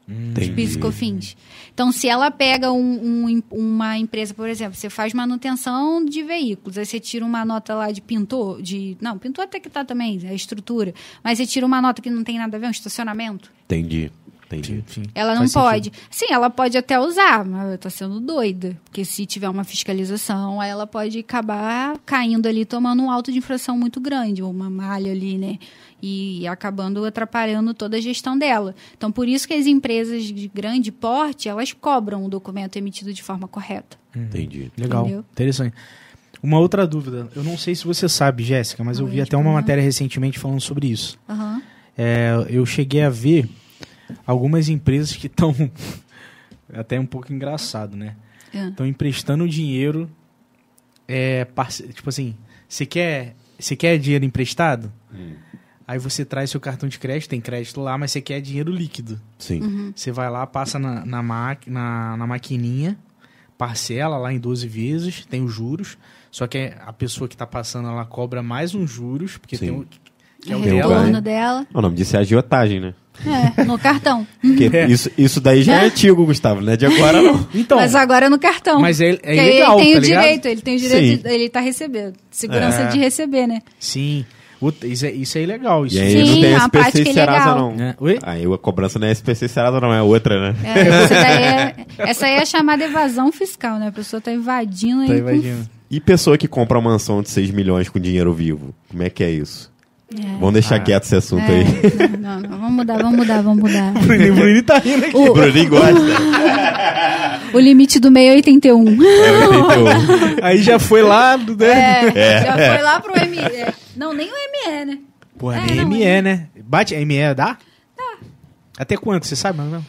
de PIS e COFINS. Então, se ela pega uma empresa, por exemplo, você faz manutenção de veículos, aí você tira uma nota lá de pintor, não, pintor até que tá também, é a estrutura, mas você tira uma nota que não tem nada a ver, um estacionamento. Entendi. Sim. Ela não pode. Sim, ela pode até usar, mas tá sendo doida. Porque se tiver uma fiscalização, aí ela pode acabar caindo ali, tomando um auto de infração muito grande, ou uma malha ali, né? E acabando atrapalhando toda a gestão dela. Então, por isso que as empresas de grande porte, elas cobram o documento emitido de forma correta. Entendi. Legal, Entendeu? interessante. Uma outra dúvida, eu não sei se você sabe, Jéssica, mas eu vi até uma matéria recentemente falando sobre isso. Uhum. Eu cheguei a ver algumas empresas que estão até um pouco engraçado, né? Estão emprestando dinheiro, tipo assim, você quer dinheiro emprestado? Aí você traz seu cartão de crédito, tem crédito lá, mas você quer dinheiro líquido. Sim. Você vai lá, passa na maquininha, parcela lá em 12 vezes, tem os juros, só que a pessoa que está passando, ela cobra mais uns juros, porque Sim. tem o que é o o dela. retorno dela. O nome disso é agiotagem, né? No cartão. Porque isso daí já é antigo, Gustavo, não é de agora, não. Então, Mas agora no cartão. mas é Porque ilegal, ele tem tá o ligado? direito, ele tem o direito, Sim. ele tá recebendo. Segurança de receber, né? Sim, isso é ilegal. Isso. E aí Sim, não tem a SPC prática e Serasa, ilegal. não. É. Oi? Aí a cobrança não é SPC e Serasa, não, é outra, né? Essa aí é chamada evasão fiscal, né? A pessoa tá invadindo. Tá aí invadindo. E pessoa que compra uma mansão de 6 milhões com dinheiro vivo? Como é que é isso? Vamos deixar quieto esse assunto aí. Não, vamos mudar. O Bruninho tá rindo aqui. O Bruninho gosta. O limite do meio é 81. É 81. Aí já foi lá do... Já foi lá pro ME. Não, nem o ME, né? Porra, É, nem não, ME, né? Bate ME, dá? Dá. Até quanto, você sabe? Não?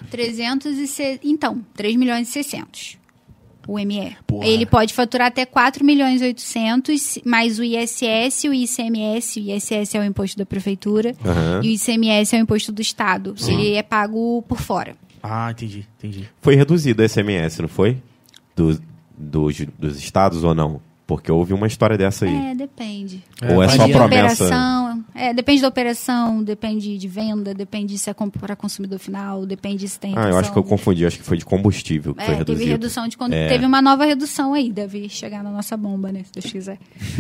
3 milhões e 600. O ME. Porra. Ele pode faturar até 4 milhões e 800, mais o ISS, o ICMS. O ISS é o imposto da prefeitura. Aham. E o ICMS é o imposto do Estado. Ele é pago por fora. Ah, entendi. Foi reduzido o SMS, não foi? Dos estados ou não? Porque houve uma história dessa aí. Depende. Ou é só varia. promessa? Operação, depende da operação, depende de venda, depende se é para consumidor final, depende se tem redução. Eu acho que eu confundi. Acho que foi de combustível que foi reduzido. Teve redução de teve uma nova redução aí, deve chegar na nossa bomba, né? Se Deus quiser.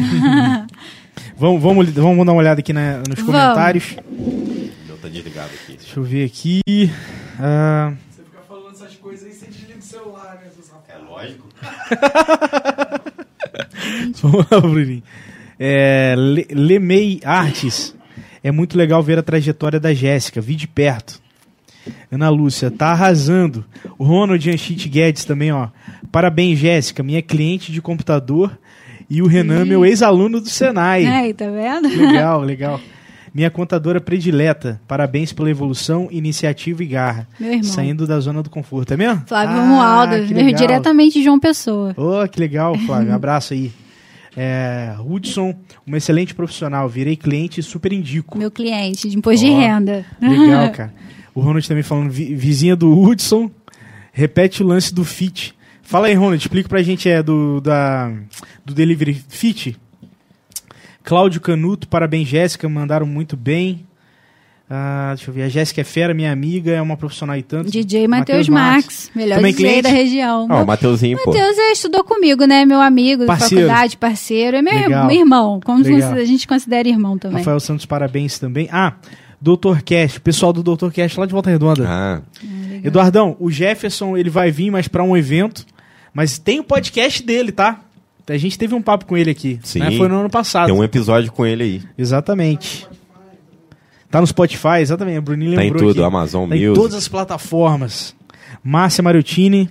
Vamos dar uma olhada aqui nos comentários. O meu tá desligado aqui. Deixa eu ver aqui. Você fica falando essas coisas aí, você desliga o celular, né, seu safado? É lógico. Vamos lá, Bruninho. Lemei Artes. É muito legal ver a trajetória da Jéssica. Vi de perto. Ana Lúcia, tá arrasando. O Ronald Anchit Guedes também, ó. Parabéns, Jéssica, minha cliente de computador. E o Renan, meu ex-aluno do Senai. Aí, tá vendo? Legal. Minha contadora predileta. Parabéns pela evolução, iniciativa e garra. Meu irmão. Saindo da zona do conforto, é mesmo? Flávio Romualdo, que legal. diretamente de João Pessoa. Oh, que legal, Flávio. Um abraço aí. Hudson, um excelente profissional. Virei cliente e super indico. Meu cliente, de imposto de renda. Legal, cara. O Ronald também falando, vizinha do Hudson. Repete o lance do Fit. Fala aí, Ronald, explica pra gente do Delivery Fit. Cláudio Canuto, parabéns, Jéssica, mandaram muito bem. Deixa eu ver, a Jéssica é fera, minha amiga, é uma profissional e tanto. DJ Matheus Marques, melhor também DJ cliente? da região. O Mateuzinho, pô. Matheus estudou comigo, né? Meu amigo Parceiro. de faculdade, parceiro. É meu Legal. irmão, como Legal. a gente considera irmão também. Rafael Santos, parabéns também. Dr. Cash, pessoal do Dr. Cash lá de Volta Redonda. Eduardão, o Jefferson, ele vai vir mais pra um evento, mas tem o podcast dele, tá? A gente teve um papo com ele aqui. Sim. Né? Foi no ano passado. Tem um episódio com ele aí. Exatamente. Tá no Spotify, exatamente. O Bruninho Tá em lembrou tudo, aqui. Amazon Tá em Music. todas as plataformas. Márcia Mariottini.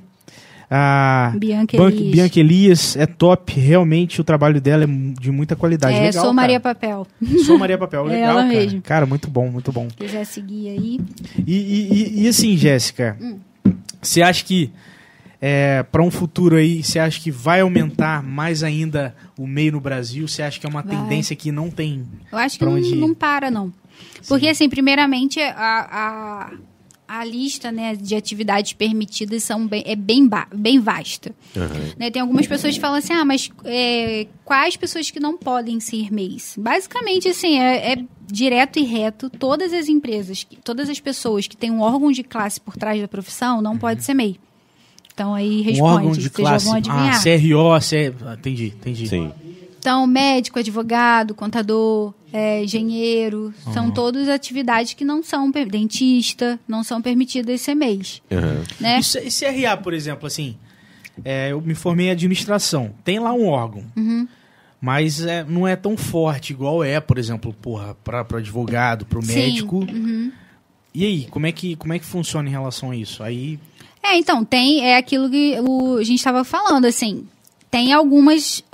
Bianca Elias. É top. Realmente o trabalho dela é de muita qualidade. Legal, sou cara. Maria Papel. Sou Maria Papel. Legal, ela cara. mesmo. Cara, muito bom, muito bom. Se quiser seguir aí. E assim, Jéssica, você acha que para um futuro aí, você acha que vai aumentar mais ainda o MEI no Brasil? Você acha que é uma Vai. tendência que não tem? Eu acho que Pra onde ir? não para, não. Porque, assim, primeiramente, a lista, né, de atividades permitidas é bem vasta. Né, tem algumas pessoas que falam assim, mas quais pessoas que não podem ser MEIs? Basicamente, assim, é direto e reto, todas as empresas, todas as pessoas que têm um órgão de classe por trás da profissão não pode ser MEI. Então, aí responde, órgão de vocês classe. já vão adivinhar. CRO, entendi. Sim. Então, médico, advogado, contador, engenheiro, são todas atividades que não são, dentista, não são permitidas ser MEIs. Né? E CRA, por exemplo, assim, eu me formei em administração, tem lá um órgão, mas não é tão forte igual por exemplo, para o advogado, para o médico. E aí, como é que funciona em relação a isso? Aí... então, é aquilo que a gente estava falando, assim, tem algumas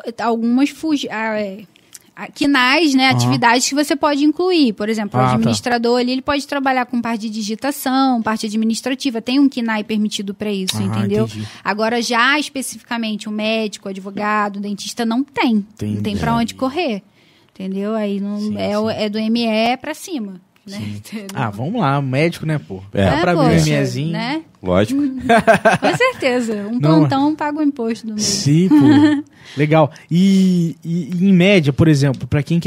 quinais, né, atividades que você pode incluir. Por exemplo, o administrador ali, ele pode trabalhar com parte de digitação, parte administrativa. Tem um KINAI permitido para isso, entendeu? Entendi. Agora, já especificamente o médico, o advogado, o dentista, não tem. Não tem para onde correr, entendeu? Aí não é do ME para cima. Né? Vamos lá, médico, né, pô? Dá pra abrir um MEzinho. Né? Lógico. Com certeza. Plantão paga o imposto do mês. Sim, pô. Legal. E em média, por exemplo, para quem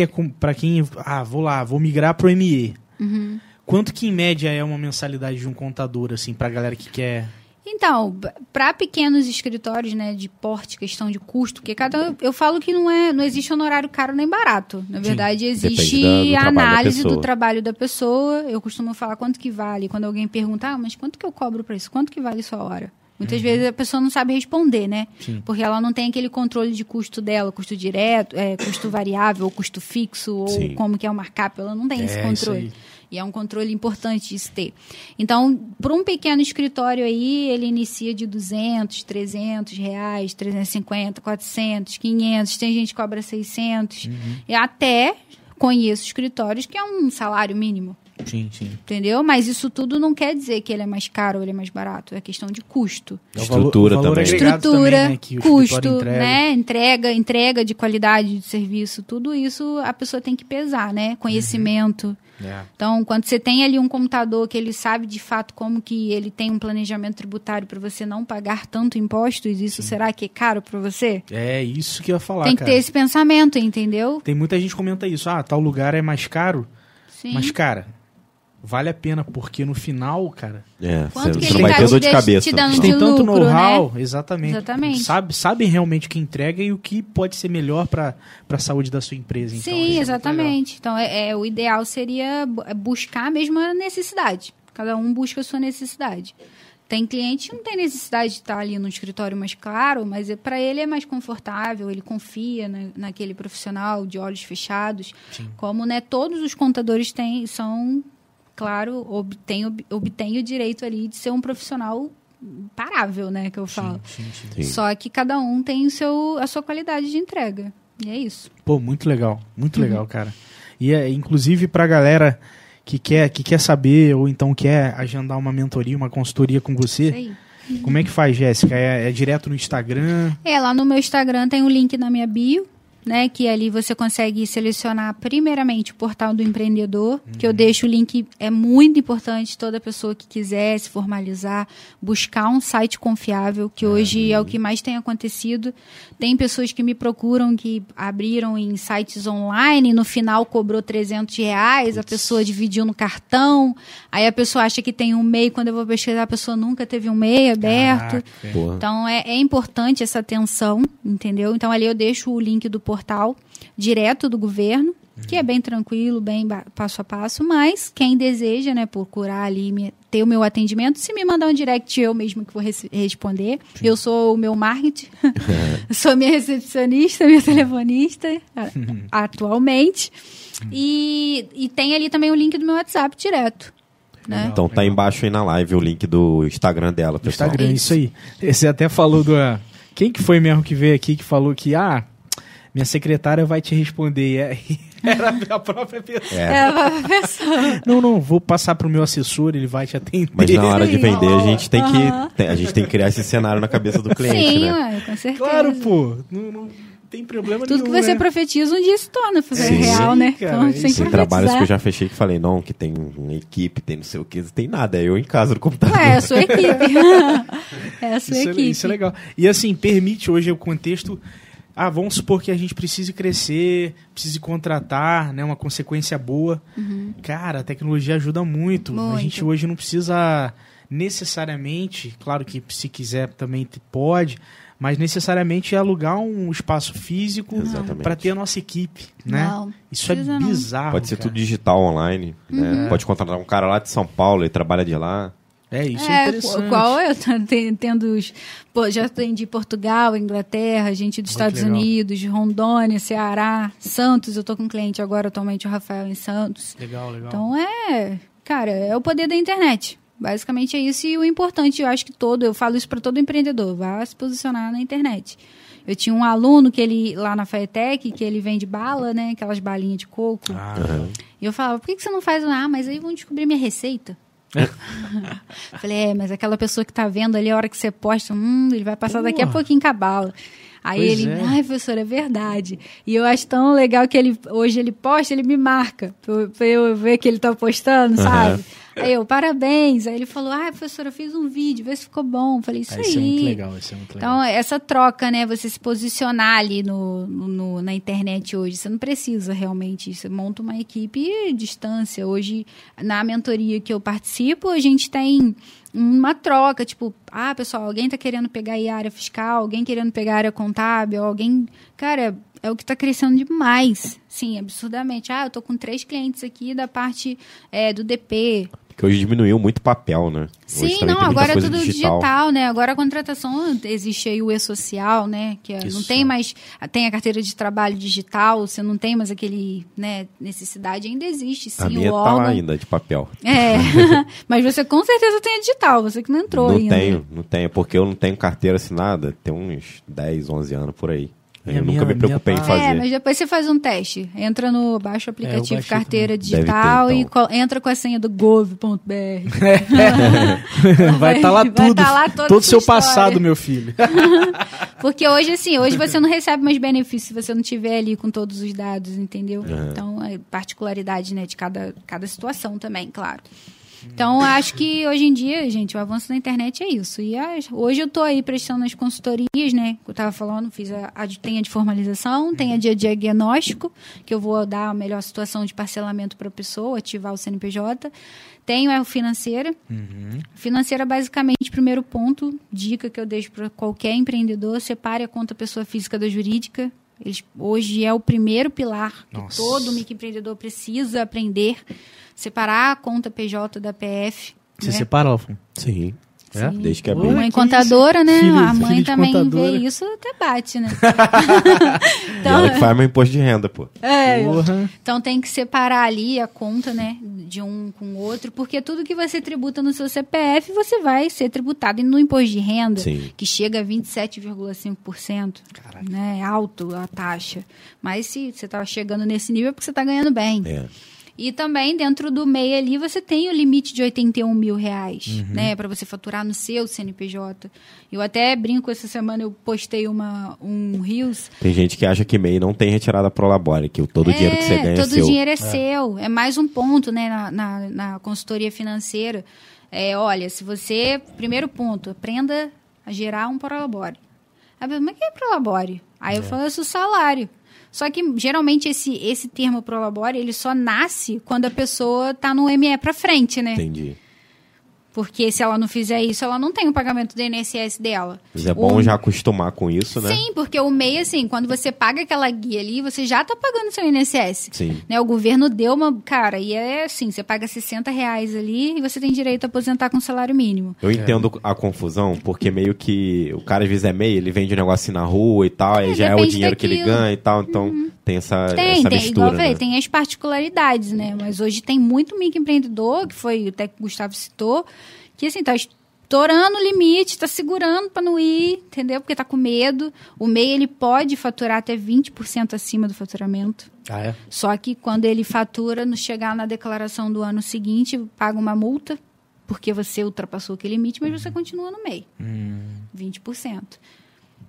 vou migrar pro ME. Quanto que em média é uma mensalidade de um contador, assim, pra galera que quer... Então, para pequenos escritórios, né, de porte, questão de custo, porque eu falo que não existe honorário caro nem barato. Na verdade, existe a análise do trabalho da pessoa. Eu costumo falar quanto que vale. Quando alguém pergunta, mas quanto que eu cobro para isso? Quanto que vale sua hora? Muitas vezes a pessoa não sabe responder, né? Sim. Porque ela não tem aquele controle de custo dela, custo direto, custo variável, custo fixo, ou como que é o markup. Ela não tem esse controle. E é um controle importante de se ter. Então, para um pequeno escritório aí, ele inicia de 200, 300 reais, 350, 400, 500. Tem gente que cobra 600. E até conheço escritórios que é um salário mínimo. Sim. Entendeu? Mas isso tudo não quer dizer que ele é mais caro ou ele é mais barato. É questão de custo. Estrutura também. Estrutura, né, que o custo, entrega. né? Entrega de qualidade de serviço. Tudo isso a pessoa tem que pesar, né? Conhecimento. Então, quando você tem ali um computador que ele sabe de fato como que ele tem um planejamento tributário para você não pagar tanto impostos, isso será que é caro para você? É isso que eu ia falar, tem que ter esse pensamento, entendeu? Tem muita gente que comenta isso. Tal lugar é mais caro. Sim. Mas, cara, vale a pena, porque no final, cara... Quanto que você não ele vai ter dor de cabeça. te dando tem de tanto lucro, know-how, né? exatamente. Sabem realmente o que entrega e o que pode ser melhor para a saúde da sua empresa. Então, sim, exatamente. Então, o ideal seria buscar mesmo a necessidade. Cada um busca a sua necessidade. Tem cliente que não tem necessidade de estar ali no escritório mais claro, mas para ele é mais confortável, ele confia naquele profissional de olhos fechados. Sim. Como, né, todos os contadores são... Claro, obtém o direito ali de ser um profissional parável, né, que eu falo. Sim. Só que cada um tem a sua qualidade de entrega. E é isso. Pô, muito legal, cara. E inclusive pra galera que quer saber ou então quer agendar uma mentoria, uma consultoria com você, Isso aí. como é que faz, Jéssica? É direto no Instagram? Lá no meu Instagram tem um link na minha bio, né, que ali você consegue selecionar primeiramente o portal do empreendedor, que eu deixo o link, é muito importante toda pessoa que quiser se formalizar, buscar um site confiável, que hoje é o que mais tem acontecido. Tem pessoas que me procuram que abriram em sites online e no final cobrou R$300, a pessoa dividiu no cartão, aí a pessoa acha que tem um MEI, quando eu vou pesquisar a pessoa nunca teve um MEI aberto. Então é importante essa atenção, entendeu? Então ali eu deixo o link do portal direto do governo, que é bem tranquilo, bem passo a passo, mas quem deseja, né, procurar ali ter o meu atendimento, se me mandar um direct, eu mesmo que vou responder. Sim. Eu sou o meu marketing, sou minha recepcionista, minha telefonista, atualmente, e tem ali também o link do meu WhatsApp direto. Né? Então tá embaixo aí na live o link do Instagram dela, pessoal. Instagram, isso aí. Você até falou quem que foi mesmo que veio aqui que falou que, minha secretária vai te responder. Era a própria pessoa. Era a própria pessoa. Não, vou passar pro meu assessor, ele vai te atender. Mas na hora de vender, a gente tem que criar esse cenário na cabeça do cliente, sim, né? Com certeza. Claro, pô. tem problema Tudo nenhum, que você né? profetiza um dia se torna Sim. real, né? Cara, Então, isso tem que Tem trabalhos que eu profetizar. já fechei que falei, não, que tem uma equipe, tem não sei o que, não tem nada. É eu em casa no computador. Ué, é a sua equipe. É a sua equipe. Isso é legal. E assim, permite hoje o contexto. Vamos supor que a gente precise crescer, precise contratar, né, uma consequência boa. Cara, a tecnologia ajuda muito. A Muito. gente hoje não precisa necessariamente, claro que se quiser também pode, mas necessariamente alugar um espaço físico Exatamente. para ter a nossa equipe, né? Não, Isso é precisa não. bizarro. Pode ser cara. tudo digital online. Né? Pode contratar um cara lá de São Paulo, ele trabalha de lá. Isso é interessante. Qual eu tendo já atendi Portugal, Inglaterra, gente dos Muito Estados legal. Unidos, de Rondônia, Ceará, Santos. Eu tô com um cliente agora, atualmente, o Rafael, em Santos. Legal. Então cara, é o poder da internet. Basicamente é isso, e o importante, eu acho que eu falo isso para todo empreendedor, vá se posicionar na internet. Eu tinha um aluno que ele, lá na Faetec, que ele vende bala, né, aquelas balinhas de coco. E eu falava, por que você não faz? Mas aí vão descobrir minha receita. Falei, mas aquela pessoa que tá vendo ali, a hora que você posta, ele vai passar daqui a pouquinho com a bala. Aí Pois ele, é. ai, professora, é verdade. E eu acho tão legal que hoje ele posta, ele me marca, pra eu ver que ele tá postando, sabe? Aí eu, parabéns. Aí ele falou, professora, eu fiz um vídeo, vê se ficou bom. Eu falei, isso aí. Isso é muito legal, isso é muito legal. Então, essa troca, né? Você se posicionar ali na internet hoje. Você não precisa realmente. Você monta uma equipe à distância. Hoje, na mentoria que eu participo, a gente tem uma troca. Tipo, pessoal, alguém tá querendo pegar aí a área fiscal, alguém querendo pegar a área contábil, alguém... Cara, é o que está crescendo demais. Sim, absurdamente. Eu tô com 3 clientes aqui da parte do DP. Porque hoje diminuiu muito papel, né? Hoje Sim, também não, tem muita agora é coisa tudo digital, né? Agora a contratação, existe aí o e-social, né? Que não Isso. tem mais, tem a carteira de trabalho digital, você não tem mais aquele, né, necessidade, ainda existe, sim, A minha o tá órgão. lá ainda, de papel. Mas você com certeza tem a digital, você que não entrou Não ainda. não tenho, porque eu não tenho carteira assinada, tem uns 10, 11 anos por aí. E a Eu minha- nunca me preocupei em minha tá- fazer. Mas depois você faz um teste. Entra no baixa o aplicativo baixei carteira também. digital Deve ter, então. e entra com a senha do gov.br. Vai estar lá vai tudo. tá lá toda todo a o seu sua passado, história. meu filho. Porque hoje você não recebe mais benefícios se você não tiver ali com todos os dados, entendeu? Então, é particularidade, né, de cada situação também, claro. Então, acho que hoje em dia, gente, o avanço da internet é isso. E hoje eu estou aí prestando as consultorias, né? Eu estava falando, tem a de formalização, tem a de diagnóstico, que eu vou dar a melhor situação de parcelamento para a pessoa, ativar o CNPJ. Tenho a financeira. Financeira, basicamente, primeiro ponto, dica que eu deixo para qualquer empreendedor, separe a conta pessoa física da jurídica. Hoje é o primeiro pilar que Nossa. todo microempreendedor precisa aprender. Separar a conta PJ da PF. Você né? separa, Alfon? Sim. É? Desde que Oi. abri. Mãe que contadora, né? Filho- A mãe filho de também contadora. vê isso, até bate, né? E ela que faz meu imposto de renda, pô. Porra. Então tem que separar ali a conta, né, de um com o outro, porque tudo que você tributa no seu CPF, você vai ser tributado no imposto de renda, Sim. que chega a 27,5%. Né? É alto a taxa. Mas se você está chegando nesse nível é porque você está ganhando bem. É. E também, dentro do MEI ali, você tem o limite de R$81 mil, né? Para você faturar no seu CNPJ. Eu até brinco, essa semana eu postei um Reels. Tem gente que acha que MEI não tem retirada Prolabore, que todo o dinheiro que você ganha é todo seu. o dinheiro é seu. É mais um ponto, né, na consultoria financeira. Olha, se você... Primeiro ponto, aprenda a gerar um Prolabore. Aí, mas o que é Prolabore? Aí eu falo, é o salário. Só que, geralmente, esse termo Prolabore, ele só nasce quando a pessoa está no ME para frente, né? Entendi. Porque se ela não fizer isso, ela não tem o pagamento do INSS dela. Mas é bom já acostumar com isso, né? Sim, porque o MEI, assim, quando você paga aquela guia ali, você já tá pagando seu INSS. Sim. Né? O governo deu uma... Cara, e é assim, você paga R$60 ali e você tem direito a aposentar com salário mínimo. Eu entendo a confusão, porque meio que o cara às vezes é MEI, ele vende um negócio assim na rua e tal, aí já é o depende dinheiro que ele daquilo. ganha e tal, então tem essa Tem, mistura, igual eu falei, né? tem as particularidades, né? Mas hoje tem muito microempreendedor, que foi até que o Gustavo citou, que assim, tá estourando o limite, tá segurando para não ir, entendeu? Porque tá com medo. O MEI, ele pode faturar até 20% acima do faturamento. Ah, é? Só que quando ele fatura, no chegar na declaração do ano seguinte, paga uma multa, porque você ultrapassou aquele limite, mas você continua no MEI. 20%.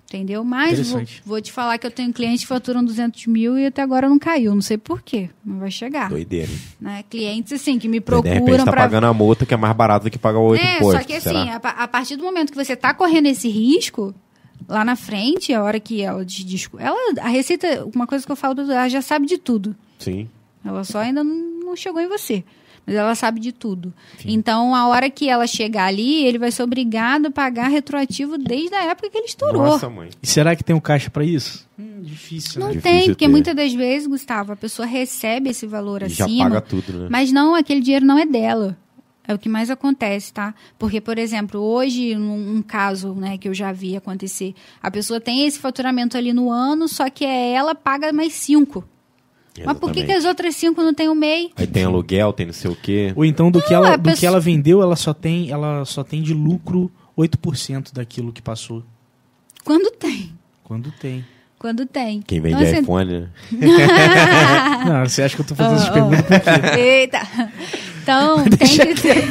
Entendeu? Mas Interessante. vou te falar que eu tenho clientes que faturam 200 mil e até agora não caiu. Não sei por quê. Não vai chegar. Doideira. Né? Clientes, assim, que me De repente procuram tá pra... pagando a multa que é mais barato do que pagar o 8 imposto. Só que assim, será? a partir do momento que você tá correndo esse risco, lá na frente, a hora que ela a Receita, uma coisa que eu falo, ela já sabe de tudo. Sim. Ela só ainda não chegou em você. Mas ela sabe de tudo. Então, a hora que ela chegar ali, ele vai ser obrigado a pagar retroativo desde a época que ele estourou. Nossa, mãe. E será que tem um caixa pra isso? Difícil, Não né? Difícil tem, porque ter. muitas das vezes, Gustavo, a pessoa recebe esse valor E já acima, paga tudo, né? mas não, aquele dinheiro não é dela. É o que mais acontece, tá? Porque, por exemplo, hoje, um caso, né, que eu já vi acontecer, a pessoa tem esse faturamento ali no ano, só que ela paga mais 5. Mas por que Exatamente. as outras 5 não tem o MEI? Aí tem aluguel, tem não sei o quê. Ou então do que a ela pessoa- vendeu, ela só tem de lucro 8% daquilo que passou. Quando tem. Quando tem. Quando tem. Quem vende Então, assim, iPhone, né? Não, você acha que eu tô fazendo essas perguntas por quê? Eita! Então, tem que ter.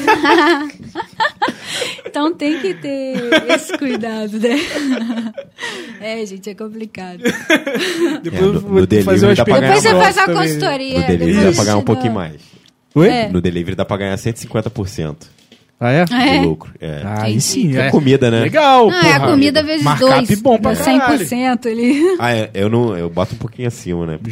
Então, tem que ter esse cuidado, né? É, gente, é complicado. Depois eu no vou delivery fazer umas dá pra perguntas ganhar Depois você mais. faz a também. consultoria. No delivery depois dá pra ganhar um te pouquinho dou. mais. Oi? É. No delivery dá pra ganhar 150% Ah, é? É. de lucro. É. Ah, aí sim. É comida, né? Legal, Não, é a porra. comida vezes Markup 2. bom pra dá caralho. 100% ali. Ah, eu boto um pouquinho acima, né? Porque,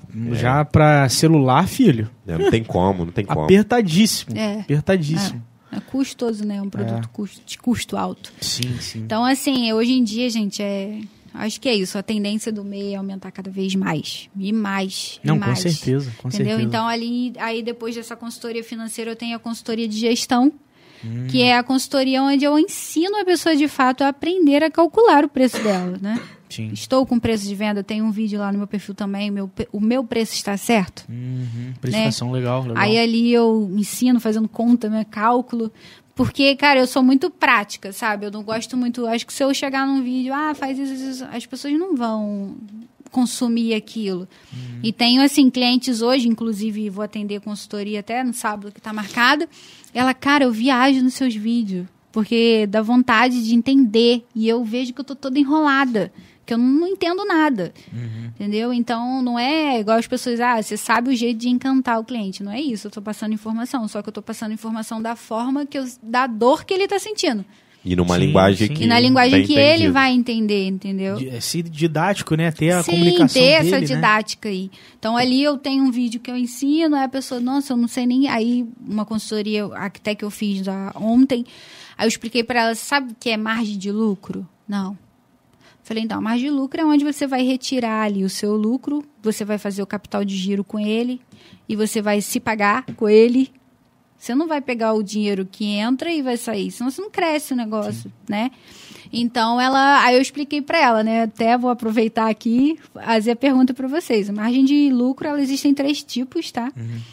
Já pra celular, filho, não tem como. apertadíssimo. É. Apertadíssimo. É custoso, né? Um produto de custo alto. Sim, sim. Então, assim, hoje em dia, gente, acho que é isso. A tendência do MEI é aumentar cada vez mais. E mais. e Não, mais. com certeza, com Entendeu? certeza. Então, aí depois dessa consultoria financeira, eu tenho a consultoria de gestão, que é a consultoria onde eu ensino a pessoa, de fato, a aprender a calcular o preço dela, né? Sim. Estou com preço de venda, tem um vídeo lá no meu perfil também, o meu preço está certo? Precificação legal. Aí ali eu ensino, fazendo conta, meu cálculo. Porque, cara, eu sou muito prática, sabe? Eu não gosto muito... Acho que se eu chegar num vídeo, faz isso, as pessoas não vão consumir aquilo. E tenho, assim, clientes hoje, inclusive vou atender consultoria até no sábado que tá marcada. Ela, cara, eu viajo nos seus vídeos, porque dá vontade de entender. E eu vejo que eu tô toda enrolada, que eu não entendo nada. Entendeu? Então, não é igual as pessoas, você sabe o jeito de encantar o cliente. Não é isso, eu tô passando informação. Só que eu tô passando informação da forma, da dor que ele tá sentindo. E numa Sim, linguagem sim. que... E na linguagem bem que ele entendido. vai entender, entendeu? Ser didático, né? Ter a Sim, comunicação ter dele, essa né? didática aí. Então, ali eu tenho um vídeo que eu ensino, aí a pessoa, nossa, eu não sei nem... Aí, uma consultoria até que eu fiz ontem, aí eu expliquei para ela, sabe o que é margem de lucro? Não. Falei, então, a margem de lucro é onde você vai retirar ali o seu lucro, você vai fazer o capital de giro com ele, e você vai se pagar com ele. Você não vai pegar o dinheiro que entra e vai sair, senão você não cresce o negócio, né? Então, aí eu expliquei para ela, né? Até vou aproveitar aqui e fazer a pergunta para vocês. A margem de lucro, ela existe em 3 tipos, tá?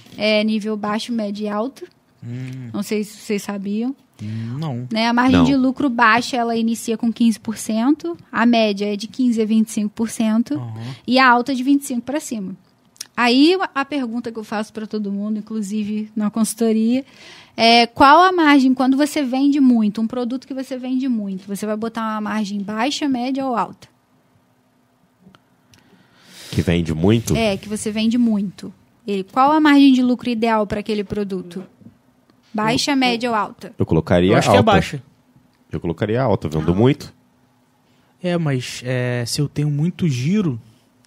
É nível baixo, médio e alto. Não sei se vocês sabiam. Não. Né? A margem Não. de lucro baixa, ela inicia com 15%. A média é de 15% a 25%. E a alta é de 25% para cima. Aí, a pergunta que eu faço para todo mundo, inclusive na consultoria, é qual a margem, quando você vende muito, um produto que você vende muito, você vai botar uma margem baixa, média ou alta? Que vende muito? Que você vende muito. Qual a margem de lucro ideal para aquele produto? Baixa, média ou alta? Eu colocaria Eu acho alta. que é baixa. Eu colocaria alta, vendo muito. Mas se eu tenho muito giro...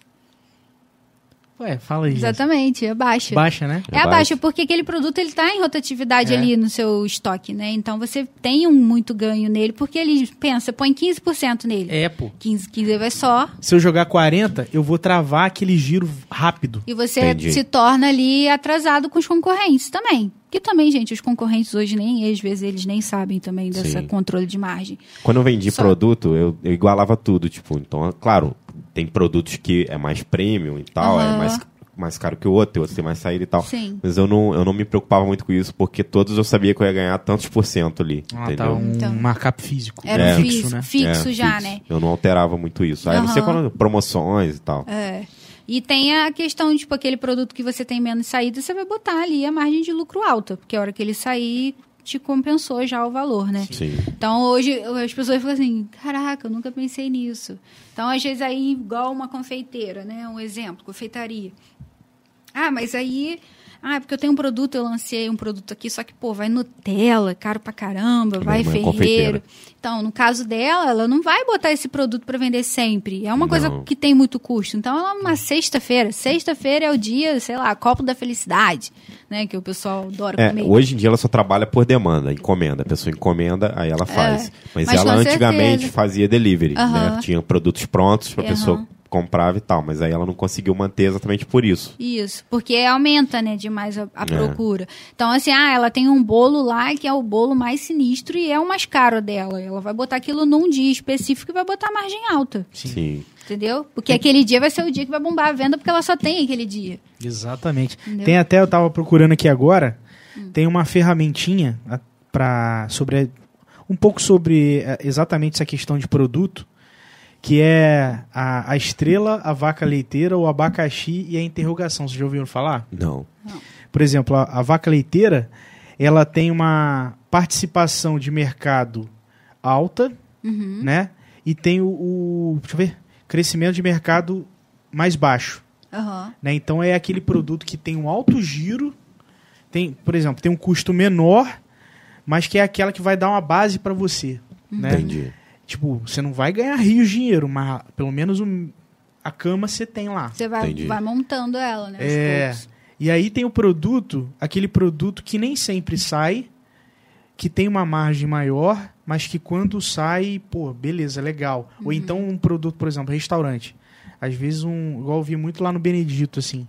Fala aí. Exatamente, é baixa. Baixa, né? É abaixo, porque aquele produto ele está em rotatividade ali no seu estoque, né? Então você tem muito ganho nele, porque ele pensa, põe 15% nele. Pô. 15 vai só. Se eu jogar 40, eu vou travar aquele giro rápido. E você Entendi. se torna ali atrasado com os concorrentes também. Que também, gente, os concorrentes hoje às vezes eles nem sabem também desse Sim. controle de margem. Quando eu vendi Só- produto, eu igualava tudo, tipo, então, claro, tem produtos que é mais premium e tal, é mais caro que o outro tem mais saída e tal. Sim. Mas eu não me preocupava muito com isso, porque todos eu sabia que eu ia ganhar tantos por cento ali, Tá entendeu? Então. markup físico. Era fixo, né? fixo já, fixo. né? Eu não alterava muito isso. Aí não sei quando promoções e tal. E tem a questão de, tipo, aquele produto que você tem menos saída, você vai botar ali a margem de lucro alta, porque a hora que ele sair, te compensou já o valor, né? Sim. Então, hoje, as pessoas ficam assim, caraca, eu nunca pensei nisso. Então, às vezes, aí, igual uma confeiteira, né? Um exemplo, confeitaria. Ah, mas aí... Ah, porque eu tenho um produto, eu lancei um produto aqui, só que, pô, vai Nutella, caro pra caramba, vai Ferreiro. Então, no caso dela, ela não vai botar esse produto para vender sempre. É uma coisa que tem muito custo. Então, ela é uma sexta-feira. Sexta-feira é o dia, sei lá, copo da felicidade, né? Que o pessoal adora comer. Hoje em dia ela só trabalha por demanda, encomenda. A pessoa encomenda, aí ela faz. Mas ela antigamente fazia delivery, né? Tinha produtos prontos pra pessoa comprava e tal, mas aí ela não conseguiu manter exatamente por isso. Isso, porque aumenta, né, demais a procura. Então, assim, ela tem um bolo lá que é o bolo mais sinistro e é o mais caro dela. Ela vai botar aquilo num dia específico e vai botar margem alta. Sim. Entendeu? Porque aquele dia vai ser o dia que vai bombar a venda, porque ela só tem aquele dia. Exatamente. Entendeu? Tem até, eu tava procurando aqui agora, tem uma ferramentinha um pouco sobre exatamente essa questão de produto, que é a estrela, a vaca leiteira, o abacaxi e a interrogação. Vocês já ouviram falar? Não. Por exemplo, a vaca leiteira, ela tem uma participação de mercado alta, né? E tem deixa eu ver, crescimento de mercado mais baixo. Né? Então é aquele produto que tem um alto giro, por exemplo, tem um custo menor, mas que é aquela que vai dar uma base para você. Né? Entendi. Tipo, você não vai ganhar rios de dinheiro, mas pelo menos a cama você tem lá. Você vai montando ela, né? Aos poucos. E aí tem aquele produto que nem sempre sai, que tem uma margem maior, mas que quando sai, pô, beleza, legal. Ou então um produto, por exemplo, restaurante. Às vezes, igual eu vi muito lá no Benedito, assim,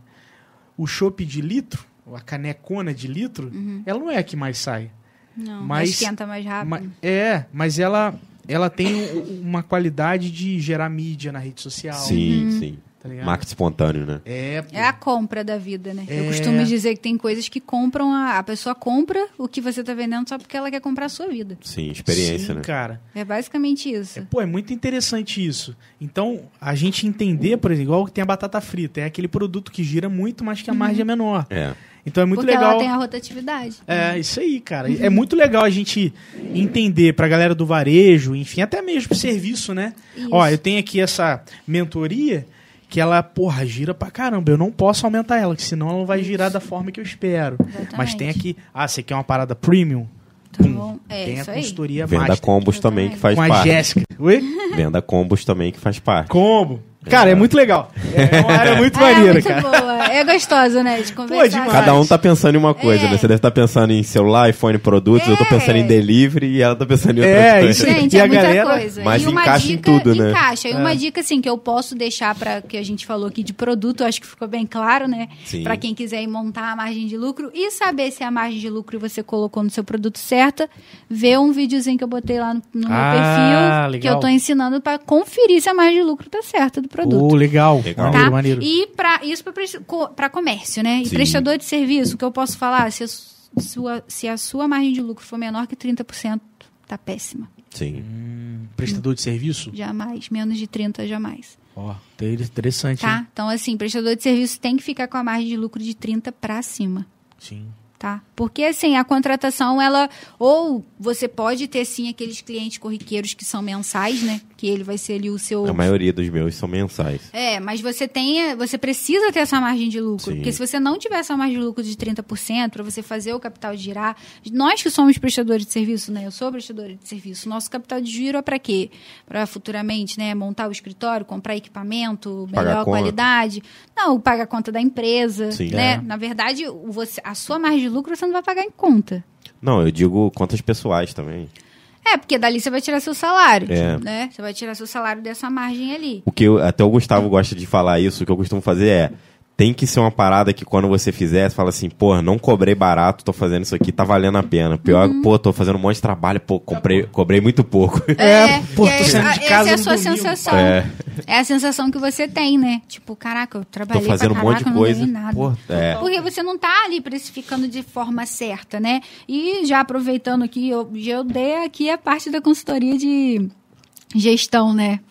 o chopp de litro, a canecona de litro, ela não é a que mais sai. Não, mas esquenta mais rápido. Mas ela tem uma qualidade de gerar mídia na rede social. Sim. Tá ligado? Marketing espontâneo, né? É a compra da vida, né? Eu costumo dizer que tem coisas que compram, a pessoa compra o que você tá vendendo só porque ela quer comprar a sua vida. Sim, experiência, né? Cara. É basicamente isso. É muito interessante isso. Então, a gente entender, por exemplo, igual que tem a batata frita, é aquele produto que gira muito, mas que a margem é menor. Então é muito porque legal. Ela tem a rotatividade. Isso aí, cara. É muito legal a gente entender pra galera do varejo, enfim, até mesmo pro serviço, né? Isso. Ó, eu tenho aqui essa mentoria que ela, gira pra caramba. Eu não posso aumentar ela, que senão ela não vai girar da forma que eu espero. Exatamente. Mas tem aqui, você quer uma parada premium? Então, tem a isso consultoria Venda master. combos também que faz com a parte. Jéssica. Oi? Venda combos também que faz parte. Combo. Cara, é muito legal. É uma área muito maneira, muito cara. boa. É gostoso, né? De conversar. demais. Cada um tá pensando em uma coisa, né? Você deve estar pensando em celular, iPhone, produtos, eu tô pensando em delivery e ela tá pensando em outra coisa. isso aí. Gente, E é a muita galera- coisa. Mas E uma encaixa em dica, tudo, né? Encaixa. E uma dica, assim, que eu posso deixar para que a gente falou aqui de produto, acho que ficou bem claro, né? Sim. Para quem quiser ir montar a margem de lucro e saber se a margem de lucro você colocou no seu produto certa, vê um videozinho que eu botei lá no meu perfil, legal. que eu tô ensinando para conferir se a margem de lucro tá certa do produto. Legal. Legal. Tá? Maneiro. E isso para comércio, né? E Sim. prestador de serviço, o que eu posso falar? Se a sua margem de lucro for menor que 30%, tá péssima. Sim. Prestador de serviço? Jamais. Menos de 30%, jamais. Ó, interessante. Tá? Hein? Então, assim, prestador de serviço tem que ficar com a margem de lucro de 30% pra cima. Sim. Tá? Porque, assim, a contratação, ela... Ou você pode ter, sim, aqueles clientes corriqueiros que são mensais, né? Que ele vai ser ali o seu... A maioria dos meus são mensais. Mas você precisa ter essa margem de lucro. Sim. Porque se você não tiver essa margem de lucro de 30% para você fazer o capital de girar... Nós que somos prestadores de serviço, né? Eu sou prestadora de serviço. Nosso capital de giro é para quê? Para futuramente, né? Montar o escritório, comprar equipamento, Pagar melhor a conta. qualidade. Não, paga a conta da empresa, Sim. né? Na verdade, a sua margem de lucro você não vai pagar em conta. Não, eu digo contas pessoais também. Porque dali você vai tirar seu salário, É. né? Você vai tirar seu salário dessa margem ali. O que até o Gustavo gosta de falar isso, o que eu costumo fazer tem que ser uma parada que quando você fizer, você fala assim, pô, não cobrei barato, tô fazendo isso aqui, tá valendo a pena. Pior, tô fazendo um monte de trabalho, cobrei muito pouco. tô saindo de casa essa é a no sua domingo. sensação. É a sensação que você tem, né? Tipo, caraca, eu trabalhei Tô fazendo pra um monte de caraca, não coisa. ganhei nada. Pô, Porque você não tá ali precificando de forma certa, né? E já aproveitando aqui, eu dei aqui a parte da consultoria de gestão, né?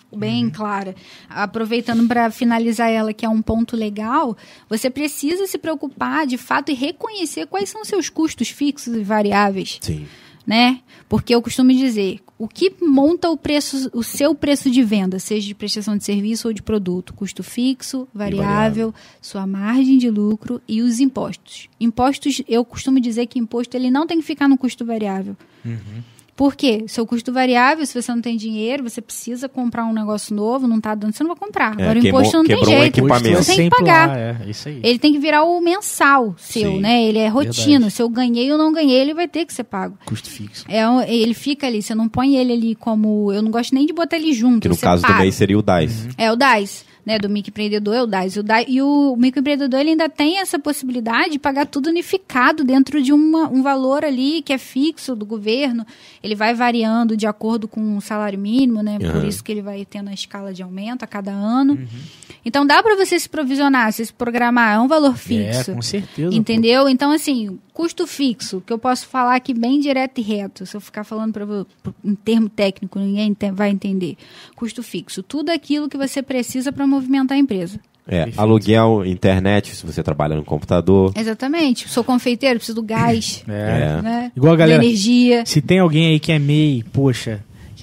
bem clara. Aproveitando para finalizar ela, que é um ponto legal, você precisa se preocupar, de fato, e reconhecer quais são seus custos fixos e variáveis. Sim. Né? Porque eu costumo dizer, o que monta o seu preço de venda, seja de prestação de serviço ou de produto? Custo fixo, variável, sua margem de lucro e os impostos. Impostos, eu costumo dizer que imposto ele não tem que ficar no custo variável. Por quê? Seu custo variável, se você não tem dinheiro, você precisa comprar um negócio novo, não tá dando, você não vai comprar. Agora o imposto não tem jeito, você tem que pagar. Isso aí. Ele tem que virar o mensal seu, Sim. né? Ele é rotina. Verdade. Se eu ganhei ou não ganhei, ele vai ter que ser pago. Custo fixo. Ele fica ali, você não põe ele ali como... Eu não gosto nem de botar ele junto. Que no você caso do paga. MEI seria o DAS. É o DAS, né? Do microempreendedor é o DAS. E o microempreendedor ele ainda tem essa possibilidade de pagar tudo unificado dentro de um valor ali que é fixo do governo. Ele vai variando de acordo com o salário mínimo, né? Por isso que ele vai tendo a escala de aumento a cada ano. Então dá para você se provisionar, se programar. É um valor fixo. Com certeza. Entendeu? Então, assim, custo fixo, que eu posso falar aqui bem direto e reto. Se eu ficar falando em termo técnico, ninguém vai entender. Custo fixo. Tudo aquilo que você precisa para movimentar a empresa. Aluguel, internet, se você trabalha no computador. Exatamente. Sou confeiteiro, preciso do gás. Né? Igual a galera. Da energia. Se tem alguém aí que é MEI, poxa,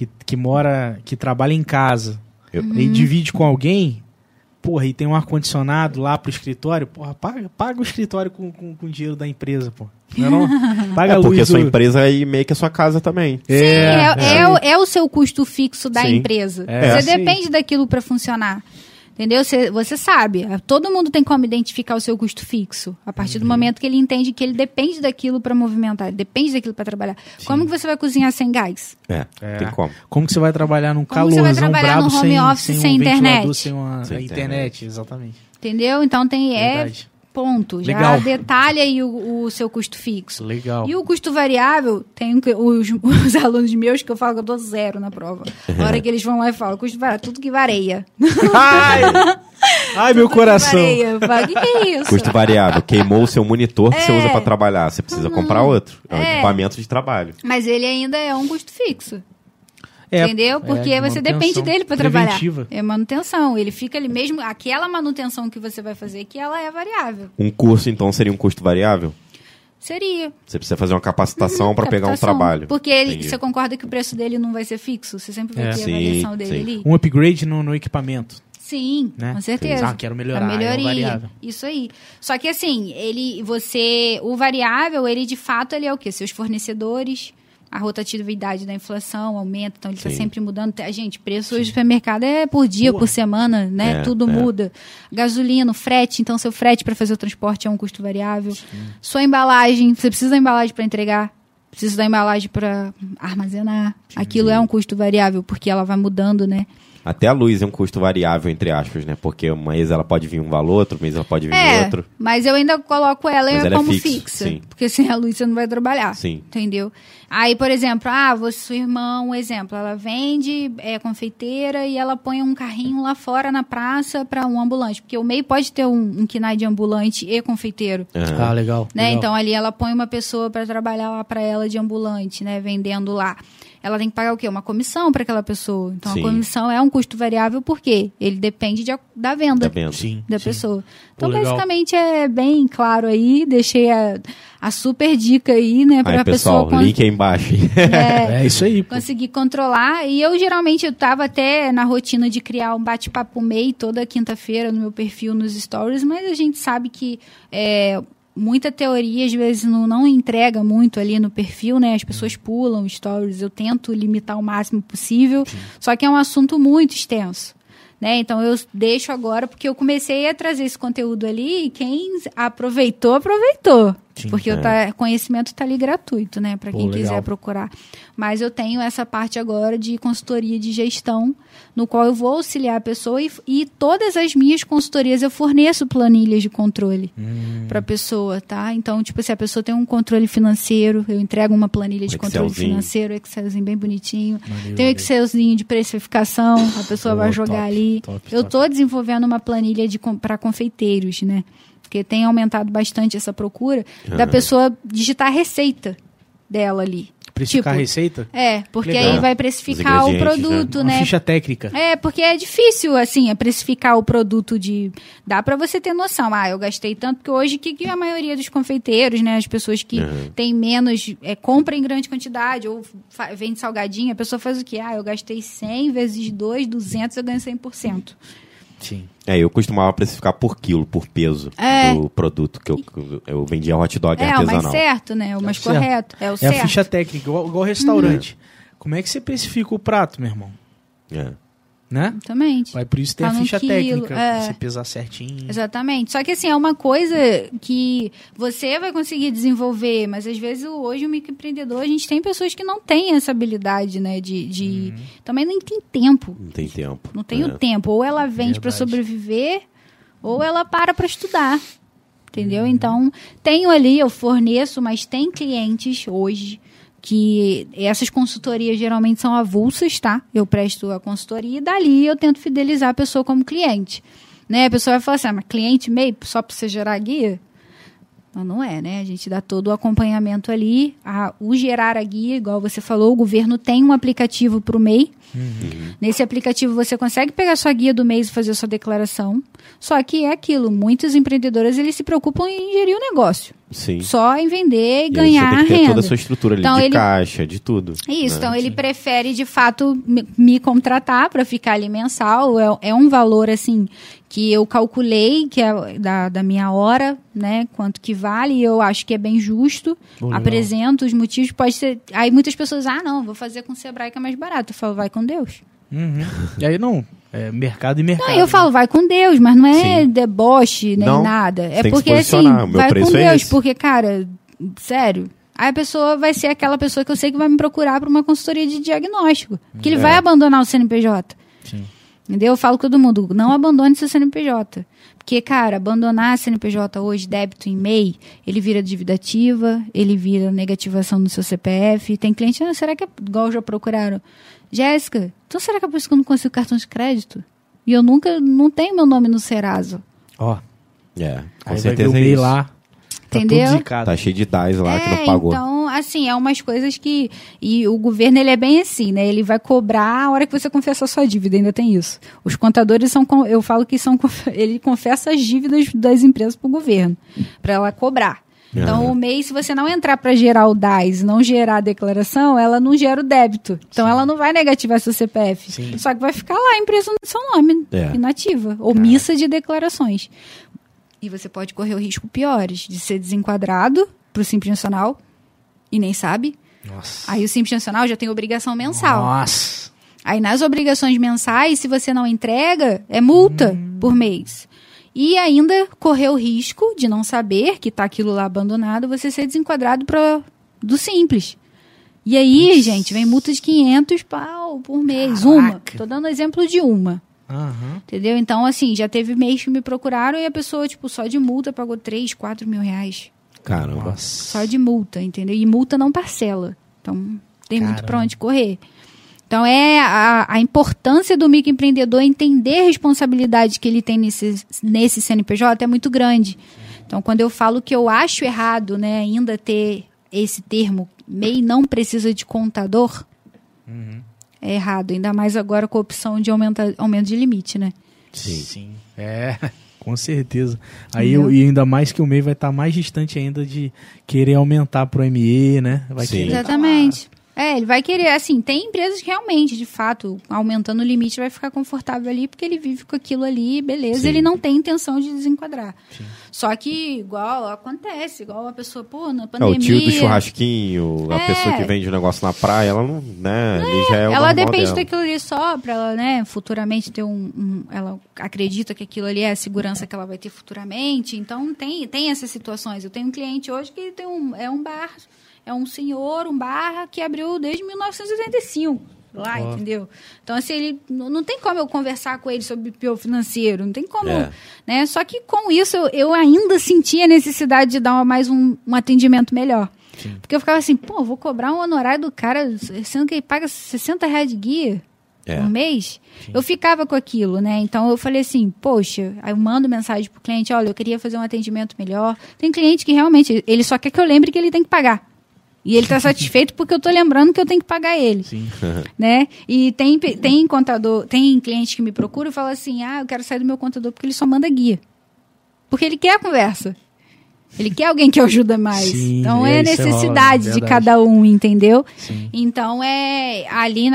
que trabalha em casa e divide com alguém, porra, e tem um ar-condicionado lá pro escritório, porra, paga o escritório com o dinheiro da empresa, pô. Não? Paga a luz Porque a sua empresa é meio que a sua casa também. É o seu custo fixo da empresa. Você depende daquilo para funcionar. Entendeu? Você sabe, todo mundo tem como identificar o seu custo fixo. A partir do momento que ele entende que ele depende daquilo para movimentar, ele depende daquilo para trabalhar. Sim. Como que você vai cozinhar sem gás? Tem como. Como que você vai trabalhar num Como você vai calorzão trabalhar brabo no home office sem internet? Sem uma internet, exatamente. Entendeu? Então Verdade. Ponto. Já Legal. detalha aí o seu custo fixo. Legal. E o custo variável, tem os alunos meus que eu falo que eu dou 0 na prova. Na hora que eles vão lá e falam, custo variável, tudo que vareia. Ai, meu coração. Eu falo, o que é isso? Custo variável. Queimou o seu monitor que você usa para trabalhar. Você precisa comprar outro. É um equipamento de trabalho. Mas ele ainda é um custo fixo. Entendeu? Porque você depende dele para trabalhar. É manutenção. Ele fica ali mesmo. Aquela manutenção que você vai fazer, que ela é variável. Um curso, então, seria um custo variável? Seria. Você precisa fazer uma capacitação para pegar um trabalho. Porque você concorda que o preço dele não vai ser fixo? Você sempre vai ter a variação dele ali. Um upgrade no equipamento. Sim, né? Com certeza. Quero melhorar. Melhoria. É variável. Isso aí. Só que assim, o variável, ele de fato, ele é o quê? Seus fornecedores, a rotatividade da inflação aumenta, então ele está sempre mudando. Gente, preço hoje do supermercado é por dia, por semana, né? Tudo muda. Gasolina, frete, então seu frete para fazer o transporte é um custo variável. Sim. Sua embalagem, você precisa da embalagem para entregar, precisa da embalagem para armazenar. Sim. Aquilo é um custo variável, porque ela vai mudando, né? Até a luz é um custo variável, entre aspas, né? Porque um mês ela pode vir um valor, outro mês ela pode vir outro. Mas eu ainda coloco ela como é fixa. Sim. Porque sem a luz você não vai trabalhar. Sim. Entendeu? Aí, por exemplo, sua irmã, um exemplo, ela vende, é confeiteira e ela põe um carrinho lá fora na praça para um ambulante. Porque o MEI pode ter um KNAI de ambulante e confeiteiro. Ah, legal. Né? Então, ali ela põe uma pessoa para trabalhar lá para ela de ambulante, né? Vendendo lá. Ela tem que pagar o quê? Uma comissão para aquela pessoa. Então, a comissão é um custo variável porque ele depende da venda da pessoa. Então, basicamente, é bem claro aí. Deixei a super dica aí, né? Para a pessoa... link aí embaixo. É isso aí. Conseguir controlar. E eu, geralmente, eu estava até na rotina de criar um bate-papo MEI toda quinta-feira no meu perfil, nos stories. Mas a gente sabe que... muita teoria, às vezes, não entrega muito ali no perfil, né? As pessoas pulam stories, eu tento limitar o máximo possível, só que é um assunto muito extenso, né? Então, eu deixo agora, porque eu comecei a trazer esse conteúdo ali e quem aproveitou. Porque o conhecimento está ali gratuito, né? Para quem quiser procurar. Mas eu tenho essa parte agora de consultoria de gestão, no qual eu vou auxiliar a pessoa e todas as minhas consultorias eu forneço planilhas de controle para a pessoa, tá? Então, tipo, se a pessoa tem um controle financeiro, eu entrego uma planilha de controle financeiro, Excelzinho bem bonitinho. Tem um Excelzinho de precificação, a pessoa vai jogar ali. Eu estou desenvolvendo uma planilha para confeiteiros, né? Porque tem aumentado bastante essa procura da pessoa digitar a receita dela ali. Precificar Tipo, a receita? Porque Legal. aí vai precificar Os o ingredientes, produto, Uma né? ficha técnica. Porque é difícil, assim, precificar o produto Dá pra você ter noção. Eu gastei tanto, porque hoje, que a maioria dos confeiteiros, né? As pessoas que têm menos, compram em grande quantidade, ou vende salgadinho, a pessoa faz o quê? Eu gastei 100 vezes 2, 200, eu ganho 100%. Sim. Eu costumava precificar por quilo, por peso do produto, que eu vendia hot dog É o artesanal. mais certo, né? O mais certo. correto. É o É certo. a ficha técnica, igual restaurante. Como é que você precifica o prato, meu irmão? Né? Exatamente. Vai por isso tem a Tá no ficha quilo, técnica, é. pra você pesar certinho. Exatamente. Só que assim, é uma coisa que você vai conseguir desenvolver, mas às vezes hoje o microempreendedor, a gente tem pessoas que não têm essa habilidade, né? Também não tem tempo. Não tem tempo. Não tem o tempo. Ou ela vende para Verdade. sobreviver, ou ela para estudar. Entendeu? Então, eu forneço, mas tem clientes hoje que essas consultorias geralmente são avulsas, tá? Eu presto a consultoria e dali eu tento fidelizar a pessoa como cliente. Né? A pessoa vai falar assim, mas cliente MEI só para você gerar guia? Não é, né? A gente dá todo o acompanhamento ali. O gerar a guia, igual você falou, o governo tem um aplicativo para o MEI. Nesse aplicativo você consegue pegar sua guia do mês e fazer sua declaração. Só que é aquilo, muitos empreendedores eles se preocupam em gerir o negócio. Sim. Só em vender e E aí ganhar você tem que ter renda. toda a sua estrutura ali, Então, de ele- caixa, de tudo. Isso, né? então ele prefere de fato me contratar para ficar ali mensal. É um valor assim que eu calculei, que é da minha hora, né? Quanto que vale, e eu acho que é bem justo. Pô, legal. Apresento os motivos, pode ser. Aí muitas pessoas, não, vou fazer com o Sebrae que é mais barato. Eu falo, vai com Deus. E aí é mercado e mercado. Não, eu falo, vai com Deus, mas não é Sim. deboche nem Não, nada. você É tem que porque se assim, posicionar, o meu vai preço com é Deus, esse. porque, cara, sério. Aí a pessoa vai ser aquela pessoa que eu sei que vai me procurar para uma consultoria de diagnóstico. Porque ele vai abandonar o CNPJ. Sim. Entendeu? Eu falo com todo mundo, não abandone seu CNPJ. Porque, cara, abandonar CNPJ hoje, débito em MEI, ele vira dívida ativa, ele vira negativação no seu CPF. Tem cliente, será que é igual já procuraram? Jéssica, então será que é por isso que eu não consigo cartão de crédito? E eu não tenho meu nome no Serasa. Ó, Com aí vai ver certeza o é MEI isso. lá. Tá Entendeu? tudo zicado. Tá cheio de DAS lá que não pagou. Então, assim, é umas coisas que... E o governo, ele é bem assim, né? Ele vai cobrar a hora que você confessa a sua dívida, ainda tem isso. Os contadores são... Eu falo que são... Ele confessa as dívidas das empresas pro governo, para ela cobrar. Então, o MEI, se você não entrar para gerar o DAS e não gerar a declaração, ela não gera o débito. Então, ela não vai negativar seu CPF. Sim. Só que vai ficar lá a empresa no seu nome, inativa, omissa de declarações. E você pode correr o risco piores, de ser desenquadrado para o Simples Nacional e nem sabe. Nossa. Aí o Simples Nacional já tem obrigação mensal. Nossa. Aí nas obrigações mensais, se você não entrega, é multa por mês. E ainda correr o risco de não saber que está aquilo lá abandonado, você ser desenquadrado do Simples. E aí, gente, vem multa de 500 pau por mês. Caraca. Uma. Tô dando exemplo de uma. Aham. Entendeu? Então, assim, já teve mês que me procuraram e a pessoa, tipo, só de multa pagou 3, 4 mil reais. Caramba. Nossa. Só de multa, entendeu? E multa não parcela. Então, tem muito Caramba. pra onde correr. Então, a importância do microempreendedor entender a responsabilidade que ele tem nesse CNPJ é muito grande. Então, quando eu falo que eu acho errado, né, ainda ter esse termo, MEI não precisa de contador, é errado. Ainda mais agora com a opção de aumento de limite, né? Sim. É, com certeza. Aí Entendeu? e ainda mais que o MEI vai estar mais distante ainda de querer aumentar pro ME, né? Vai Sim. querer Exatamente. Ele vai querer, assim, tem empresas que realmente, de fato, aumentando o limite, vai ficar confortável ali, porque ele vive com aquilo ali, beleza, Sim. ele não tem intenção de desenquadrar. Só que, igual a pessoa, na pandemia... O tio do churrasquinho, a É. pessoa que vende o negócio na praia, ela não, né, ali já é o ela normal depende dela. daquilo ali só pra ela, né, futuramente ter ela acredita que aquilo ali é a segurança que ela vai ter futuramente, então tem essas situações. Eu tenho um cliente hoje que tem um bar, é um senhor, um bar que abriu desde 1985 lá, entendeu? Então, assim, ele não tem como eu conversar com ele sobre PO financeiro, não tem como, né? Só que com isso eu ainda sentia a necessidade de dar mais um atendimento melhor. Sim. Porque eu ficava assim, vou cobrar um honorário do cara, sendo que ele paga R$60 de guia por mês. Eu ficava com aquilo, né? Então eu falei assim, poxa, aí eu mando mensagem pro cliente, olha, eu queria fazer um atendimento melhor. Tem cliente que realmente, ele só quer que eu lembre que ele tem que pagar. E ele tá satisfeito porque eu tô lembrando que eu tenho que pagar ele. Sim. Né? E tem contador, tem cliente que me procura e fala assim, eu quero sair do meu contador porque ele só manda guia. Porque ele quer a conversa. Ele quer alguém que ajuda mais. Sim, então é a isso necessidade rola, de cada um, entendeu? Sim. Então ali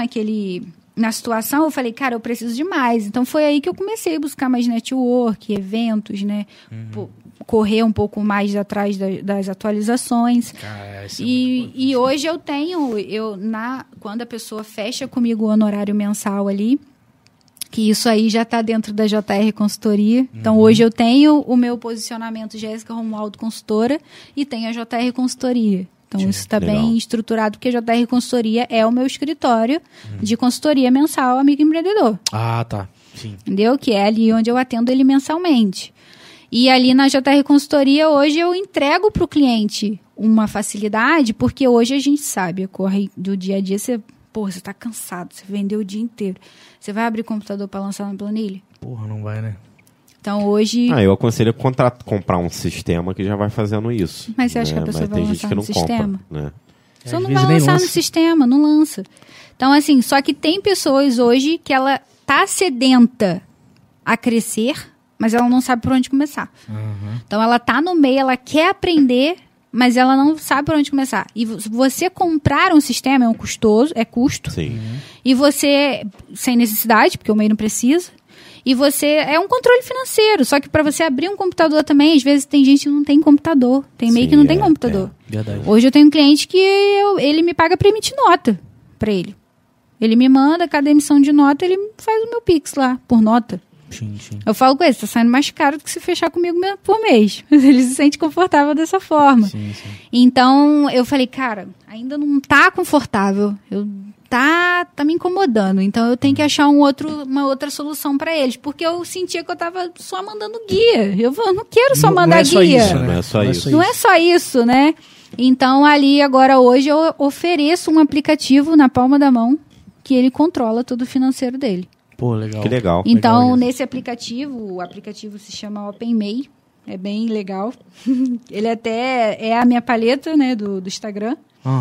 na situação eu falei, cara, eu preciso de mais. Então foi aí que eu comecei a buscar mais network, eventos, né? Correr um pouco mais atrás das atualizações. Cara, isso é E hoje eu tenho, quando a pessoa fecha comigo o honorário mensal ali, que isso aí já está dentro da JR Consultoria. Então, hoje eu tenho o meu posicionamento Jéssica Romualdo Consultora e tenho a JR Consultoria. Então, isso está bem estruturado, porque a JR Consultoria é o meu escritório de consultoria mensal amigo empreendedor. Ah, tá. Sim. Entendeu? Que é ali onde eu atendo ele mensalmente. E ali na JR Consultoria, hoje eu entrego para o cliente uma facilidade, porque hoje a gente sabe, corre do dia a dia, você está cansado, você vendeu o dia inteiro. Você vai abrir o computador para lançar na planilha? Porra, não vai, né? Então hoje... Eu aconselho comprar um sistema que já vai fazendo isso. Mas você acha que a pessoa vai lançar no sistema? Né? Só não vai lançar no sistema, não lança. Então assim, só que tem pessoas hoje que ela tá sedenta a crescer, mas ela não sabe por onde começar. Então ela tá no meio, ela quer aprender, mas ela não sabe por onde começar. E você comprar um sistema é custo. Sim. E você, sem necessidade, porque o meio não precisa, e você, é um controle financeiro. Só que para você abrir um computador também, às vezes tem gente que não tem computador. Tem meio que não tem computador. Verdade. Hoje eu tenho um cliente que ele me paga para emitir nota para ele. Ele me manda, cada emissão de nota, ele faz o meu Pix lá, por nota. Sim. Eu falo com ele, tá saindo mais caro do que se fechar comigo por mês. Mas ele se sente confortável dessa forma. Sim. Então, eu falei, cara, ainda não tá confortável. Tá me incomodando. Então, eu tenho que achar uma outra solução para eles. Porque eu sentia que eu tava só mandando guia. Eu não quero só mandar guia. Não é só isso. Não é só isso, né? Então, ali, agora, hoje, eu ofereço um aplicativo na palma da mão que ele controla todo o financeiro dele. Pô, legal. Que legal. Então, legal nesse aplicativo, o aplicativo se chama OpenMay, é bem legal. Ele até é a minha paleta, né, do Instagram,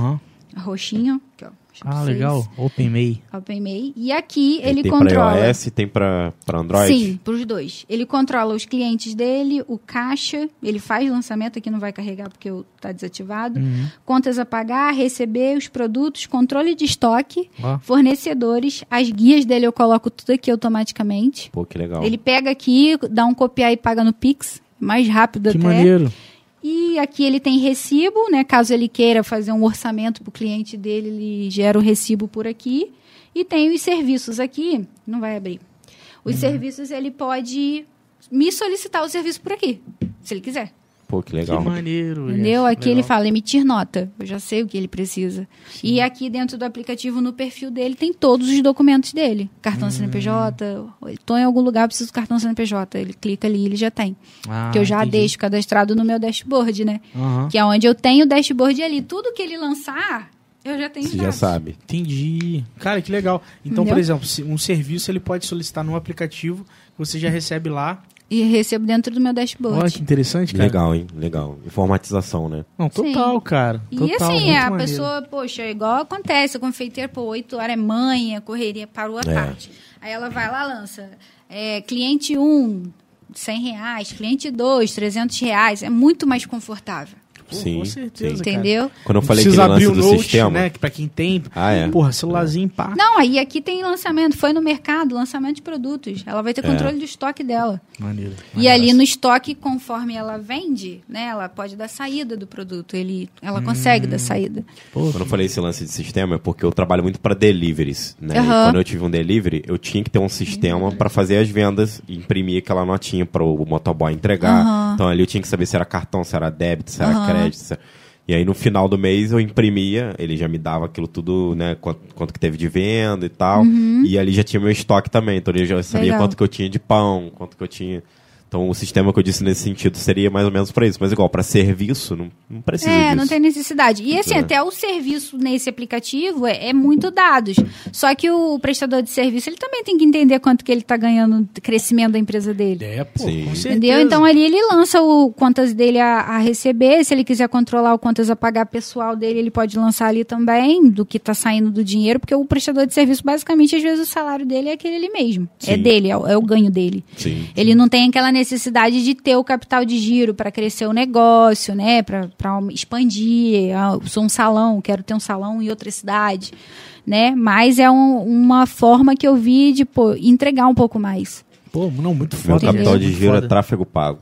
roxinho, aqui, ó. Legal. OpenMay. OpenMay. E aqui ele tem controla... Tem para iOS e tem para Android? Sim, para os dois. Ele controla os clientes dele, o caixa, ele faz lançamento, aqui não vai carregar porque está desativado, contas a pagar, receber os produtos, controle de estoque, fornecedores, as guias dele eu coloco tudo aqui automaticamente. Pô, que legal. Ele pega aqui, dá um copiar e paga no Pix, mais rápido até. Que maneiro. E aqui ele tem recibo, né? Caso ele queira fazer um orçamento para o cliente dele, ele gera o recibo por aqui. E tem os serviços aqui, não vai abrir. Os serviços, ele pode me solicitar o serviço por aqui, se ele quiser. Pô, que legal. Que maneiro. Entendeu? Aqui legal. ele fala emitir nota. Eu já sei o que ele precisa. Sim. E aqui dentro do aplicativo, no perfil dele, tem todos os documentos dele. Cartão CNPJ. Estou em algum lugar, preciso do cartão CNPJ. Ele clica ali e ele já tem. Que eu já deixo cadastrado no meu dashboard, né? Que é onde eu tenho o dashboard ali. Tudo que ele lançar, eu já tenho. Você já sabe. Entendi. Cara, que legal. Então, por exemplo, um serviço ele pode solicitar no aplicativo, você já recebe lá. E recebo dentro do meu dashboard. Olha que interessante, cara. Legal, hein? Legal. Informatização, né? Não, total, Sim. cara. Total, e assim, a maneiro. pessoa, poxa, igual acontece, a confeiteira, 8 horas é manha, correria, parou a tarde. Aí ela vai lá, lança. Cliente 1, R$100. Cliente 2, R$300. É muito mais confortável. Pô, Sim, com certeza, sim. Entendeu? Quando eu falei que precisa ele abrir lança o do note, sistema... né? Que pra quem tem, é. Porra, celularzinho, pá. Não, aí aqui tem lançamento. Foi no mercado, lançamento de produtos. Ela vai ter controle do estoque dela. Maneiro. E ali no estoque, conforme ela vende, né? Ela pode dar saída do produto. Ela consegue dar saída. Quando eu falei esse lance de sistema é porque eu trabalho muito para deliveries, né? E quando eu tive um delivery, eu tinha que ter um sistema para fazer as vendas e imprimir aquela notinha para o motoboy entregar. Então ali eu tinha que saber se era cartão, se era débito, se era crédito. E aí no final do mês eu imprimia, ele já me dava aquilo tudo, né? Quanto que teve de venda e tal. E ali já tinha meu estoque também, então eu já sabia quanto que eu tinha de pão, quanto que eu tinha Então, o sistema que eu disse nesse sentido seria mais ou menos para isso. Mas igual, para serviço, não precisa disso. Não tem necessidade. E assim, até o serviço nesse aplicativo é muito dados. Só que o prestador de serviço, ele também tem que entender quanto que ele está ganhando no crescimento da empresa dele. Com certeza. Entendeu? Então, ali ele lança o quantas dele a receber. Se ele quiser controlar o quantas a pagar pessoal dele, ele pode lançar ali também, do que está saindo do dinheiro. Porque o prestador de serviço, basicamente, às vezes o salário dele é aquele ali mesmo. Sim. É dele, é o ganho dele. Sim. Ele não tem aquela necessidade de ter o capital de giro para crescer o negócio, né? Para expandir. Eu sou um salão, quero ter um salão em outra cidade, né? Mas é uma forma que eu vi de entregar um pouco mais. Pô, não, muito Meu foda. capital de giro Foda. é tráfego pago.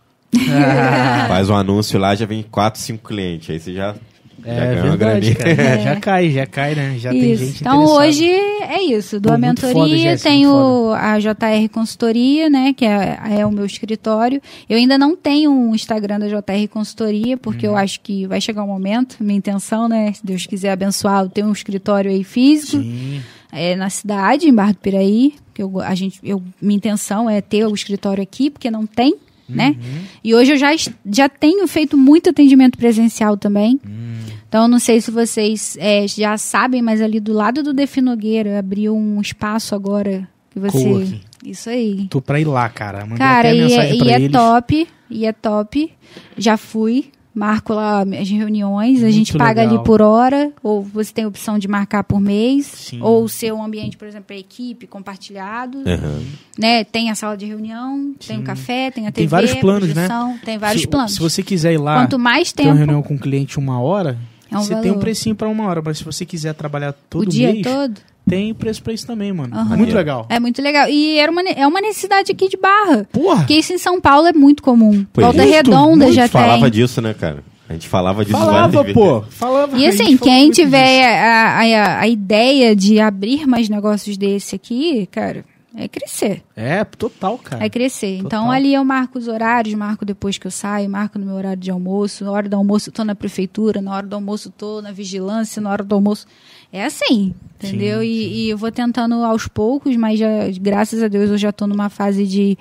Faz um anúncio lá, já vem 4, 5 clientes. Aí você já ganha uma verdade, graninha. cara. Já cai, né? Já tem Isso. gente Então interessada. hoje é isso. Dou Pô, a muito foda, mentoria, Jéssica, tenho muito a JR Consultoria, né? Que é o meu escritório. Eu ainda não tenho um Instagram da JR Consultoria, porque eu acho que vai chegar um momento, minha intenção, né? Se Deus quiser abençoar, eu tenho um escritório aí físico. Sim. Na cidade, em Barra do Piraí. Que minha intenção é ter o escritório aqui, porque não tem, né? E hoje eu já tenho feito muito atendimento presencial também. Então, não sei se vocês já sabem, mas ali do lado do Defi Nogueira abriu um espaço agora que você... Coworking. Isso aí. Tô pra ir lá, cara. Mandei Cara, até mensagem pra eles. é top. Já fui. Marco lá as reuniões, a Muito gente paga legal. ali por hora, ou você tem a opção de marcar por mês, Sim. ou ser um ambiente, por exemplo, a equipe, compartilhado, né? Tem a sala de reunião, tem o café, tem a TV, Tem vários planos, né? projeção, tem vários planos. Se você quiser ir lá, Quanto mais ter uma tempo, reunião com o cliente 1 hora, É um você tem um valor. precinho pra 1 hora. Mas se você quiser trabalhar todo o dia mês, todo. tem preço pra isso também, mano. Aham. Muito legal. É muito legal. E é uma necessidade aqui de Barra. Porra! Porque isso em São Paulo é muito comum. Pois Volta é. Redonda A já gente falava tem. disso, né, cara? A gente falava disso Falava, várias vezes. pô. Falava. E a gente assim, falou quem muito tiver disso. a ideia de abrir mais negócios desse aqui, cara, é crescer. É, total, cara. É crescer. Então Total. ali eu marco os horários, marco depois que eu saio, marco no meu horário de almoço. Na hora do almoço eu tô na prefeitura, na hora do almoço eu tô na vigilância, na hora do almoço. É assim, entendeu? Sim, E eu vou tentando aos poucos, mas graças a Deus eu já tô numa fase de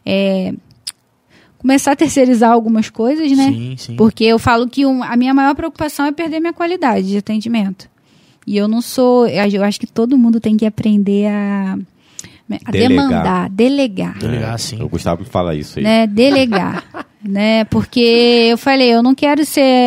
começar a terceirizar algumas coisas, né? Sim, sim. Porque eu falo que a minha maior preocupação é perder minha qualidade de atendimento. E eu não sou... Eu acho que todo mundo tem que aprender a Delegar. delegar. Delegar, sim. O Gustavo me fala isso aí. Né? Delegar. Né? Porque eu falei, eu quero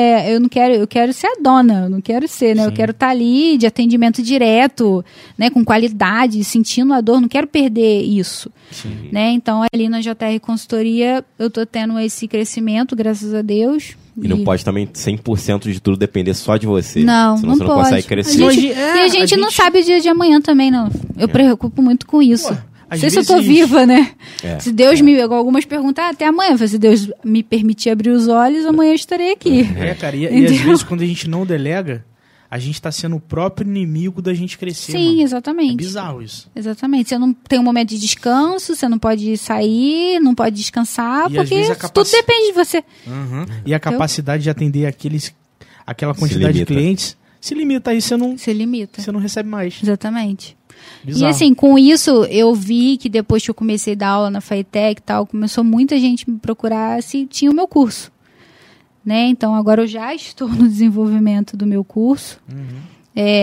ser a dona, eu não quero ser, né? Sim. Eu quero estar ali de atendimento direto, né? Com qualidade, sentindo a dor, não quero perder isso. Sim. Né? Então, ali na JR Consultoria, eu tô tendo esse crescimento, graças a Deus. E não pode também 100% de tudo depender só de você. Não, Senão não você não pode. consegue crescer. A gente, Hoje, e a gente não sabe o dia de amanhã também, não. Eu preocupo muito com isso. Pô, Não às sei se eu tô vezes- viva, né? É, Se Deus me... Algumas perguntam, até amanhã. Eu falei, se Deus me permitir abrir os olhos, amanhã eu estarei aqui. É, cara, e às Entendeu? vezes quando a gente não delega, a gente tá sendo o próprio inimigo da gente crescer, Sim, mano. É exatamente. bizarro isso. Exatamente. Você não tem um momento de descanso, você não pode sair, não pode descansar, E às porque vezes a tudo depende de você. Uhum. E a capacidade de atender aquela quantidade de limita. clientes se limita, aí Você limita. você não recebe mais. Exatamente. Bizarro. E assim, com isso, eu vi que depois que eu comecei a dar aula na FATEC e tal, começou muita gente me procurar se tinha o meu curso. Né? Então, agora eu já estou no desenvolvimento do meu curso. Uhum.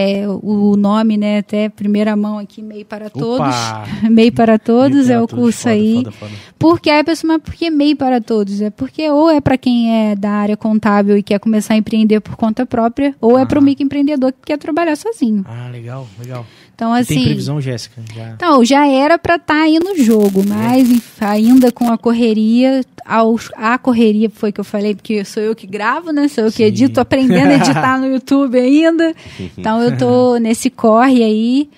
O nome, né, até primeira mão aqui, Meio para Todos. Opa! Meio para Todos é o Tudo curso foda, aí. foda, foda. Porque aí a pessoa, mas por que Meio para Todos? É porque ou é para quem é da área contábil e quer começar a empreender por conta própria, ou é para o microempreendedor que quer trabalhar sozinho. Ah, legal, legal. Então, E assim... tem previsão, Jéssica? Já... Então, já era para estar aí no jogo, mas ainda com a correria, a correria foi que eu falei, porque sou eu que gravo, né? Sou eu que Sim. edito, tô aprendendo a editar no YouTube ainda. Então, eu tô nesse corre aí.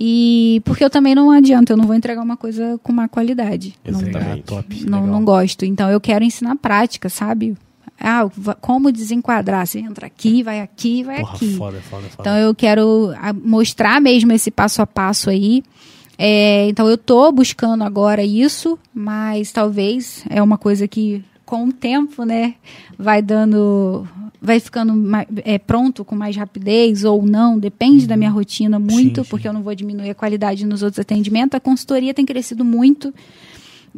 E porque eu também não adianta, eu não vou entregar uma coisa com má qualidade. Exatamente. top. Não, legal. não gosto. Então, eu quero ensinar prática, sabe? Como desenquadrar. Você entra aqui, vai Porra, aqui. foda. Então, eu quero mostrar mesmo esse passo a passo aí. Então, eu tô buscando agora isso, mas talvez é uma coisa que, com o tempo, né, vai ficando pronto com mais rapidez ou não, depende da minha rotina muito, Sim. porque eu não vou diminuir a qualidade nos outros atendimentos. A consultoria tem crescido muito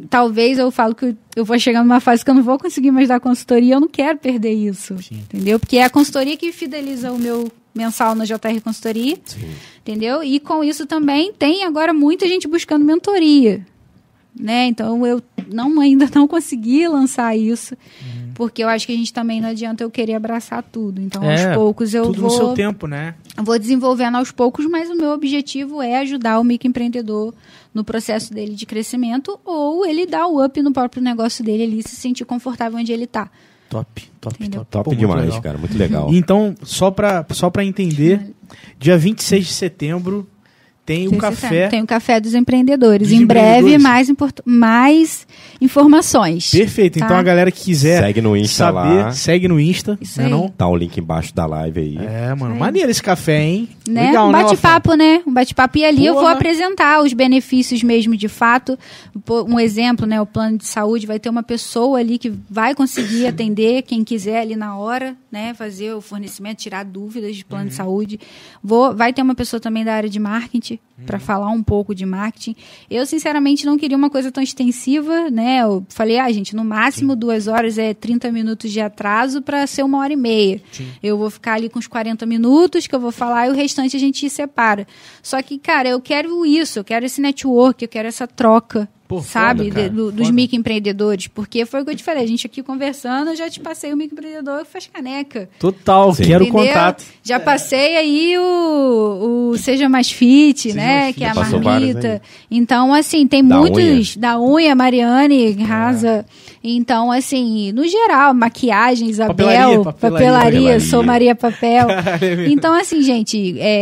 talvez eu falo que eu vou chegar numa fase que eu não vou conseguir mais dar consultoria, eu não quero perder isso, entendeu? Porque é a consultoria que fideliza o meu mensal na JR Consultoria, entendeu? E com isso também tem agora muita gente buscando mentoria, né? Então eu ainda não consegui lançar isso, porque eu acho que a gente também não adianta eu querer abraçar tudo. Então aos poucos eu tudo vou... no seu tempo, né? Vou desenvolvendo aos poucos, mas o meu objetivo é ajudar o microempreendedor no processo dele de crescimento, ou ele dar o up no próprio negócio dele ali, se sentir confortável onde ele está. Top. Top Pô, demais, legal. cara. Muito legal. Então, só pra entender, dia 26 de setembro tem o café... Tem o Café dos Empreendedores. Dos Em breve, empreendedores. mais informações. Perfeito. Tá? Então, a galera que quiser Segue no Insta saber, lá. segue no Insta. Isso né, aí. não? Tá o link embaixo da live aí. É, mano. Isso aí. Maneiro esse café, hein? Né? Legal, Um né, bate-papo, né? Um bate-papo. E ali eu vou Porra. apresentar os benefícios mesmo, de fato. Um exemplo, né? O plano de saúde vai ter uma pessoa ali que vai conseguir atender quem quiser ali na hora, né? Fazer o fornecimento, tirar dúvidas de plano de saúde. Vai ter uma pessoa também da área de marketing para falar um pouco de marketing. Eu, sinceramente, não queria uma coisa tão extensiva, né? Eu falei, gente, no máximo 2 horas é 30 minutos de atraso para ser 1h30. Eu vou ficar ali com os 40 minutos que eu vou falar e o restante a gente separa. Só que, cara, eu quero isso, eu quero esse network, eu quero essa troca. Pô, sabe, foda, cara. dos Foda. microempreendedores, porque foi o que eu te falei, a gente aqui conversando, eu já te passei o microempreendedor que faz caneca. Total, Sim. quero Entendeu? contato. Já passei aí o Seja Mais Fit, Seja né? Mais Que é a Fit. Passou vários marmita. Então, assim, tem Da muitos. Da unha, Mariane Rasa. Então, assim, no geral, maquiagem, Isabel, Papelaria. sou Maria Papel. Caralho. Então, assim, gente,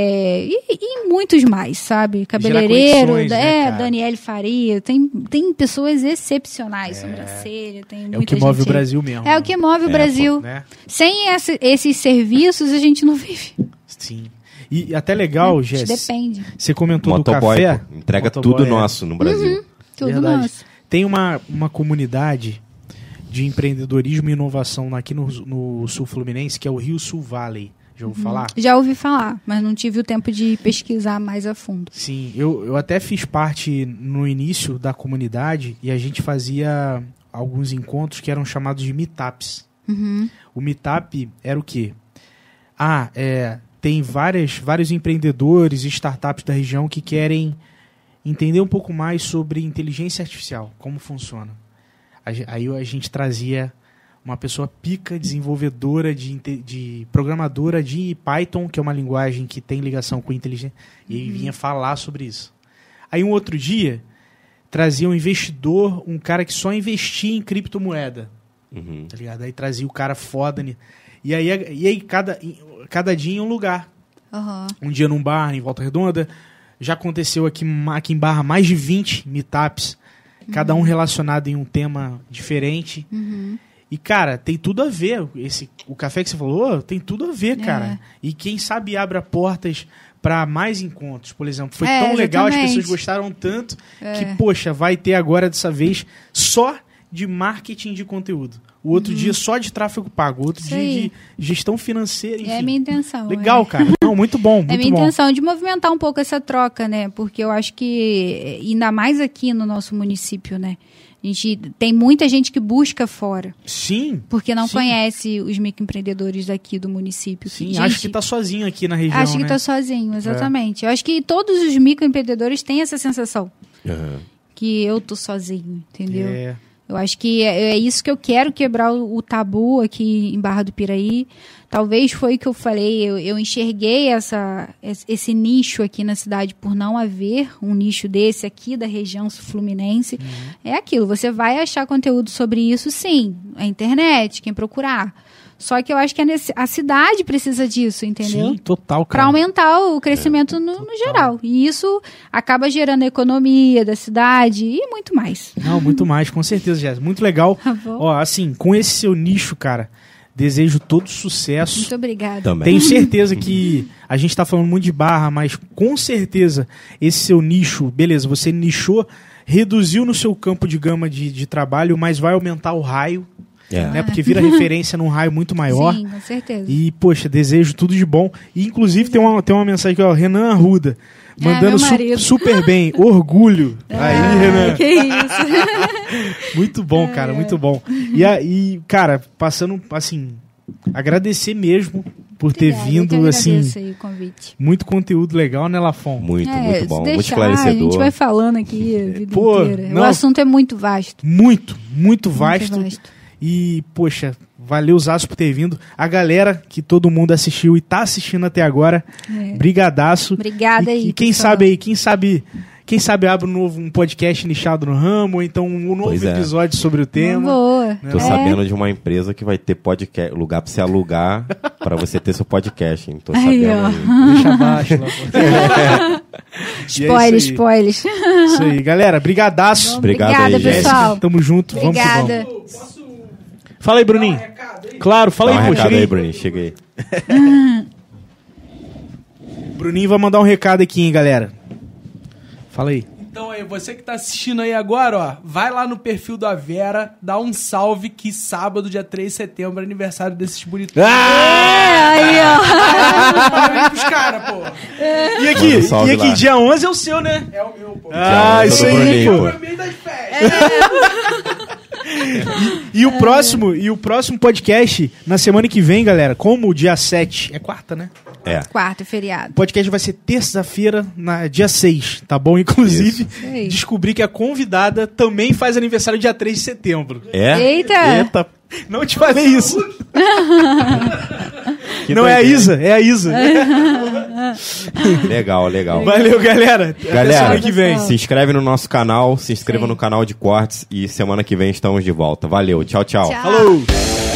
e muitos mais, sabe? Cabeleireiro, conexões, né, cara? Daniele Faria, tem pessoas excepcionais, sobrancelha, tem muita É o que move gente o Brasil mesmo. É o que move o Brasil. né? Sem esses serviços, a gente não vive. Sim. E até legal, Jess, Depende. você comentou do Motoboy, café. pô, entrega Motoboy, tudo é. nosso no Brasil. Tudo Verdade. nosso. Tem uma comunidade de empreendedorismo e inovação aqui no Sul Fluminense, que é o Rio Sul Valley. Já ouviu falar? Já ouvi falar, mas não tive o tempo de pesquisar mais a fundo. Sim, eu até fiz parte no início da comunidade e a gente fazia alguns encontros que eram chamados de meetups. O meetup era o quê? Tem vários empreendedores e startups da região que querem entender um pouco mais sobre inteligência artificial, como funciona. Aí a gente trazia uma pessoa pica, desenvolvedora, programadora de Python, que é uma linguagem que tem ligação com inteligência, e aí vinha falar sobre isso. Aí um outro dia, trazia um investidor, um cara que só investia em criptomoeda, tá ligado? Aí trazia o cara foda, e aí cada dia em um lugar. Um dia num bar, em Volta Redonda, já aconteceu aqui em Barra mais de 20 meetups, cada um relacionado em um tema diferente. E, cara, tem tudo a ver. O café que você falou tem tudo a ver, cara. E quem sabe abre portas para mais encontros. Por exemplo, foi tão legal, as pessoas gostaram tanto que, poxa, vai ter agora dessa vez só de marketing de conteúdo. O outro dia só de tráfego pago. O outro dia de gestão financeira, enfim. É a minha intenção. Legal, cara. Não, muito bom, muito bom. É a minha intenção de movimentar um pouco essa troca, né? Porque eu acho que, ainda mais aqui no nosso município, né? A gente tem muita gente que busca fora. Sim. Porque não sim. conhece os microempreendedores daqui do município. Sim, Gente, acho que tá sozinho aqui na região, acho que né? tá sozinho, exatamente. Eu acho que todos os microempreendedores têm essa sensação. Que eu tô sozinho, entendeu? É. Eu acho que é isso que eu quero, quebrar o tabu aqui em Barra do Piraí. Talvez foi o que eu falei, eu enxerguei esse nicho aqui na cidade por não haver um nicho desse aqui da região fluminense. É aquilo, você vai achar conteúdo sobre isso, sim. A internet, quem procurar. Só que eu acho que a cidade precisa disso, entendeu? Sim, total, Para cara. aumentar o crescimento no geral. E isso acaba gerando a economia da cidade e muito mais. Não, muito mais, com certeza, Jéssica. Muito legal. Tá bom. Ó, assim, com esse seu nicho, cara, desejo todo sucesso. Muito obrigada. Também. Tenho certeza que a gente tá falando muito de Barra, mas com certeza esse seu nicho, beleza, você nichou, reduziu no seu campo de gama de trabalho, mas vai aumentar o raio. né? Porque vira referência num raio muito maior. Sim, com certeza. E, poxa, desejo tudo de bom. E, inclusive, tem uma mensagem aqui, ó, Renan Arruda, mandando meu marido. super bem. Orgulho. Aí, Renan. Que isso. Muito bom, cara, muito bom. E, cara, passando, assim, agradecer mesmo por ter Obrigada, eu vindo, que assim, agradeço aí o convite. muito conteúdo legal, né, Lafon? Muito Se bom, deixar, muito esclarecedor. A gente vai falando aqui a vida Pô, inteira. não. O assunto é muito vasto. Muito vasto. E, poxa, valeu, Zaço, por ter vindo. A galera que todo mundo assistiu e tá assistindo até agora, brigadaço. Obrigada aí, E quem pessoal. sabe aí, quem sabe abre um podcast nichado no ramo, ou então um novo Pois é. episódio sobre o tema. Boa. Tô sabendo de uma empresa que vai ter podcast, lugar pra você alugar pra você ter seu podcast, hein? Tô Aí, sabendo ó. aí. Deixa abaixo, Lafon. Spoilers, spoilers. Isso aí, galera, brigadaço. Obrigado Obrigada, aí, gente. pessoal. Tamo junto, Obrigada. vamos que vamos. Fala aí, Bruninho. Claro, fala Dá um aí, pô, recado chega aí, aí. Bruninho, chega aí. Bruninho vai mandar um recado aqui, hein, galera. Fala aí. Então aí, você que tá assistindo aí agora, ó, vai lá no perfil do Avera, dá um salve que sábado, dia 3 de setembro, é aniversário desses bonitões. Aí, ó. Parabéns pros caras, pô. E Manda aqui, um salve lá. dia 11 é o seu, né? É o meu, pô. Ah, Dia 11 isso é do aí, Bruninho, pô. pô. É o meio das festas. E o próximo podcast, na semana que vem, galera, como o dia 7, é quarta, né? É. Quarto feriado. O podcast vai ser terça-feira, dia 6, tá bom? Inclusive, Isso aí. descobri que a convidada também faz aniversário dia 3 de setembro. É? Eita! Eita. Não te falei isso. Que Não, é a doideira. Isa, é a Isa. Legal, legal. Valeu, galera. Até Galera, semana que vem. se inscreve no nosso canal, se inscreva Sim. no canal de cortes e semana que vem estamos de volta. Valeu, tchau, tchau. Tchau. Falou!